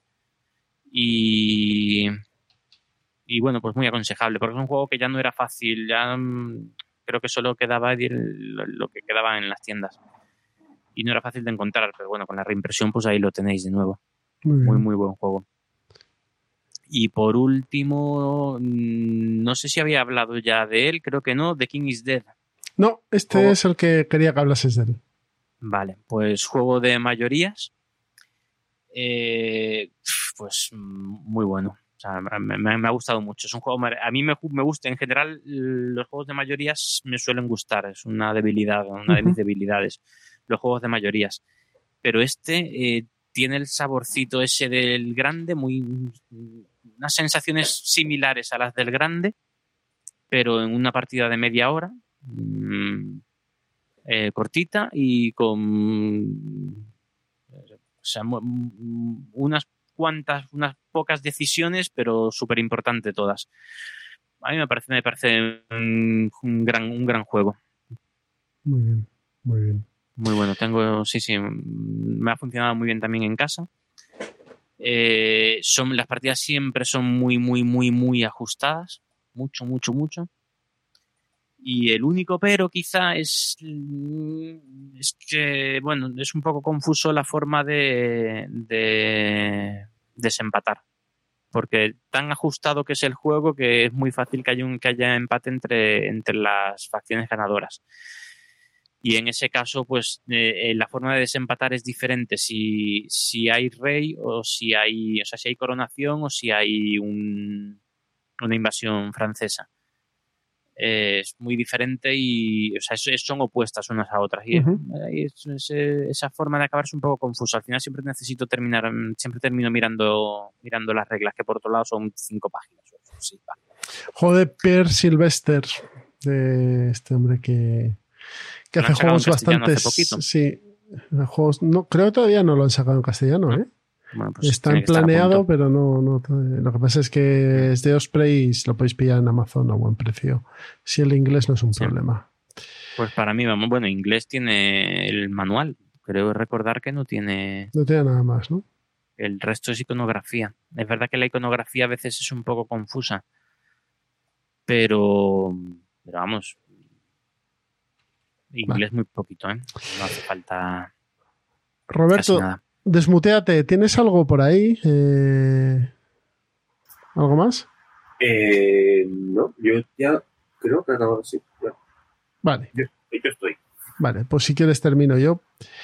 Y bueno, pues muy aconsejable, porque es un juego que ya no era fácil, ya creo que solo quedaba lo que quedaba en las tiendas. Y no era fácil de encontrar, pero bueno, con la reimpresión pues ahí lo tenéis de nuevo. Muy, muy buen juego. Y por último, no sé si había hablado ya de él, creo que no, The King is Dead. No, este es el que quería que hablases de él. Vale, pues juego de mayorías. Pues muy bueno. O sea, me ha gustado mucho. Es un juego, a mí me gusta, en general, los juegos de mayorías me suelen gustar. Es una debilidad, una de mis debilidades. Los juegos de mayorías. Pero tiene el saborcito ese del grande, unas sensaciones similares a las del grande, pero en una partida de media hora, cortita y con unas pocas decisiones, pero súper importante todas. A mí me parece un gran juego. Muy bien, muy bien. Muy bueno, sí, me ha funcionado muy bien también en casa. Las partidas siempre son muy, muy, muy, muy ajustadas, mucho. Y el único pero quizá es que, bueno, es un poco confuso la forma de desempatar. porque tan ajustado que es el juego que es muy fácil que haya empate entre las facciones ganadoras. Y en ese caso, pues la forma de desempatar es diferente si hay rey o si hay coronación o si hay una invasión francesa. Es muy diferente y, o sea, son opuestas unas a otras. Y esa forma de acabar es un poco confusa. Al final siempre termino mirando las reglas, que por otro lado son 5 páginas o 6 páginas. Joder, Pierre Sylvester, de este hombre que hace juegos bastantes. Hace poquito. Sí, juegos. No, creo que todavía no lo han sacado en castellano, ¿eh? Bueno, pues está planeado, pero no. Lo que pasa es que es de Osprey y lo podéis pillar en Amazon a buen precio. Si el inglés no es un problema. Pues para mí, bueno, inglés tiene el manual. Creo recordar que no tiene nada más, ¿no? El resto es iconografía. Es verdad que la iconografía a veces es un poco confusa. Pero vamos. Inglés muy poquito, ¿eh? No hace falta. Roberto, desmuteate. ¿Tienes algo por ahí? ¿Algo más? No, yo ya creo que acabo así. Vale. Yo estoy. Vale, pues si quieres termino yo.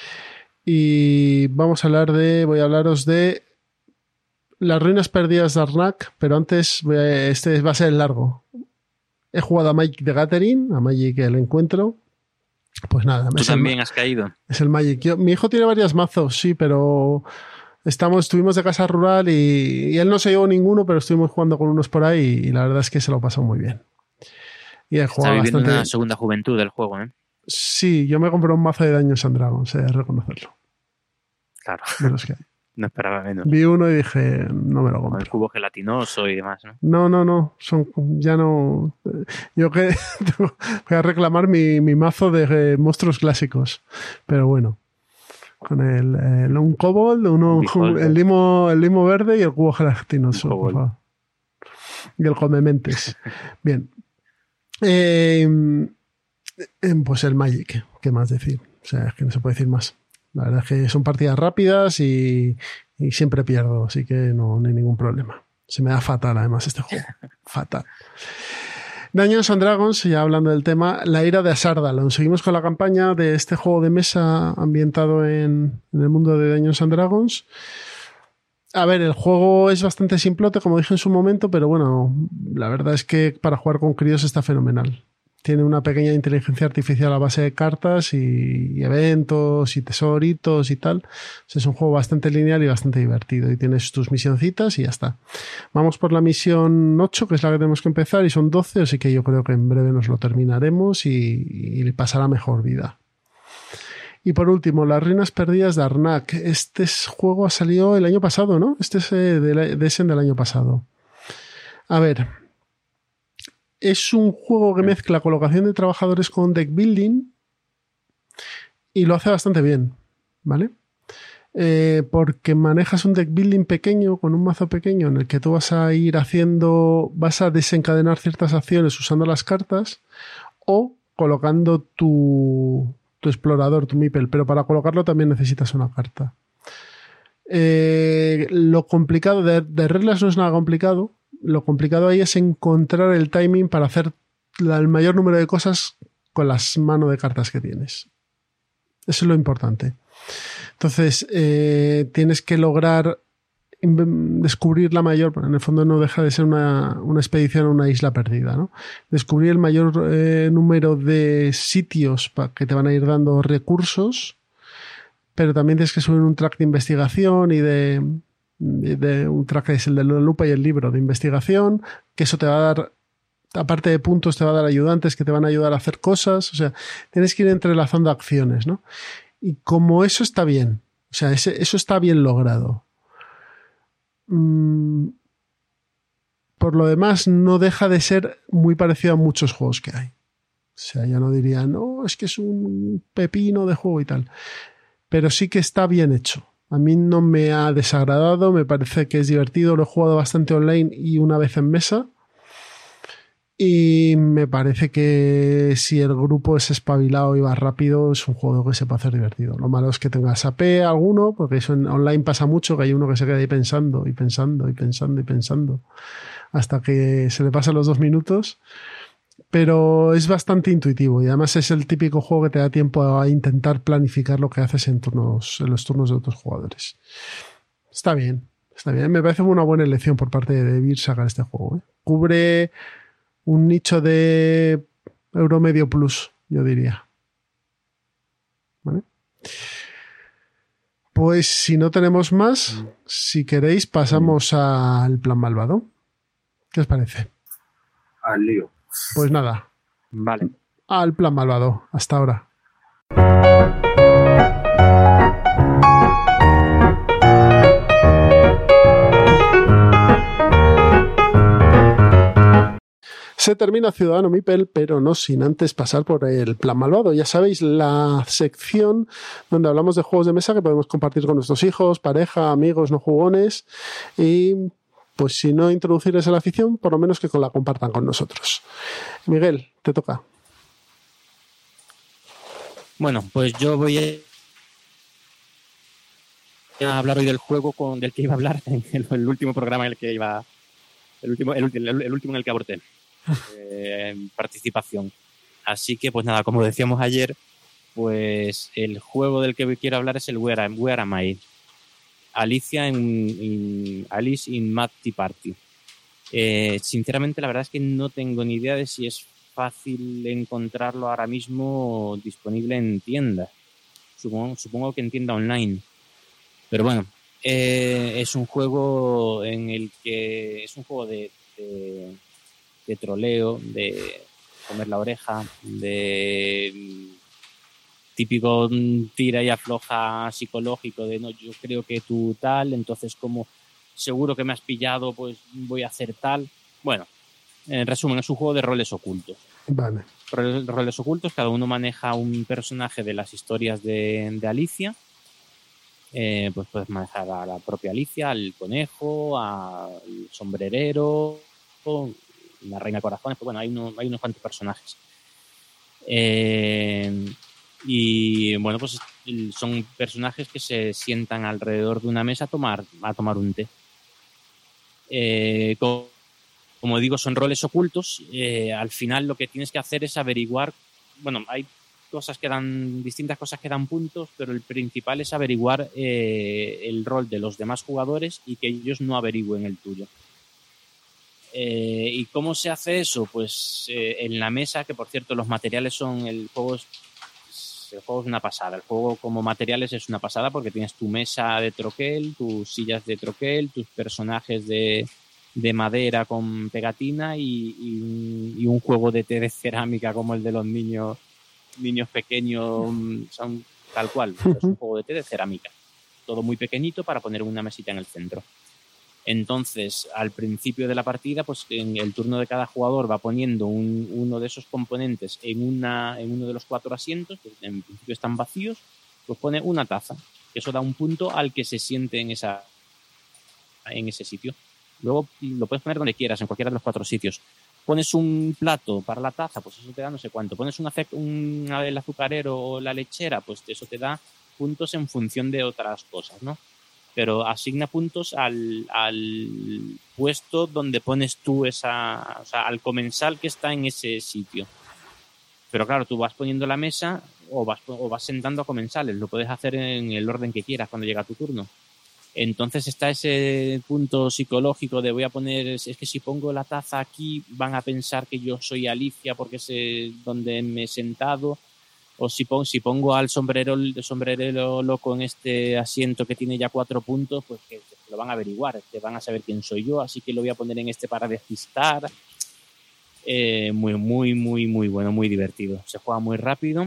Y voy a hablaros de Las ruinas perdidas de Arnak, pero antes este va a ser el largo. He jugado a Magic the Gathering, a Magic el Encuentro. Pues nada. ¿Tú también has caído? Es el Magic. Mi hijo tiene varios mazos, sí, pero estuvimos de casa rural y él no se llevó ninguno, pero estuvimos jugando con unos por ahí y la verdad es que se lo pasó muy bien. Y he jugado está viviendo bastante. Una segunda juventud del juego, ¿eh? Sí, yo me compré un mazo de Dungeons and Dragons, he de reconocerlo. Claro. De los que hay. No esperaba menos. Vi uno y dije, no me lo compro. Con el cubo gelatinoso y demás, ¿no? No. Ya no. Yo que voy a reclamar mi mazo de monstruos clásicos. Pero bueno. Con un kobold, el limo verde y el cubo gelatinoso. Por favor. Y el comementes. Bien. Pues el Magic. ¿Qué más decir? O sea, es que no se puede decir más. La verdad es que son partidas rápidas y siempre pierdo, así que no hay ningún problema. Se me da fatal además este juego. Fatal. Dungeons and Dragons, ya hablando del tema, La ira de Asardalon. Seguimos con la campaña de este juego de mesa ambientado en el mundo de Dungeons and Dragons. A ver, el juego es bastante simplote, como dije en su momento, pero bueno, la verdad es que para jugar con críos está fenomenal. Tiene una pequeña inteligencia artificial a base de cartas y eventos y tesoritos y tal. O sea, es un juego bastante lineal y bastante divertido. Y tienes tus misioncitas y ya está. Vamos por la misión 8, que es la que tenemos que empezar, y son 12, así que yo creo que en breve nos lo terminaremos y le pasará mejor vida. Y por último, Las ruinas perdidas de Arnak. Este juego ha salido el año pasado, ¿no? Este es de Essen del año pasado. A ver... Es un juego que mezcla colocación de trabajadores con deck building y lo hace bastante bien, ¿vale? Porque manejas un deck building pequeño con un mazo pequeño en el que tú vas a desencadenar ciertas acciones usando las cartas o colocando tu explorador, tu meeple, pero para colocarlo también necesitas una carta. Lo complicado de reglas no es nada complicado. Lo complicado ahí es encontrar el timing para hacer el mayor número de cosas con las manos de cartas que tienes. Eso es lo importante. Entonces, tienes que lograr descubrir la mayor, en el fondo no deja de ser una expedición a una isla perdida, ¿no? Descubrir el mayor número de sitios que te van a ir dando recursos, pero también tienes que subir un track de investigación y de un track que es el de la lupa y el libro de investigación, que eso te va a dar, aparte de puntos, te va a dar ayudantes que te van a ayudar a hacer cosas. O sea, tienes que ir entrelazando acciones, ¿no? Y como eso está bien, o sea, eso está bien logrado. Por lo demás, no deja de ser muy parecido a muchos juegos que hay. O sea, ya no diría, no, es que es un pepino de juego y tal. Pero sí que está bien hecho. A mí no me ha desagradado, me parece que es divertido, lo he jugado bastante online y una vez en mesa Y me parece que si el grupo es espabilado y va rápido, es un juego que se puede hacer divertido. Lo malo es que tengas AP alguno, porque eso en online pasa mucho, que hay uno que se queda ahí pensando y pensando y pensando y pensando hasta que se le pasan los 2 minutos. Pero es bastante intuitivo y además es el típico juego que te da tiempo a intentar planificar lo que haces en los turnos de otros jugadores. Está bien. Me parece una buena elección por parte de Vir sacar este juego, ¿eh? Cubre un nicho de Euromedio Plus, yo diría. ¿Vale? Pues si no tenemos más, si queréis, pasamos al plan malvado. ¿Qué os parece? Al lío. Pues nada. Vale. Al plan malvado. Hasta ahora. Se termina Ciudadano Mipel, pero no sin antes pasar por el plan malvado. Ya sabéis, la sección donde hablamos de juegos de mesa que podemos compartir con nuestros hijos, pareja, amigos, no jugones. Y pues si no introducirles a la afición, por lo menos que la compartan con nosotros. Miguel, te toca. Bueno, pues yo voy a hablar hoy del juego del que iba a hablar en el último programa en el que iba, el último en el que aborté participación. Así que, pues nada, como decíamos ayer, pues el juego del que quiero hablar es el Where Am I? Alice in Mad Tea Party. Sinceramente, la verdad es que no tengo ni idea de si es fácil encontrarlo ahora mismo disponible en tiendas. Supongo que en tienda online. Pero bueno, es un juego en el que es un juego de troleo, de comer la oreja, de típico tira y afloja psicológico de no, yo creo que tú tal, entonces como seguro que me has pillado, pues voy a hacer tal. Bueno, en resumen, es un juego de roles ocultos. Vale. Roles ocultos, cada uno maneja un personaje de las historias de Alicia. Pues puedes manejar a la propia Alicia, al conejo, al sombrerero, la reina de corazones, pues bueno, hay unos cuantos personajes. Y bueno, pues son personajes que se sientan alrededor de una mesa a tomar un té. Como digo, son roles ocultos. Al final lo que tienes que hacer es averiguar, bueno, hay distintas cosas que dan puntos, pero el principal es averiguar el rol de los demás jugadores y que ellos no averigüen el tuyo. ¿Y cómo se hace eso? Pues en la mesa, que por cierto los materiales el juego es una pasada. El juego como materiales es una pasada porque tienes tu mesa de troquel, tus sillas de troquel, tus personajes de madera con pegatina y un juego de té de cerámica como el de los niños pequeños, son tal cual. Es un juego de té de cerámica. Todo muy pequeñito para poner una mesita en el centro. Entonces, al principio de la partida, pues en el turno de cada jugador va poniendo uno de esos componentes en uno de los 4 asientos, que en principio están vacíos, pues pone una taza. Eso da un punto al que se siente en ese sitio. Luego lo puedes poner donde quieras, en cualquiera de los 4 sitios. Pones un plato para la taza, pues eso te da no sé cuánto. Pones el azucarero o la lechera, pues eso te da puntos en función de otras cosas, ¿no? Pero asigna puntos al puesto donde pones tú al comensal que está en ese sitio. Pero claro, tú vas poniendo la mesa o vas sentando a comensales. Lo puedes hacer en el orden que quieras cuando llega tu turno. Entonces está ese punto psicológico de voy a poner, es que si pongo la taza aquí van a pensar que yo soy Alicia porque es donde me he sentado. O si pongo al sombrerero loco en este asiento que tiene ya 4 puntos, pues que lo van a averiguar, que van a saber quién soy yo, así que lo voy a poner en este para despistar. Muy, muy, muy, muy bueno, muy divertido. Se juega muy rápido.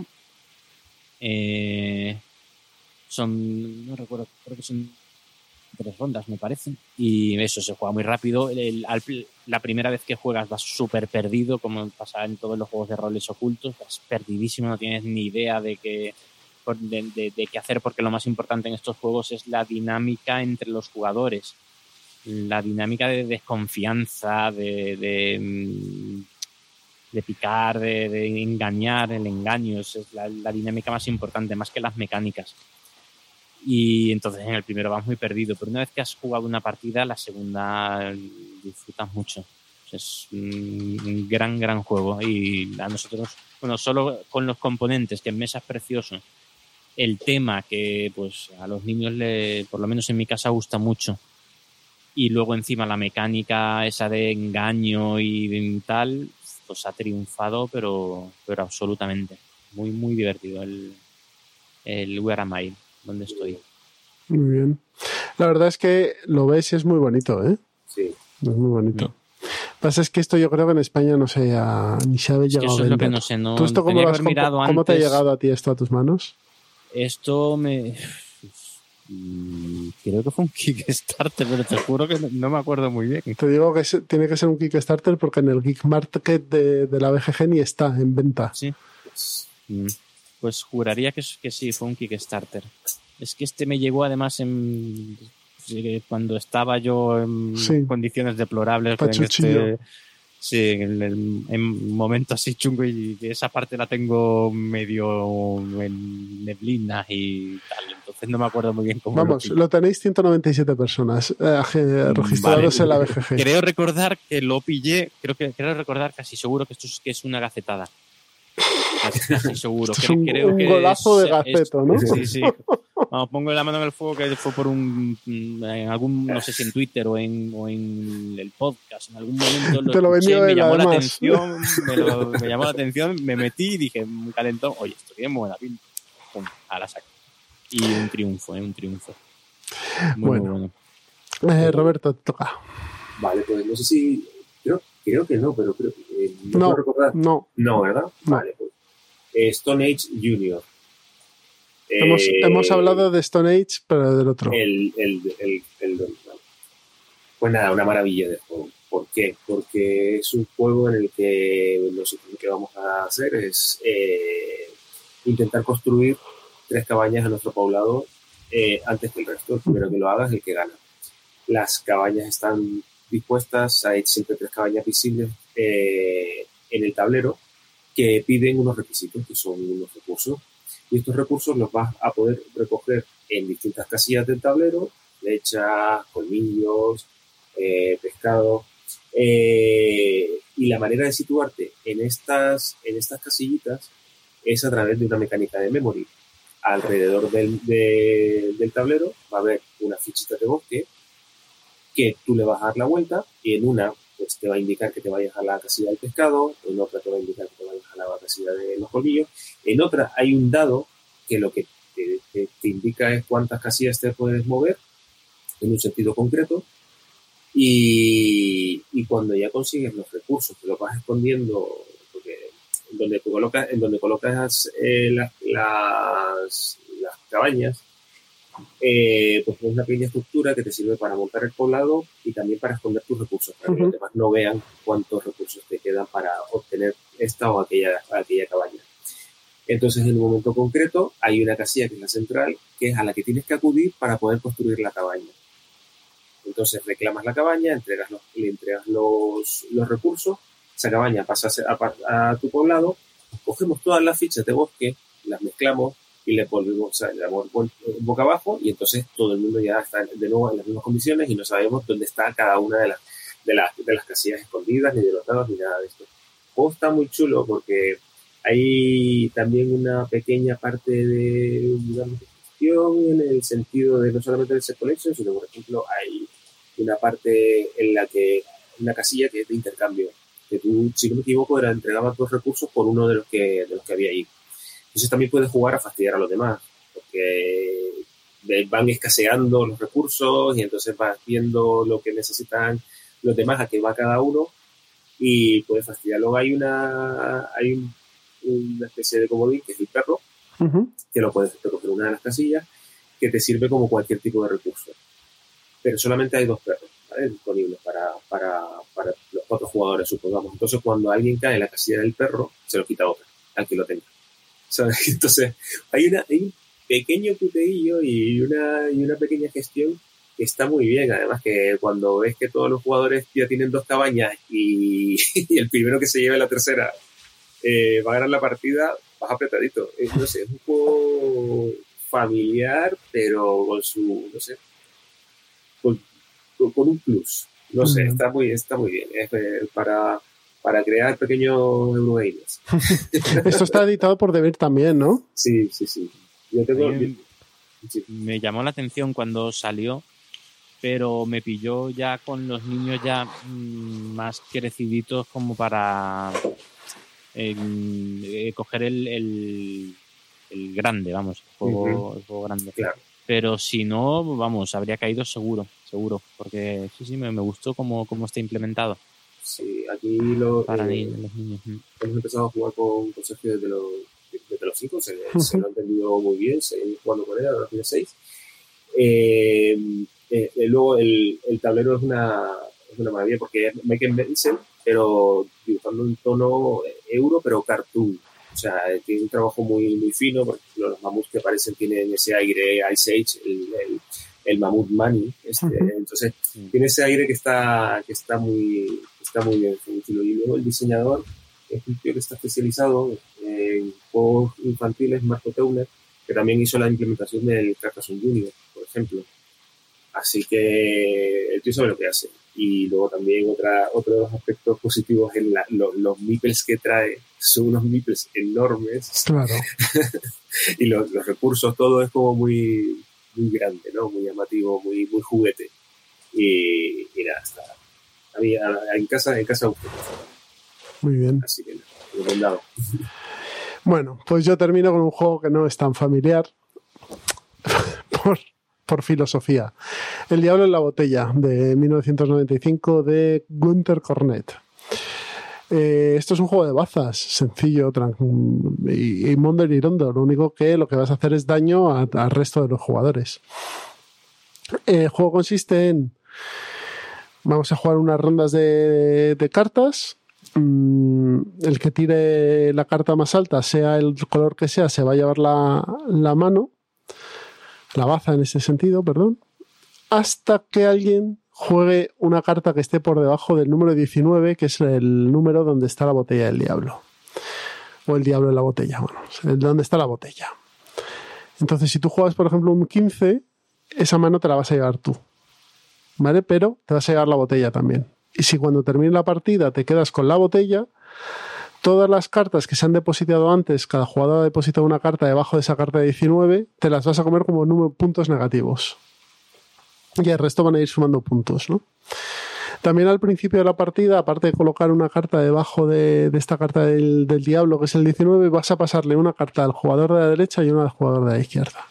No recuerdo, creo que son 3 rondas, me parece. Y eso, se juega muy rápido. La primera vez que juegas vas súper perdido, como pasa en todos los juegos de roles ocultos. Vas perdidísimo, no tienes ni idea de qué hacer, porque lo más importante en estos juegos es la dinámica entre los jugadores. La dinámica de desconfianza, de picar, de engañar, el engaño, es la dinámica más importante, más que las mecánicas. Y entonces en el primero vas muy perdido, pero una vez que has jugado una partida, la segunda disfrutas mucho. Es un gran juego, y a nosotros, bueno, solo con los componentes, que en mesa es precioso, el tema que pues a los niños, por lo menos en mi casa, gusta mucho, y luego encima la mecánica esa de engaño y de tal, pues ha triunfado, pero absolutamente. Muy divertido el Where Am I, donde estoy. Muy bien. La verdad es que lo ves y es muy bonito, ¿eh? Sí. Es muy bonito. Pasa es que esto yo creo que en España no sé, ni se ha llegado eso a vender. Es lo que no sé, no. ¿Tú esto cómo te ha llegado a ti esto a tus manos? Esto creo que fue un Kickstarter, pero te juro que no me acuerdo muy bien. Te digo que tiene que ser un Kickstarter porque en el Geek Market de la BGG ni está en venta. Sí. Pues juraría que sí, fue un Kickstarter. Es que este me llegó además cuando estaba yo en condiciones deplorables. En momentos así chungo, y esa parte la tengo medio en neblina y tal, entonces no me acuerdo muy bien cómo. Vamos, lo tenéis 197 personas registrados en la BGG. Creo recordar que lo pillé, creo recordar casi seguro que esto es una gacetada. Casi seguro. Esto es un golazo de gaceto, ¿no? Sí. Vamos, pongo la mano en el fuego que fue por en algún, no sé si en Twitter o en el podcast, en algún momento lo escuché, me llamó la atención, me metí y dije, un calentón, oye, esto tiene buena pinta. Pum, a la saca. Y un triunfo. Muy bueno. Roberto, te toca. Vale, pues no sé si... Creo que no, pero creo que... No, puedo recordar. No, ¿verdad? No. Vale, pues. Stone Age Junior. Hemos hablado de Stone Age, pero del otro. Pues nada, una maravilla de juego. ¿Por qué? Porque es un juego en el que nosotros lo que vamos a hacer es intentar construir 3 cabañas en nuestro poblado antes que el resto. El primero que lo haga es el que gana. Las cabañas están dispuestas, hay siempre 3 cabañas visibles en el tablero, que piden unos requisitos, que son unos recursos. Y estos recursos los vas a poder recoger en distintas casillas del tablero: flechas, colmillos, pescado. Y la manera de situarte en estas casillitas es a través de una mecánica de memory. Alrededor del tablero va a haber una fichita de bosque que tú le vas a dar la vuelta, y en una pues te va a indicar que te vayas a la casilla del pescado, en otra te va a indicar que te vayas a la casilla de los colmillos, en otra hay un dado que lo que te indica es cuántas casillas te puedes mover en un sentido concreto, y cuando ya consigues los recursos que los vas escondiendo, porque en donde colocas las cabañas, pues es una pequeña estructura que te sirve para montar el poblado y también para esconder tus recursos, para que los demás no vean cuántos recursos te quedan para obtener esta o aquella cabaña. Entonces, en un momento concreto, hay una casilla que es la central, que es a la que tienes que acudir para poder construir la cabaña. Entonces, reclamas la cabaña, le entregas los recursos, esa cabaña pasa a tu poblado, cogemos todas las fichas de bosque, las mezclamos y le volvemos boca abajo, y entonces todo el mundo ya está de nuevo en las mismas condiciones y no sabemos dónde está cada una de las casillas escondidas, ni de los dados, ni nada de esto. El juego está muy chulo porque hay también una pequeña parte de, digamos, gestión, en el sentido de no solamente del set collection, sino, por ejemplo, hay una parte en la que una casilla que es de intercambio, que tú, si no me equivoco, entregabas 2 recursos por uno de los que había ahí. Entonces también puedes jugar a fastidiar a los demás, porque van escaseando los recursos y entonces vas viendo lo que necesitan los demás, a qué va cada uno, y puedes fastidiarlo. Hay una especie de comodín, que es el perro, que lo puedes recoger en una de las casillas, que te sirve como cualquier tipo de recurso. Pero solamente hay 2 perros, ¿vale?, disponibles para los 4 jugadores, supongamos. Entonces, cuando alguien cae en la casilla del perro, se lo quita otra, al que lo tenga. ¿Sabes? Entonces, hay un pequeño puteillo y una pequeña gestión que está muy bien. Además, que cuando ves que todos los jugadores ya tienen 2 cabañas y el primero que se lleve la tercera va a ganar la partida, vas apretadito. No sé, es un juego familiar, pero con su, no sé, con un plus. No sé, está muy bien. Es para crear pequeños Eurogamers. Esto está editado por Devir también, ¿no? Sí. Yo tengo... Me llamó la atención cuando salió, pero me pilló ya con los niños ya más creciditos como para coger el grande, vamos, el juego grande. Claro. Pero si no, vamos, habría caído seguro, porque sí, me gustó cómo está implementado. Sí, aquí para los niños. Hemos empezado a jugar con Sergio desde los 5, se lo ha entendido muy bien, seguimos jugando con él, ahora tiene 6. Luego el tablero es una maravilla porque es Make and Medicine, pero dibujando un tono euro, pero cartoon. O sea, tiene un trabajo muy, muy fino. Por ejemplo, los mamuts que aparecen tienen ese aire Ice Age, el mamut Money. Entonces, tiene ese aire que está muy bien. Y luego el diseñador es un tío que está especializado en juegos infantiles, Marco Teuner, que también hizo la implementación del Carcassonne Junior, por ejemplo. Así que el tío sabe lo que hace. Y luego también otro de los aspectos positivos es los meeples que trae. Son unos meeples enormes. Claro. Y los recursos, todo es como muy, muy grande, ¿no? Muy llamativo, muy, muy juguete. Y nada, está. En casa muy bien. Así que recomendado. Bueno, pues yo termino con un juego que no es tan familiar. Por filosofía. El diablo en la botella, de 1995, de Gunther Cornet. Esto es un juego de bazas, sencillo y Monder y Rondo. Lo único que lo que vas a hacer es daño al resto de los jugadores. El juego consiste en... Vamos a jugar unas rondas de cartas. El que tire la carta más alta, sea el color que sea, se va a llevar la mano. La baza en ese sentido, perdón, hasta que alguien juegue una carta que esté por debajo del número 19, que es el número donde está la botella del diablo. O el diablo en la botella, bueno, donde está la botella. Entonces, si tú juegas, por ejemplo, un 15, esa mano te la vas a llevar tú, ¿vale? Pero te vas a llevar la botella también. Y si cuando termine la partida te quedas con la botella, todas las cartas que se han depositado antes, cada jugador ha depositado una carta debajo de esa carta de 19, te las vas a comer como puntos negativos. Y el resto van a ir sumando puntos, ¿no? También al principio de la partida, aparte de colocar una carta debajo de esta carta del diablo, que es el 19, vas a pasarle una carta al jugador de la derecha y una al jugador de la izquierda.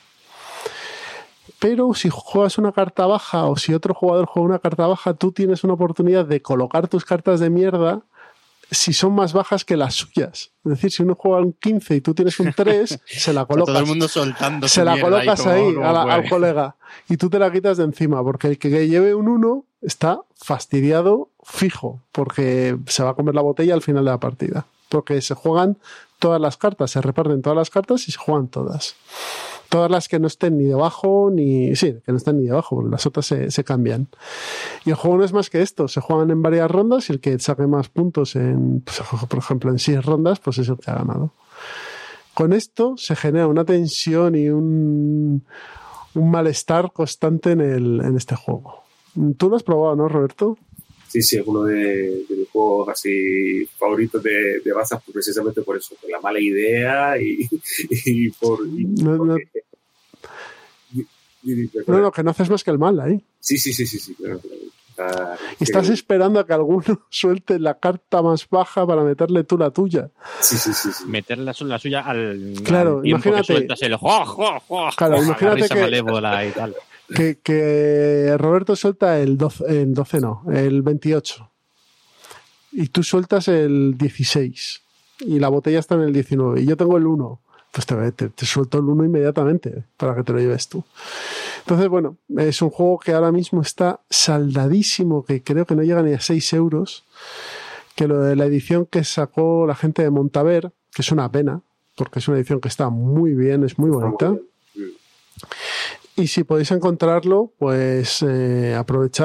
Pero si juegas una carta baja o si otro jugador juega una carta baja, tú tienes una oportunidad de colocar tus cartas de mierda si son más bajas que las suyas. Es decir, si uno juega un 15 y tú tienes un 3, se la colocas. Todo el mundo soltando. Se la colocas ahí al colega y tú te la quitas de encima, porque el que lleve un 1 está fastidiado fijo, porque se va a comer la botella al final de la partida. Porque se juegan todas las cartas, se reparten todas las cartas y se juegan todas. Todas las que no estén ni debajo, que no estén ni debajo, porque las otras se cambian. Y el juego no es más que esto, se juegan en varias rondas y el que saque más puntos por ejemplo, en 6 rondas, pues es el que ha ganado. Con esto se genera una tensión y un malestar constante en este juego. ¿Tú lo has probado, no, Roberto? Sí, es uno de mis juegos así favoritos de bazas, precisamente por eso, por la mala idea y por... No, que no haces más que el mal ahí. Sí, claro. Estás esperando a que alguno suelte la carta más baja para meterle tú la tuya. Sí. Meterle la suya al tiempo imagínate, que sueltas el claro, imagínate que malévola y tal. Que Roberto suelta el 28 y tú sueltas el 16 y la botella está en el 19 y yo tengo el 1, pues te suelto el 1 inmediatamente para que te lo lleves tú. Entonces, bueno, es un juego que ahora mismo está saldadísimo, que creo que no llega ni a 6 euros, que lo de la edición que sacó la gente de Montaver, que es una pena, porque es una edición que está muy bien, es muy bonita. Y si podéis encontrarlo, pues aprovechad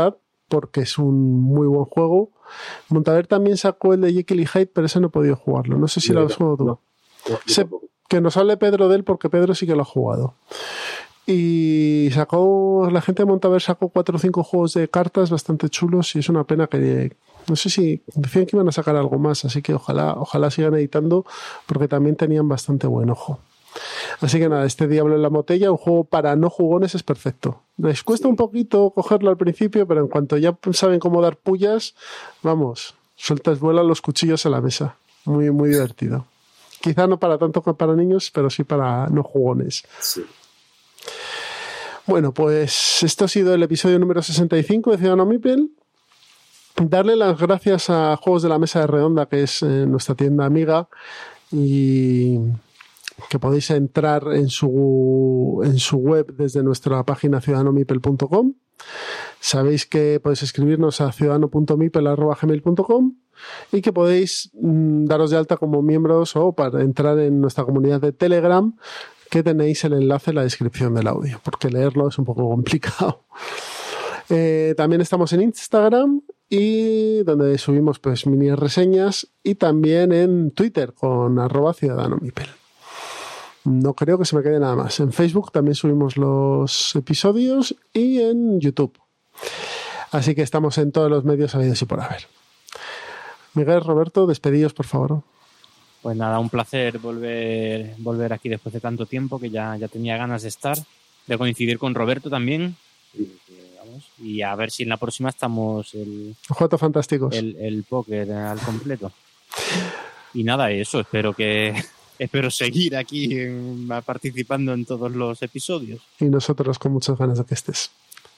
porque es un muy buen juego. Montaver también sacó el de Jekyll y Hyde, pero ese no he podido jugarlo. No sé si lo has jugado tú. No, que nos hable Pedro de él, porque Pedro sí que lo ha jugado. Y la gente de Montaver sacó 4 o 5 juegos de cartas bastante chulos y es una pena que... No sé si decían que iban a sacar algo más, así que ojalá sigan editando, porque también tenían bastante buen ojo. Así que nada, este Diablo en la Botella, un juego para no jugones, es perfecto. Les cuesta un poquito cogerlo al principio, pero en cuanto ya saben cómo dar pullas, vamos, vuelan los cuchillos a la mesa. Muy, muy divertido. Quizá no para tanto para niños, pero sí para no jugones. Sí. Bueno, pues esto ha sido el episodio número 65 de Ciudadano Mipel. Darle las gracias a Juegos de la Mesa de Redonda, que es nuestra tienda amiga, y que podéis entrar en su web desde nuestra página ciudadanomipel.com. Sabéis que podéis escribirnos a ciudadano.mipel@gmail.com y que podéis daros de alta como miembros o para entrar en nuestra comunidad de Telegram, que tenéis el enlace en la descripción del audio, porque leerlo es un poco complicado. También estamos en Instagram, y donde subimos pues mini reseñas, y también en Twitter con @ciudadanomipel. No creo que se me quede nada más. En Facebook también subimos los episodios y en YouTube. Así que estamos en todos los medios habidos y por haber. Miguel, Roberto, despedidos, por favor. Pues nada, un placer volver aquí después de tanto tiempo, que ya tenía ganas de estar, de coincidir con Roberto también. Y a ver si en la próxima estamos Juegos fantásticos. El póker al completo. Y nada, eso, espero seguir aquí participando en todos los episodios. Y nosotros con muchas ganas de que estés.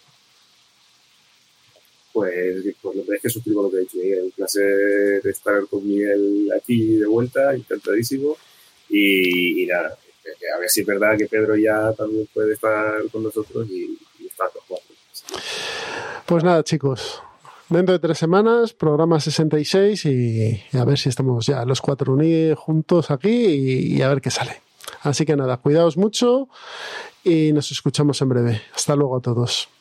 Pues lo que es que suscribo lo que he dicho, Miguel. Un placer estar con Miguel aquí de vuelta, encantadísimo. Y nada, a ver si es verdad que Pedro ya también puede estar con nosotros y estar los 4. Pues nada, chicos, dentro de 3 semanas, programa 66, y a ver si estamos ya los 4 unidos juntos aquí y a ver qué sale. Así que nada, cuidaos mucho y nos escuchamos en breve. Hasta luego a todos.